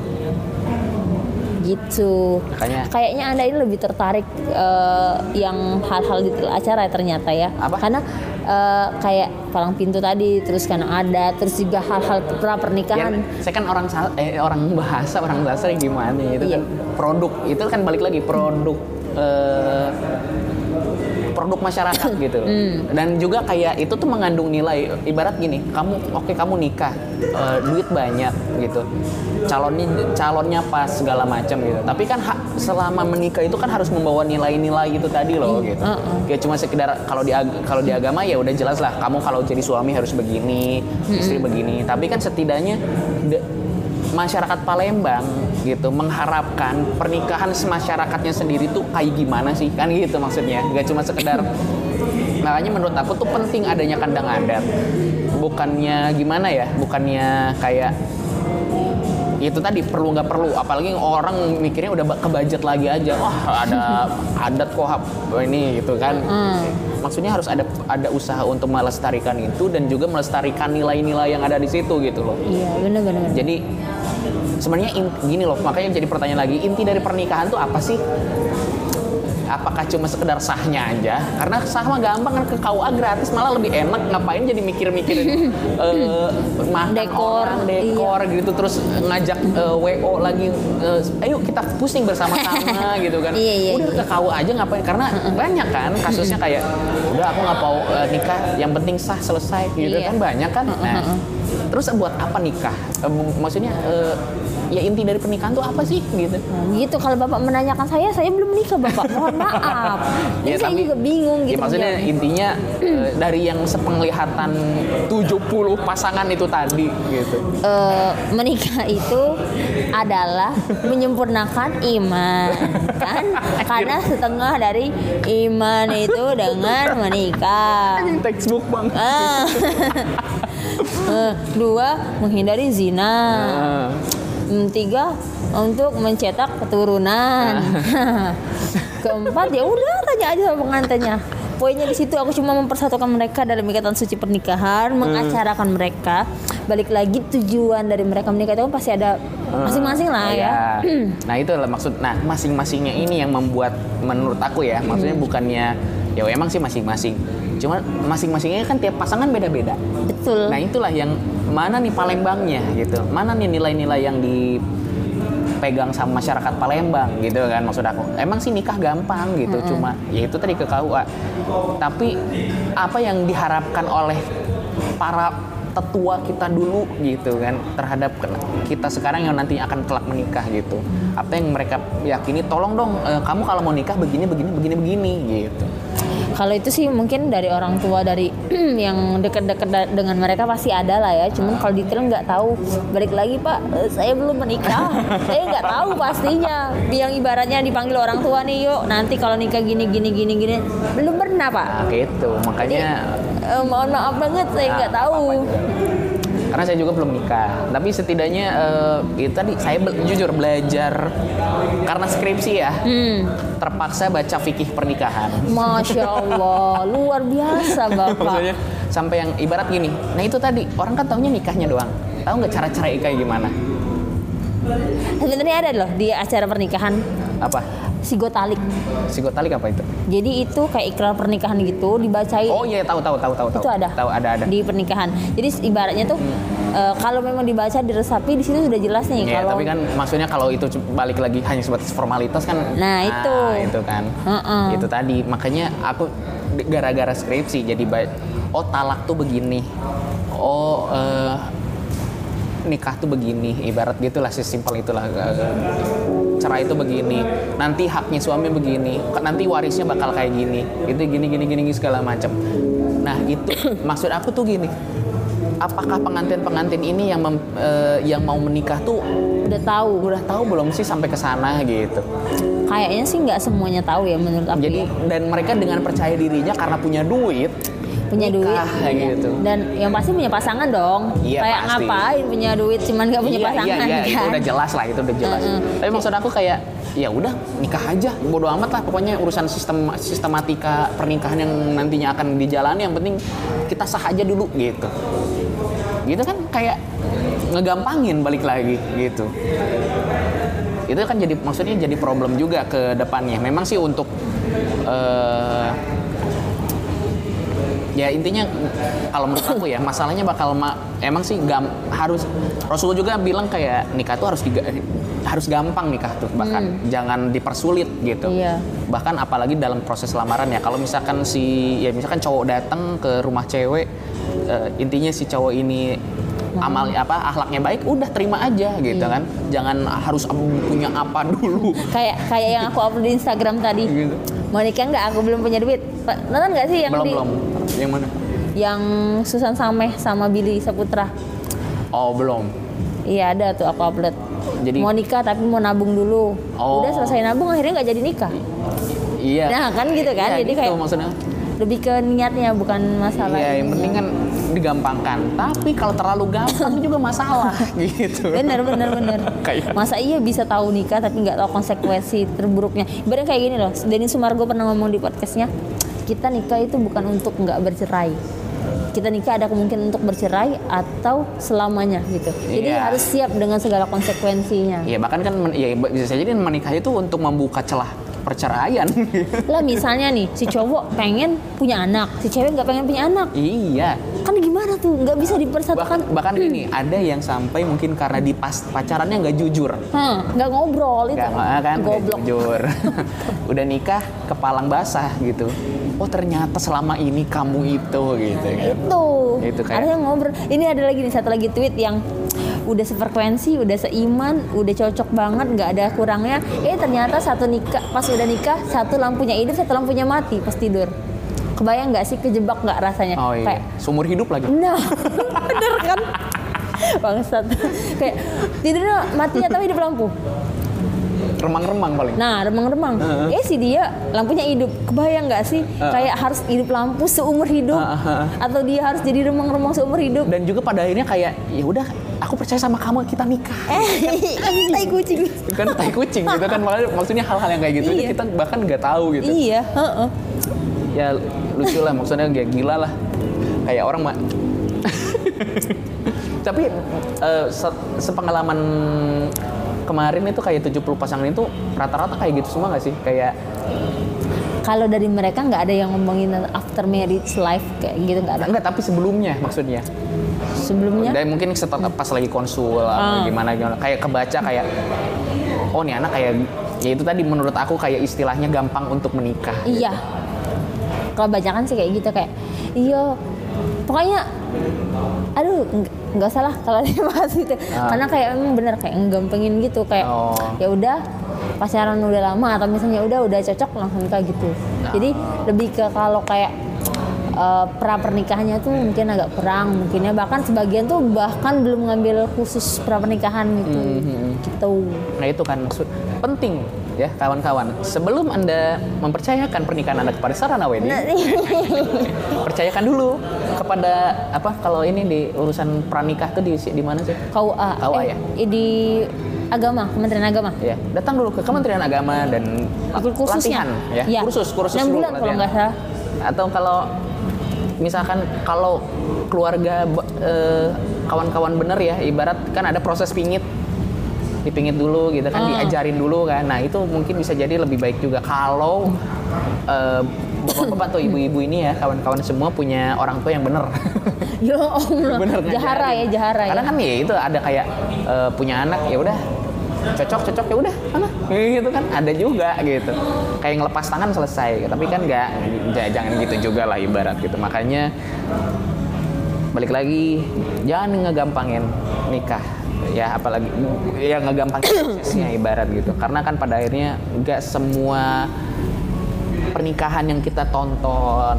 Gitu. Makanya kayaknya Anda ini lebih tertarik yang hal-hal detail acara ternyata ya. Apa? Karena kayak palang pintu tadi, terus kan ada, terus juga hal-hal pra pernikahan. Ya, saya kan orang bahasa, orang sastra gimana itu Iya. kan produk itu kan balik lagi produk masyarakat gitu loh. Dan juga kayak itu tuh mengandung nilai ibarat gini, kamu nikah, duit banyak gitu, calonnya pas segala macam gitu, tapi kan selama menikah itu kan harus membawa nilai-nilai itu tadi loh gitu. Kayak cuma sekedar kalau di agama ya udah jelas lah, kamu kalau jadi suami harus begini, istri begini, tapi kan setidaknya masyarakat Palembang gitu mengharapkan pernikahan semasyarakatnya sendiri tuh kayak gimana sih kan gitu maksudnya, nggak cuma sekedar. Makanya menurut aku tuh penting adanya kandang adat, bukannya kayak itu tadi perlu nggak perlu, apalagi orang mikirnya udah kebudget lagi aja, wah ada adat kok ini gitu kan. Maksudnya harus ada usaha untuk melestarikan itu dan juga melestarikan nilai-nilai yang ada di situ gitu loh. Iya, benar. Jadi sebenarnya gini loh, makanya jadi pertanyaan lagi, inti dari pernikahan tuh apa sih? Apakah cuma sekedar sahnya aja? Karena sah mah gampang kan, ke KUA gratis, malah lebih enak. Ngapain jadi mikir-mikirin makan Dekor, dekor gitu, terus ngajak WO lagi, ayo kita pusing bersama-sama gitu kan. Iya. Udah ke KUA aja ngapain? Karena banyak kan kasusnya kayak udah aku nggak mau nikah, yang penting sah selesai gitu kan, banyak kan. Nah, terus buat apa nikah? Maksudnya ya inti dari pernikahan tuh apa sih gitu? Gitu, kalau Bapak menanyakan saya belum menikah Bapak, mohon maaf. Ini saya juga bingung gitu. Ya maksudnya intinya dari yang sepenglihatan 70 pasangan itu tadi gitu. Menikah itu adalah menyempurnakan iman, kan? Karena setengah dari iman itu dengan menikah. Textbook bang. 2, menghindari zina. 3, untuk mencetak keturunan. 4, ya udah tanya aja sama pengantinnya. Poinnya di situ aku cuma mempersatukan mereka dalam ikatan suci pernikahan, mengacarakan mereka. Balik lagi tujuan dari mereka menikah itu kan pasti ada masing-masing lah ya. Nah itu lah maksud. Nah masing-masingnya ini yang membuat menurut aku ya, maksudnya bukannya ya emang sih masing-masing. Cuma masing-masingnya kan tiap pasangan beda-beda. Betul. Nah itulah yang mana nih Palembangnya gitu, mana nih nilai-nilai yang dipegang sama masyarakat Palembang gitu kan, maksud aku. Emang sih nikah gampang gitu, cuma ya itu tadi ke KUA. Tapi apa yang diharapkan oleh para tetua kita dulu gitu kan terhadap kita sekarang yang nantinya akan kelak menikah gitu. Apa yang mereka yakini, tolong dong kamu kalau mau nikah begini gitu. Kalau itu sih mungkin dari orang tua, dari yang dekat-dekat dengan mereka pasti ada lah ya. Cuman kalau detail nggak tahu. Balik lagi Pak, saya belum menikah, saya nggak tahu pastinya. Yang ibaratnya dipanggil orang tua nih, yuk nanti kalau nikah gini, belum pernah Pak. Nah gitu, makanya. Jadi, mohon maaf banget, saya nggak tahu. Karena saya juga belum nikah, tapi setidaknya itu tadi saya jujur belajar karena skripsi ya, terpaksa baca fikih pernikahan. Masya Allah, luar biasa Bapak. Maksudnya sampai yang ibarat gini, nah itu tadi orang kan taunya nikahnya doang, tahu nggak cara kayak gimana? Sebenarnya ada loh di acara pernikahan. Apa? Sigotalik. Sigotalik apa itu? Jadi itu kayak ikrar pernikahan gitu, dibacain. Oh iya, tahu. Itu ada. Tahu ada. Di pernikahan. Jadi ibaratnya tuh kalau memang dibaca, diresapi, di situ sudah jelas nih. Ya, kalau tapi kan maksudnya kalau itu balik lagi hanya sebatas formalitas kan. Nah, itu kan. Itu tadi. Makanya aku gara-gara skripsi jadi talak tuh begini. Nikah tuh begini, ibarat gitulah, sesimpel itulah. Cerai itu begini, nanti haknya suami begini, nanti warisnya bakal kayak gini, itu gini segala macam. Nah itu maksud aku tuh gini, apakah pengantin ini yang mau menikah tuh udah tahu belum sih sampai ke sana gitu? Kayaknya sih nggak semuanya tahu ya menurut aku. Jadi dan mereka dengan percaya dirinya karena punya duit, punya duit kayak gitu. dan yang pasti punya pasangan dong. Iya, Kayak pasti. ngapain punya duit cuman nggak punya pasangan iya, kan? itu udah jelas lah, itu udah jelas. Tapi maksud aku kayak ya udah nikah aja, bodo amat lah pokoknya urusan sistematika pernikahan yang nantinya akan dijalani, yang penting kita sah aja dulu gitu. Gitu kan kayak ngegampangin balik lagi gitu. Itu kan jadi maksudnya jadi problem juga ke depannya. Memang sih untuk ya intinya kalau menurut aku ya masalahnya bakal emang sih harus, Rasulullah juga bilang kayak nikah tuh harus gampang nikah tuh, bahkan jangan dipersulit gitu. Iya. Bahkan apalagi dalam proses lamaran ya, kalau misalkan misalkan cowok datang ke rumah cewek, intinya si cowok ini akhlaknya baik, udah terima aja gitu kan, jangan harus punya apa dulu. Kayak yang aku upload di Instagram tadi. Gitu. Mau nikah nggak? Aku belum punya duit. Nonton nggak sih yang Belum. Yang mana? yang Susan Sameh sama Billy Saputra? Oh, belum. Iya ada tuh aku upload. Jadi Mau nikah tapi mau nabung dulu. Oh. Udah selesai nabung akhirnya nggak jadi nikah. iya. Nah kan gitu kan, Iya, jadi gitu kayak maksudnya. lebih ke niatnya bukan masalah. Iya, yang ininya. penting kan digampangkan. Tapi kalau terlalu gampang juga masalah gitu. Bener. Kayak Masa iya bisa tahu nikah tapi nggak tahu konsekuensi terburuknya. Ibaratnya kayak gini loh. Denny Sumargo pernah ngomong di podcastnya, kita nikah itu bukan untuk nggak bercerai. Kita nikah ada kemungkinan untuk bercerai atau selamanya gitu. Jadi Iya. harus siap dengan segala konsekuensinya. Iya, bahkan kan ya bisa jadi menikah itu untuk membuka celah perceraian. Lah misalnya nih si cowok pengen punya anak, si cewek nggak pengen punya anak, Iya. kan gimana tuh? Nggak bisa dipersatukan. Bahkan gini, ada yang sampai mungkin karena pacarannya nggak jujur. Nggak ngobrol itu. Nggak kan, nggak Goblok. jujur. Udah nikah kepalang basah gitu. Oh ternyata selama ini kamu itu gitu kan. Itu kayak- Ada yang ngobrol. Ini ada lagi nih satu lagi tweet yang udah sefrekuensi, udah seiman, udah cocok banget, nggak ada kurangnya. Ternyata pas udah nikah, satu lampunya hidup, satu lampunya mati pas tidur. Kebayang nggak sih, kejebak nggak rasanya? Oh iya, Kayak, seumur hidup lagi. nah, bener kan? Bangsat. Kayak tidurnya mati atau hidup lampu? Remang-remang paling. Nah, remang-remang. Si dia lampunya hidup. Kebayang nggak sih? Kayak harus hidup lampu seumur hidup, atau dia harus jadi remang-remang seumur hidup? Dan juga pada akhirnya kayak ya udah, aku percaya sama kamu, kita nikah. Tai kucing. Kan tai kucing gitu kan, maksudnya hal-hal yang kayak gitu aja Iya. kita bahkan nggak tahu gitu. Iya, heeh. Ya lucu lah, maksudnya kayak gila lah, kayak orang mah. Tapi sepengalaman kemarin itu kayak 70 pasangan itu rata-rata kayak gitu semua nggak sih? Kayak Kalau dari mereka nggak ada yang ngomongin after marriage life kayak gitu, nggak ada. enggak, tapi sebelumnya maksudnya. Sebelumnya Dan mungkin setelah pas lagi konsul atau gimana kayak kebaca kayak oh nih anak kayak ya itu tadi menurut aku kayak istilahnya gampang untuk menikah. iya. Kalau bacakan sih kayak gitu, kayak iya. Pokoknya aduh nggak salah kalau dibahas itu. Karena kayak emang bener kayak nggampengin gitu, kayak ya udah pacaran udah lama atau misalnya udah cocok langsung nikah gitu. Jadi lebih ke kalau kayak pra pernikahannya tuh mungkin agak kurang, mungkinnya bahkan sebagian tuh bahkan belum ngambil khusus pra pernikahan gitu. Gitu. Nah itu kan penting ya kawan-kawan. Sebelum Anda mempercayakan pernikahan Anda kepada Sarana Wedding, percayakan dulu kepada kalau ini di urusan pranikah tuh di mana sih? KUA ya? Di Agama, Kementerian Agama. Ya, datang dulu ke Kementerian Agama dan Kursusnya. latihan ya. Iya. Kursus 6 dulu bulan kalau latihan. nggak salah. Atau misalkan kalau keluarga kawan-kawan bener ya, ibarat kan ada proses dipingit dulu gitu kan, diajarin dulu kan. Nah itu mungkin bisa jadi lebih baik juga kalau bapak-bapak atau ibu-ibu ini ya, kawan-kawan semua punya orang tua yang bener. Ya Allah. Bener Jahara ngajarin. ya. Karena kan ya itu ada kayak punya anak ya udah cocok ya udah mana gitu kan, ada juga gitu kayak ngelepas tangan selesai, tapi kan jangan gitu juga lah ibarat gitu. Makanya balik lagi, jangan ngegampangin nikah ya, apalagi yang ngegampangin prosesnya ibarat gitu, karena kan pada akhirnya nggak semua pernikahan yang kita tonton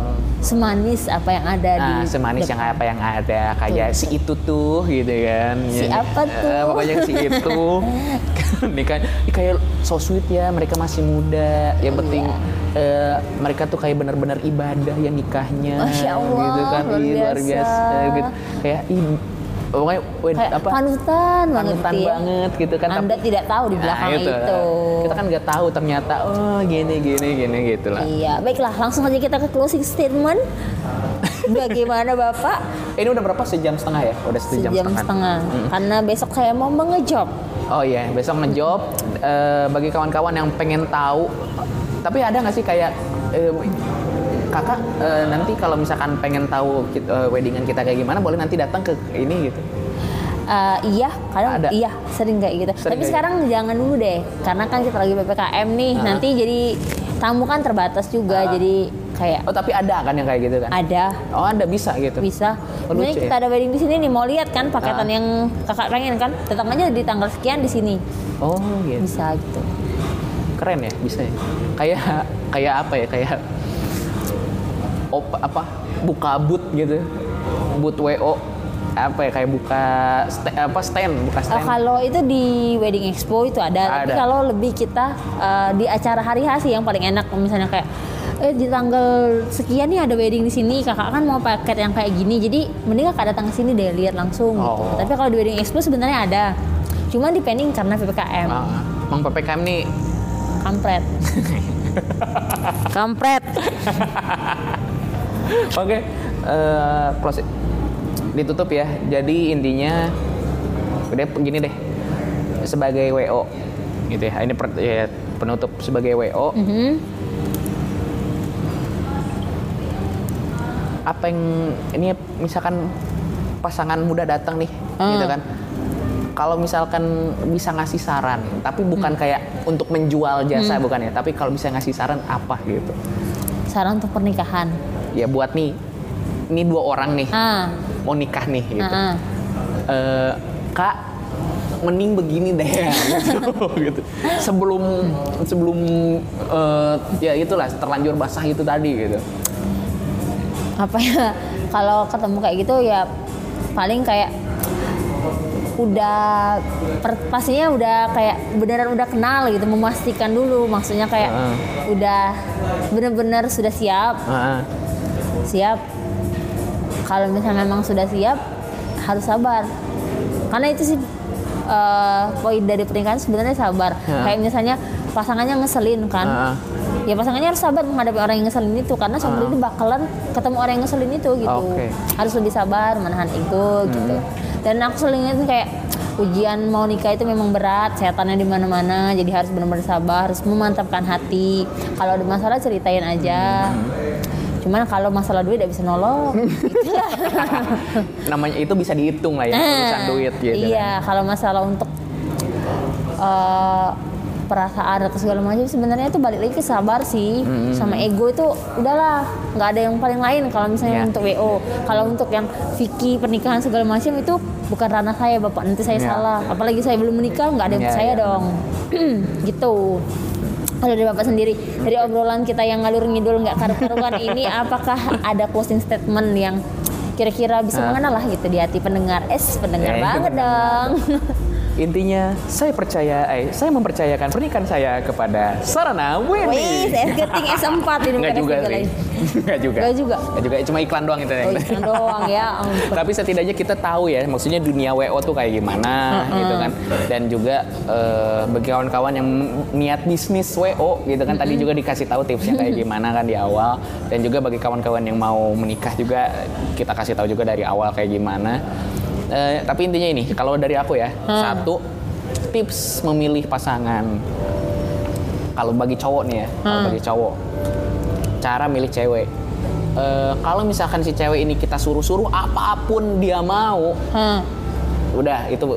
semanis apa yang ada di semanis yang depan. apa yang ada kayak si itu tuh gitu kan. Si apa tuh? Pokoknya si itu. Ini kan ini kayak so sweet ya, mereka masih muda. Yang penting mereka tuh kayak benar-benar ibadah ya nikahnya. Masya Allah, gitu kan. Luar biasa gitu. Kayak pokoknya kayak panutan banget banget gitu kan. Anda tidak tahu di belakang itu. Kita kan nggak tahu ternyata gini gitu lah. Iya, baiklah langsung aja kita ke closing statement. Bagaimana Bapak? Ini udah berapa? Sejam setengah ya? Udah sejam setengah. Karena besok saya mau ngejob. Oh iya, besok ngejob. Bagi kawan-kawan yang pengen tahu, tapi ada nggak sih kayak kakak nanti kalau misalkan pengen tahu weddingan kita kayak gimana, boleh nanti datang ke ini gitu? Iya, kadang Ada. iya sering kayak gitu. Sering Tapi kayak sekarang jangan dulu deh, karena kan kita lagi PPKM nih. Nanti jadi tamu kan terbatas juga, jadi kayak. Oh tapi ada kan yang kayak gitu kan? Ada. Oh ada bisa gitu? Bisa. Oh, Sebenarnya lucu kita ya? ada wedding di sini nih, mau lihat kan paketan yang kakak pengen kan? Datang aja di tanggal sekian di sini. Oh gitu. Bisa gitu. Keren ya, bisa ya. Kayak apa ya? Kayak buka booth gitu, booth WO apa ya, kayak buka stand. Kalau itu di wedding expo itu ada. Tapi kalau lebih kita di acara hari H sih yang paling enak, misalnya kayak di tanggal sekian nih ada wedding di sini, kakak kan mau paket yang kayak gini, jadi mending kakak datang ke sini deh lihat langsung gitu. Tapi kalau di wedding expo sebenarnya ada, cuma depending karena PPKM. Emang PPKM nih Kampret. Kampret. Oke, close ditutup ya. Jadi intinya udah begini deh, sebagai WO gitu ya. Ini penutup sebagai WO. Apa yang ini misalkan pasangan muda datang nih, gitu kan? Kalau misalkan bisa ngasih saran, tapi bukan kayak untuk menjual jasa bukan ya, tapi kalau bisa ngasih saran apa gitu? Saran untuk pernikahan. Ya buat nih, ini 2 orang nih mau nikah nih gitu. Kak, mending begini deh gitu. Sebelum ya itulah terlanjur basah itu tadi gitu. Apa ya, kalau ketemu kayak gitu ya paling kayak pastinya udah kayak beneran udah kenal gitu, memastikan dulu, maksudnya kayak udah bener-bener sudah siap. Kalau misalnya memang sudah siap, harus sabar, karena itu sih poin dari pernikahan sebenarnya sabar. Kayak misalnya pasangannya ngeselin kan, ya pasangannya harus sabar menghadapi orang yang ngeselin itu, karena suatu itu bakalan ketemu orang yang ngeselin itu gitu. Harus lebih sabar, menahan ego gitu. Dan aku sering ingat kayak ujian mau nikah itu memang berat, setannya di mana-mana, jadi harus benar-benar sabar, harus memantapkan hati. Kalau ada masalah ceritain aja. Cuman kalau masalah duit tidak bisa nolong. Itulah. Namanya itu bisa dihitung lah ya, urusan duit gitu. Iya, kalau masalah untuk perasaan atau segala macam sebenarnya itu balik lagi ke sabar sih. Sama ego itu udahlah, nggak ada yang paling lain kalau misalnya untuk WO. Kalau untuk yang fikih pernikahan segala macam itu bukan ranah saya, Bapak, nanti saya salah. Apalagi saya belum menikah, nggak ada yang percaya dong. Gitu. Kalau dari Bapak sendiri, dari obrolan kita yang ngalur ngidul nggak karu-karuan ini, apakah ada closing statement yang kira-kira bisa mengena lah gitu di hati pendengar? Pendengar banget dong. Intinya saya mempercayakan pernikahan saya kepada Sarana Wedding. Wih, saya keting S4 ini. Enggak juga sih. Enggak juga. Cuma iklan doang itu. Iklan doang ya. Tapi setidaknya kita tahu ya, maksudnya dunia WO tuh kayak gimana gitu kan. Dan juga bagi kawan-kawan yang niat bisnis WO gitu kan, tadi juga dikasih tahu tipsnya kayak gimana kan di awal. Dan juga bagi kawan-kawan yang mau menikah juga kita kasih tahu juga dari awal kayak gimana. Tapi intinya ini, kalau dari aku ya, satu tips memilih pasangan. Kalau bagi cowok nih ya, bagi cowok, cara milih cewek. Kalau misalkan si cewek ini kita suruh-suruh apapun dia mau, udah itu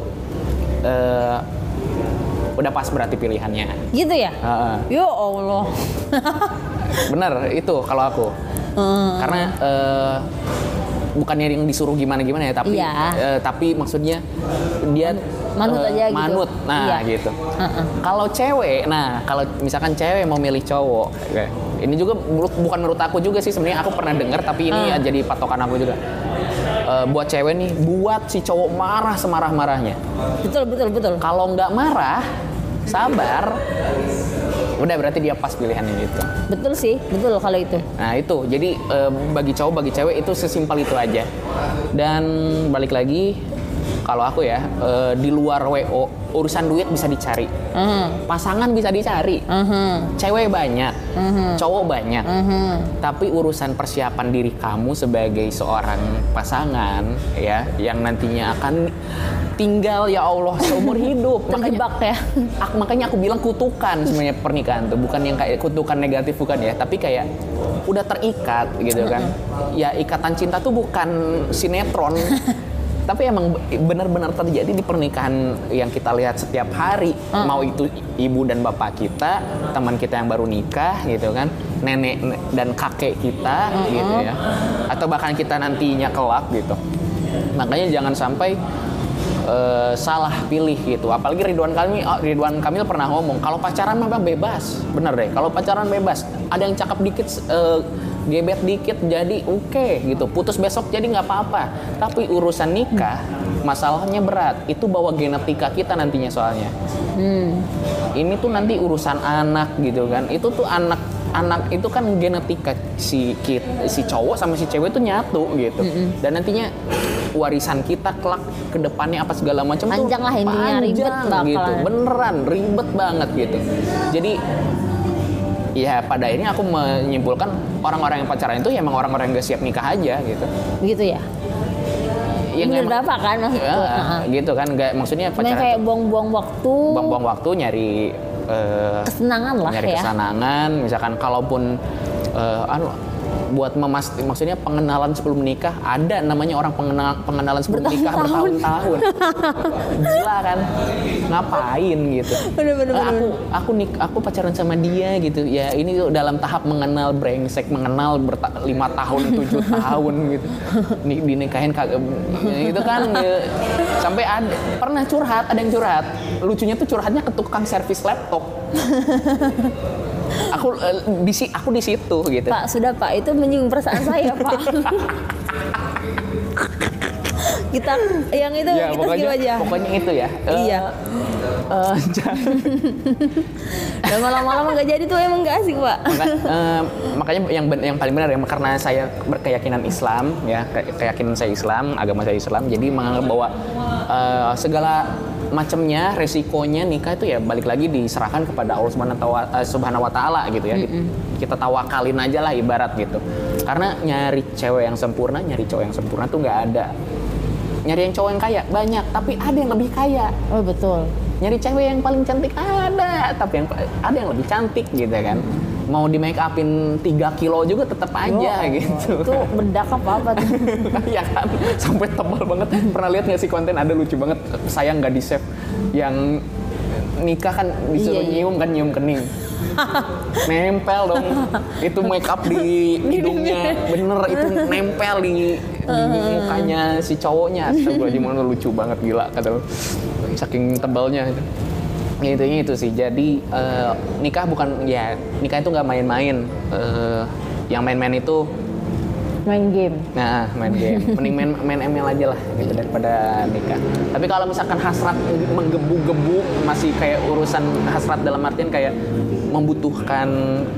udah pas berarti pilihannya. Gitu ya? Ya Allah. Bener itu kalau aku. Karena bukannya yang disuruh gimana-gimana ya, tapi maksudnya dia manut aja gitu. Manut, gitu. Kalau cewek, kalau misalkan cewek mau milih cowok, Ini juga bukan menurut aku juga sih, sebenarnya aku pernah dengar tapi ini ya jadi patokan aku juga. Buat cewek nih, buat si cowok marah semarah-marahnya. Betul. Kalau nggak marah, sabar. Udah berarti dia pas pilihannya gitu. Betul kalau itu. Nah itu, jadi bagi cowok, bagi cewek itu sesimpel itu aja. Dan balik lagi, kalau aku ya, di luar WO, urusan duit bisa dicari. Pasangan bisa dicari. Cewek banyak, cowok banyak. Tapi urusan persiapan diri kamu sebagai seorang pasangan, ya, yang nantinya akan tinggal ya Allah seumur hidup. Terjebak ya. Makanya aku bilang kutukan sebenarnya pernikahan tuh, bukan yang kayak kutukan negatif, bukan ya, tapi kayak udah terikat gitu kan. Ya ikatan cinta tuh bukan sinetron. Tapi emang benar-benar terjadi di pernikahan yang kita lihat setiap hari. Mau itu ibu dan bapak kita, teman kita yang baru nikah gitu kan, nenek dan kakek kita gitu ya, atau bahkan kita nantinya kelak gitu. Makanya jangan sampai salah pilih gitu. Apalagi Ridwan Kamil pernah ngomong, kalau pacaran mah bebas. Bener deh, kalau pacaran bebas. Ada yang cakep dikit, gebet dikit jadi oke gitu. Putus besok jadi nggak apa-apa. Tapi urusan nikah, masalahnya berat. Itu bawa genetika kita nantinya soalnya. Ini tuh nanti urusan anak gitu kan. Itu tuh anak itu kan genetika si cowok sama si cewek itu nyatu gitu. Dan nantinya warisan kita kelak ke depannya apa segala macam tuh panjang lah intinya, ribet gitu. Beneran ribet banget gitu. Jadi ya pada akhirnya aku menyimpulkan orang-orang yang pacaran itu ya emang orang-orang yang gak siap nikah aja gitu. Begitu ya? Yang berapa kan maksudku? Gitu kan, nggak, maksudnya pacaran kayak buang-buang waktu. Buang-buang waktu nyari kesenangan lah nyari ya. kesenangan, misalkan kalaupun buat maksudnya pengenalan sebelum menikah, ada namanya orang pengenalan sebelum menikah bertahun-tahun. Gila kan, ngapain gitu. Aku pacaran sama dia gitu ya, ini dalam tahap mengenal, brengsek mengenal 5 tahun 7 tahun gitu, dinikahin itu kan ya, sampai pernah curhat, ada yang curhat, lucunya tuh curhatnya ke tukang servis laptop. Aku di situ gitu. Pak, sudah Pak, itu menyinggung perasaan saya Pak. Kita yang itu ya, kita skip aja. Pokoknya itu ya. Iya. Dan malam-malam nggak jadi tuh emang nggak asik Pak. Makanya yang paling benar ya, karena saya berkeyakinan Islam ya, keyakinan saya Islam, agama saya Islam, jadi menganggap bahwa segala macamnya, resikonya nikah itu ya balik lagi diserahkan kepada Allah Subhanahu wa Ta'ala gitu ya. Kita tawakalin aja lah ibarat gitu. Karena nyari cewek yang sempurna, nyari cowok yang sempurna tuh nggak ada. Nyari yang cowok yang kaya banyak, tapi ada yang lebih kaya. Oh betul. Nyari cewek yang paling cantik ada, tapi ada yang lebih cantik gitu kan. Mau di make upin 3 kilo juga tetap aja gitu. Itu bedak apa tuh? Iya kan, sampai tebal banget. Pernah lihat nggak sih konten, ada lucu banget, saya nggak di save, yang nikah kan disuruh nyium kan, nyium kening. Nempel dong itu make up di hidungnya, bener itu nempel di mukanya si cowoknya. Astagfirullahaladzim, lucu banget, gila kata lu, saking tebalnya itu sih. Jadi nikah itu nggak main-main. Yang main-main itu main game. Nah, main game. Mending main ML aja lah gitu daripada nikah. Tapi kalau misalkan hasrat menggebu-gebu, masih kayak urusan hasrat dalam artian kayak membutuhkan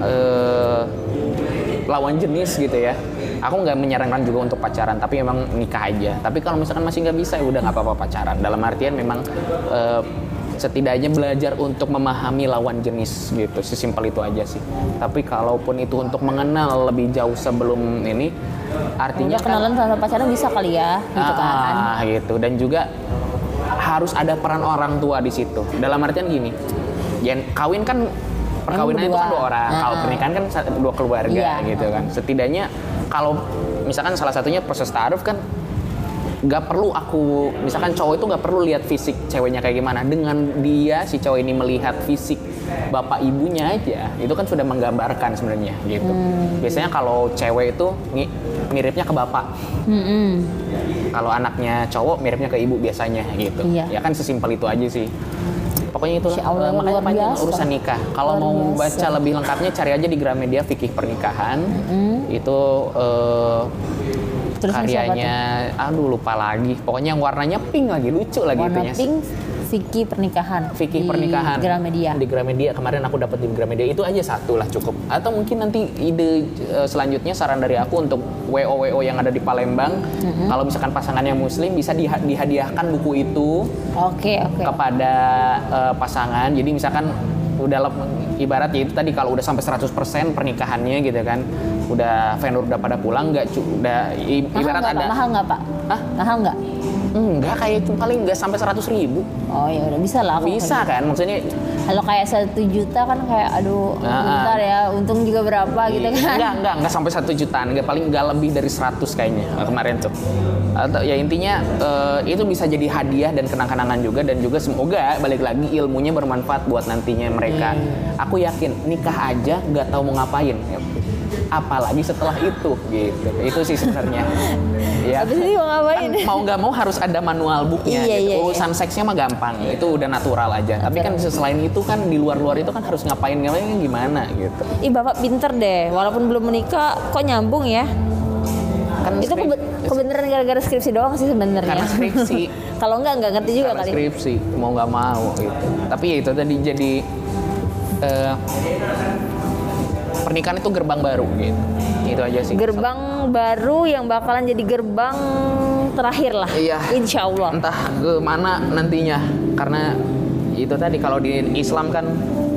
lawan jenis gitu ya. Aku nggak menyarankan juga untuk pacaran, tapi memang nikah aja. Tapi kalau misalkan masih nggak bisa, ya udah nggak apa-apa pacaran. Dalam artian memang setidaknya belajar untuk memahami lawan jenis gitu, sesimpel itu aja sih. Tapi kalaupun itu untuk mengenal lebih jauh sebelum ini, artinya kenalan sama pacaran bisa kali ya gitu kan. Gitu. Dan juga harus ada peran orang tua di situ. Dalam artian gini, ya kawin kan, perkawinan itu kan 2 orang, kalau pernikahan kan 2 keluarga gitu kan. Setidaknya kalau misalkan salah satunya proses ta'aruf kan, nggak perlu misalkan cowok itu nggak perlu lihat fisik ceweknya kayak gimana. Dengan dia, si cowok ini melihat fisik bapak ibunya aja, itu kan sudah menggambarkan sebenarnya gitu. Biasanya kalau cewek itu miripnya ke bapak, kalau anaknya cowok miripnya ke ibu biasanya gitu. Ya kan sesimpel itu aja sih. Pokoknya itu Insya Allah, makanya luar panjang biasa. urusan nikah. Kalau Luar mau biasa. baca lebih lengkapnya cari aja di Gramedia Fikih Pernikahan. Itu Terusnya siapa karyanya, aduh lupa lagi. Pokoknya yang warnanya pink lagi, lucu lagi Warna itunya. pink, Fikih Pernikahan. Fikih di Pernikahan Gramedia. Di Gramedia kemarin aku dapat di Gramedia, itu aja satu lah cukup. Atau mungkin nanti ide selanjutnya saran dari aku untuk WO yang ada di Palembang, kalau misalkan pasangannya Muslim bisa dihadiahkan buku itu Oke. kepada pasangan. Jadi misalkan udah ibarat ya itu tadi, kalau udah sampai 100% pernikahannya gitu kan, udah vendor udah pada pulang, udah ibarat Mahal nggak Pak? Hah? Mahal nggak? Enggak, kayak itu paling nggak sampai 100.000. Oh ya udah bisa lah. kalau Bisa kayak kan, maksudnya gitu. Kalau kayak 1 juta kan kayak aduh bentar ya, untung juga berapa gitu kan. Enggak sampai 1 jutaan, paling enggak lebih dari 100 kayaknya kemarin tuh. Atau ya intinya itu bisa jadi hadiah dan kenang-kenangan juga, dan juga semoga balik lagi ilmunya bermanfaat buat nantinya mereka. Aku yakin nikah aja nggak tahu mau ngapain, apalagi setelah itu gitu. Itu sih sebenarnya. Ya. Habis ini mau ngapain? Kan mau nggak mau harus ada manual booknya. Iya. Urusan seksnya mah gampang, itu udah natural aja. Tapi kan selain itu kan di luar itu kan harus ngapain gimana gitu. Ih Bapak pinter deh, walaupun belum menikah kok nyambung ya. Kan Itu kebenaran gara-gara skripsi doang sih sebenarnya. Karena skripsi. Kalau nggak ngerti juga Karena kali. skripsi mau nggak mau gitu. Tapi ya itu tadi jadi pernikahan itu gerbang baru gitu. Itu aja sih. Gerbang baru yang bakalan jadi gerbang terakhir lah. Iya. Insya Allah. Entah ke mana nantinya, karena itu tadi kalau di Islam kan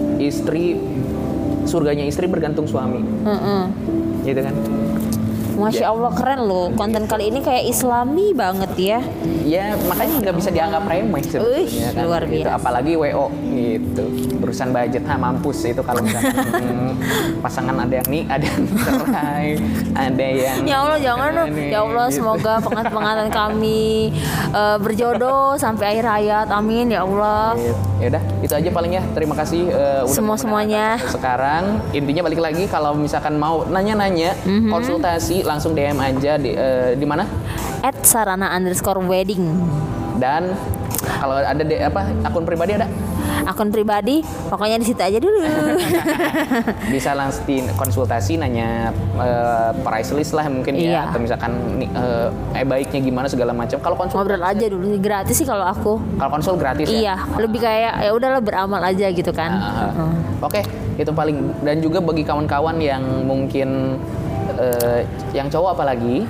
surganya istri bergantung suami, gitu kan. Masya Allah keren loh, konten kali ini kayak Islami banget ya. Ya makanya nggak bisa dianggap remeh sebetulnya kan. Luar Gitu. biasa. Apalagi WO gitu, berusan budget, mampus itu kalau misalkan pasangan ada yang cerai, ada yang Ya Allah jangan dong. Ya Allah gitu. semoga pengantin kami berjodoh sampai akhir hayat. Amin ya Allah. Ya udah, itu aja paling ya. Terima kasih udah Semuanya. mendengarkan sekarang. Intinya balik lagi, kalau misalkan mau nanya-nanya, konsultasi langsung DM aja di mana? @sarana_wedding. Dan kalau ada akun pribadi ada? Akun pribadi, pokoknya di situ aja dulu. Bisa langsung konsultasi, nanya price list lah mungkin Iya. ya, atau misalkan baiknya gimana segala macam. Kalau konsul Ngobrol aja dulu, gratis sih kalau aku. Kalau konsul gratis ya. Iya, lebih kayak ya udahlah beramal aja gitu kan. Oke, itu paling. Dan juga bagi kawan-kawan yang mungkin yang cowok apalagi.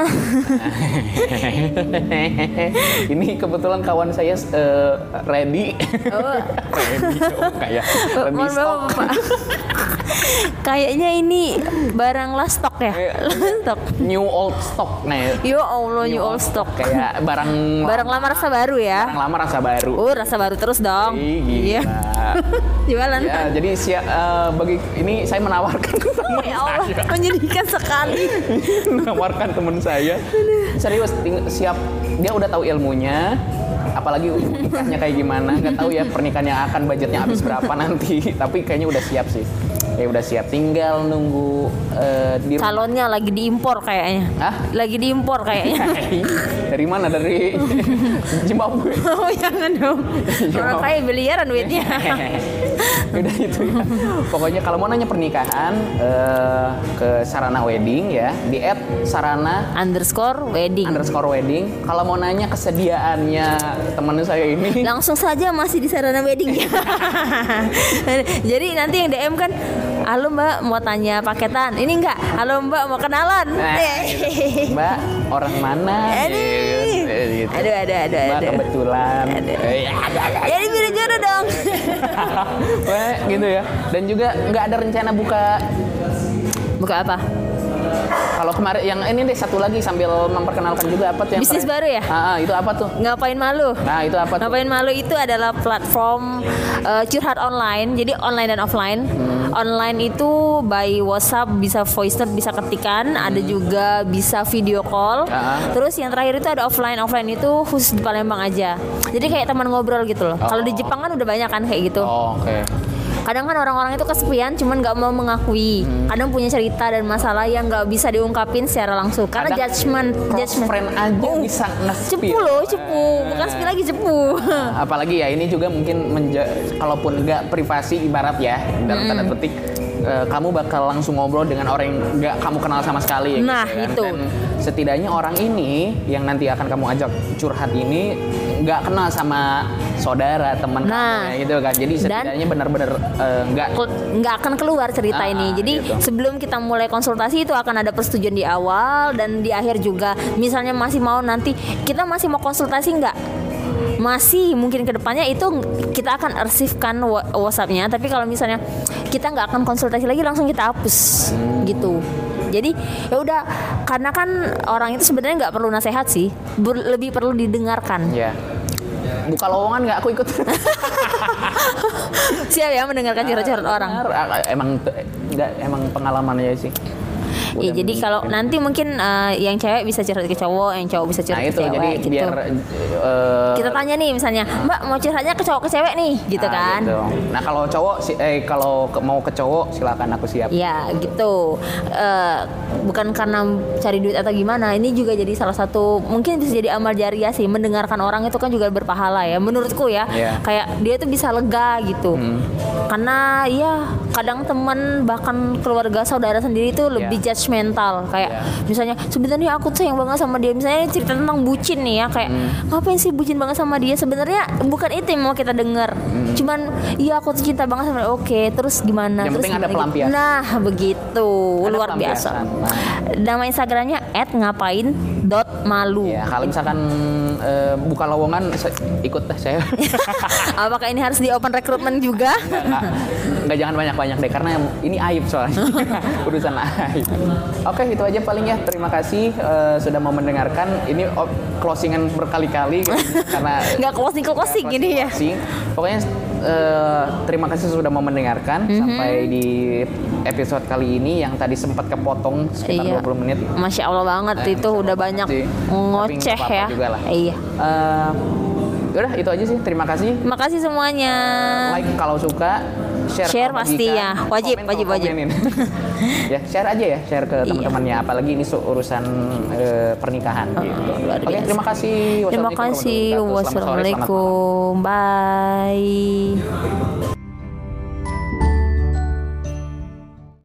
Ini kebetulan kawan saya ready. Ready kayak ready Mohon stock. maaf, Pak. Kayaknya ini barang last stock ya. Stock. New old stock nih. Ya Allah, new old stock. Kayak Barang lama rasa baru ya. barang lama rasa baru. Rasa baru terus dong. Iya. Jualan. Ya, jadi bagi ini saya menawarkan teman Ya Allah, saya. menyedihkan sekali. Menawarkan teman saya. Serius, siap. Dia udah tahu ilmunya. Apalagi nikahnya kayak gimana, nggak tahu ya pernikahan yang akan budgetnya habis berapa nanti. Tapi kayaknya udah siap sih. Udah siap, tinggal nunggu di rumah. Calonnya lagi diimpor kayaknya. Hah? Lagi diimpor kayaknya. Dari mana? Dari Zimbabwe. Oh jangan dong. Orang kaya biliaran duitnya. Udah itu ya. Pokoknya kalau mau nanya pernikahan ke Sarana Wedding ya, di @sarana_wedding. _wedding. Kalau mau nanya kesediaannya teman saya ini, Langsung saja masih di Sarana Wedding. Jadi nanti yang DM kan, halo Mbak mau tanya paketan. Ini enggak, halo Mbak mau kenalan. gitu. Mbak orang mana? Gitu. Aduh. Mbak kebetulan. Jadi biru jodoh dong. Wah, gitu ya. Dan juga nggak ada rencana buka. Buka apa? Kalau kemarin yang ini deh, satu lagi sambil memperkenalkan juga apa tuh yang Bisnis baru ya? Itu apa tuh? Ngapain malu? Nah, itu apa tuh? Ngapain malu itu adalah platform curhat online. Jadi online dan offline. Online itu by WhatsApp, bisa voice note, bisa ketikan, ada juga bisa video call. Terus yang terakhir itu ada offline. Offline itu khusus di Palembang aja. Jadi kayak teman ngobrol gitu loh. Kalau di Jepang kan udah banyak kan kayak gitu. Oh, oke. Kadang kan orang-orang itu kesepian cuman nggak mau mengakui. Kadang punya cerita dan masalah yang nggak bisa diungkapin secara langsung karena judgement. Friend aja bisa nge-spill. Cepu loh, cepu. Bukan spill lagi, cepu. Apalagi ya ini juga mungkin kalaupun nggak privasi ibarat ya dalam tanda petik kamu bakal langsung ngobrol dengan orang yang nggak kamu kenal sama sekali. Nah, gitu kan. itu. Dan setidaknya orang ini yang nanti akan kamu ajak curhat ini nggak kenal sama saudara teman kamu ya, gitu kan. Jadi setidaknya benar-benar nggak akan keluar cerita ini. Jadi gitu. sebelum kita mulai konsultasi itu akan ada persetujuan di awal dan di akhir juga. Misalnya masih mau nanti kita masih mau konsultasi nggak? Masih mungkin kedepannya itu kita akan arsipkan WhatsApp-nya. Tapi kalau misalnya kita nggak akan konsultasi lagi langsung kita hapus gitu. Jadi ya udah karena kan orang itu sebenarnya nggak perlu nasihat sih, lebih perlu didengarkan. Ya. Buka lowongan nggak aku ikut. Siap ya mendengarkan curhat-curhat orang. Emang pengalamannya sih. Ya, jadi kalau nanti mungkin yang cewek bisa curhat ke cowok, yang cowok bisa curhat ke cewek jadi gitu. Biar kita tanya nih misalnya, Mbak mau curhatnya ke cowok ke cewek nih, gitu kan? Gitu. Nah kalau cowok kalau mau ke cowok silakan aku siap. Ya gitu. Bukan karena cari duit atau gimana, ini juga jadi salah satu mungkin bisa jadi amal jariah sih. Mendengarkan orang itu kan juga berpahala ya, menurutku ya. Yeah. Kayak dia tuh bisa lega gitu. Karena ya kadang teman bahkan keluarga saudara sendiri tuh lebih judgmental kayak misalnya sebenarnya aku sayang banget sama dia, misalnya cerita tentang bucin nih ya kayak ngapain sih bucin banget sama dia, sebenarnya bukan itu yang mau kita dengar, cuman iya aku tuh cinta banget sama dia. Oke, terus gimana, yang terus penting ada gimana pelampiasan gitu. Nah begitu, ada luar biasa. Nama Instagramnya @ngapain.malu. Ya kalau misalkan buka lowongan ikut deh saya. Apakah ini harus di open recruitment juga? Enggak, jangan banyak-banyak deh karena ini aib soalnya. Urusan aib. Oke, itu aja paling ya. Terima kasih sudah mau mendengarkan. Ini closingan berkali-kali karena nggak closing gini ya. Pokoknya terima kasih sudah mau mendengarkan sampai di episode kali ini yang tadi sempat kepotong sekitar 20 menit. Masya Allah banget itu udah banyak ngoceh ya. Iya. Udah itu aja sih. Terima kasih. Terima kasih semuanya. Like kalau suka, share pasti ya, wajib. Ya, share aja ya, share ke teman-temannya. Apalagi ini urusan pernikahan. Gitu. Oke, terima kasih. Terima kasih. Wassalamualaikum. Bye.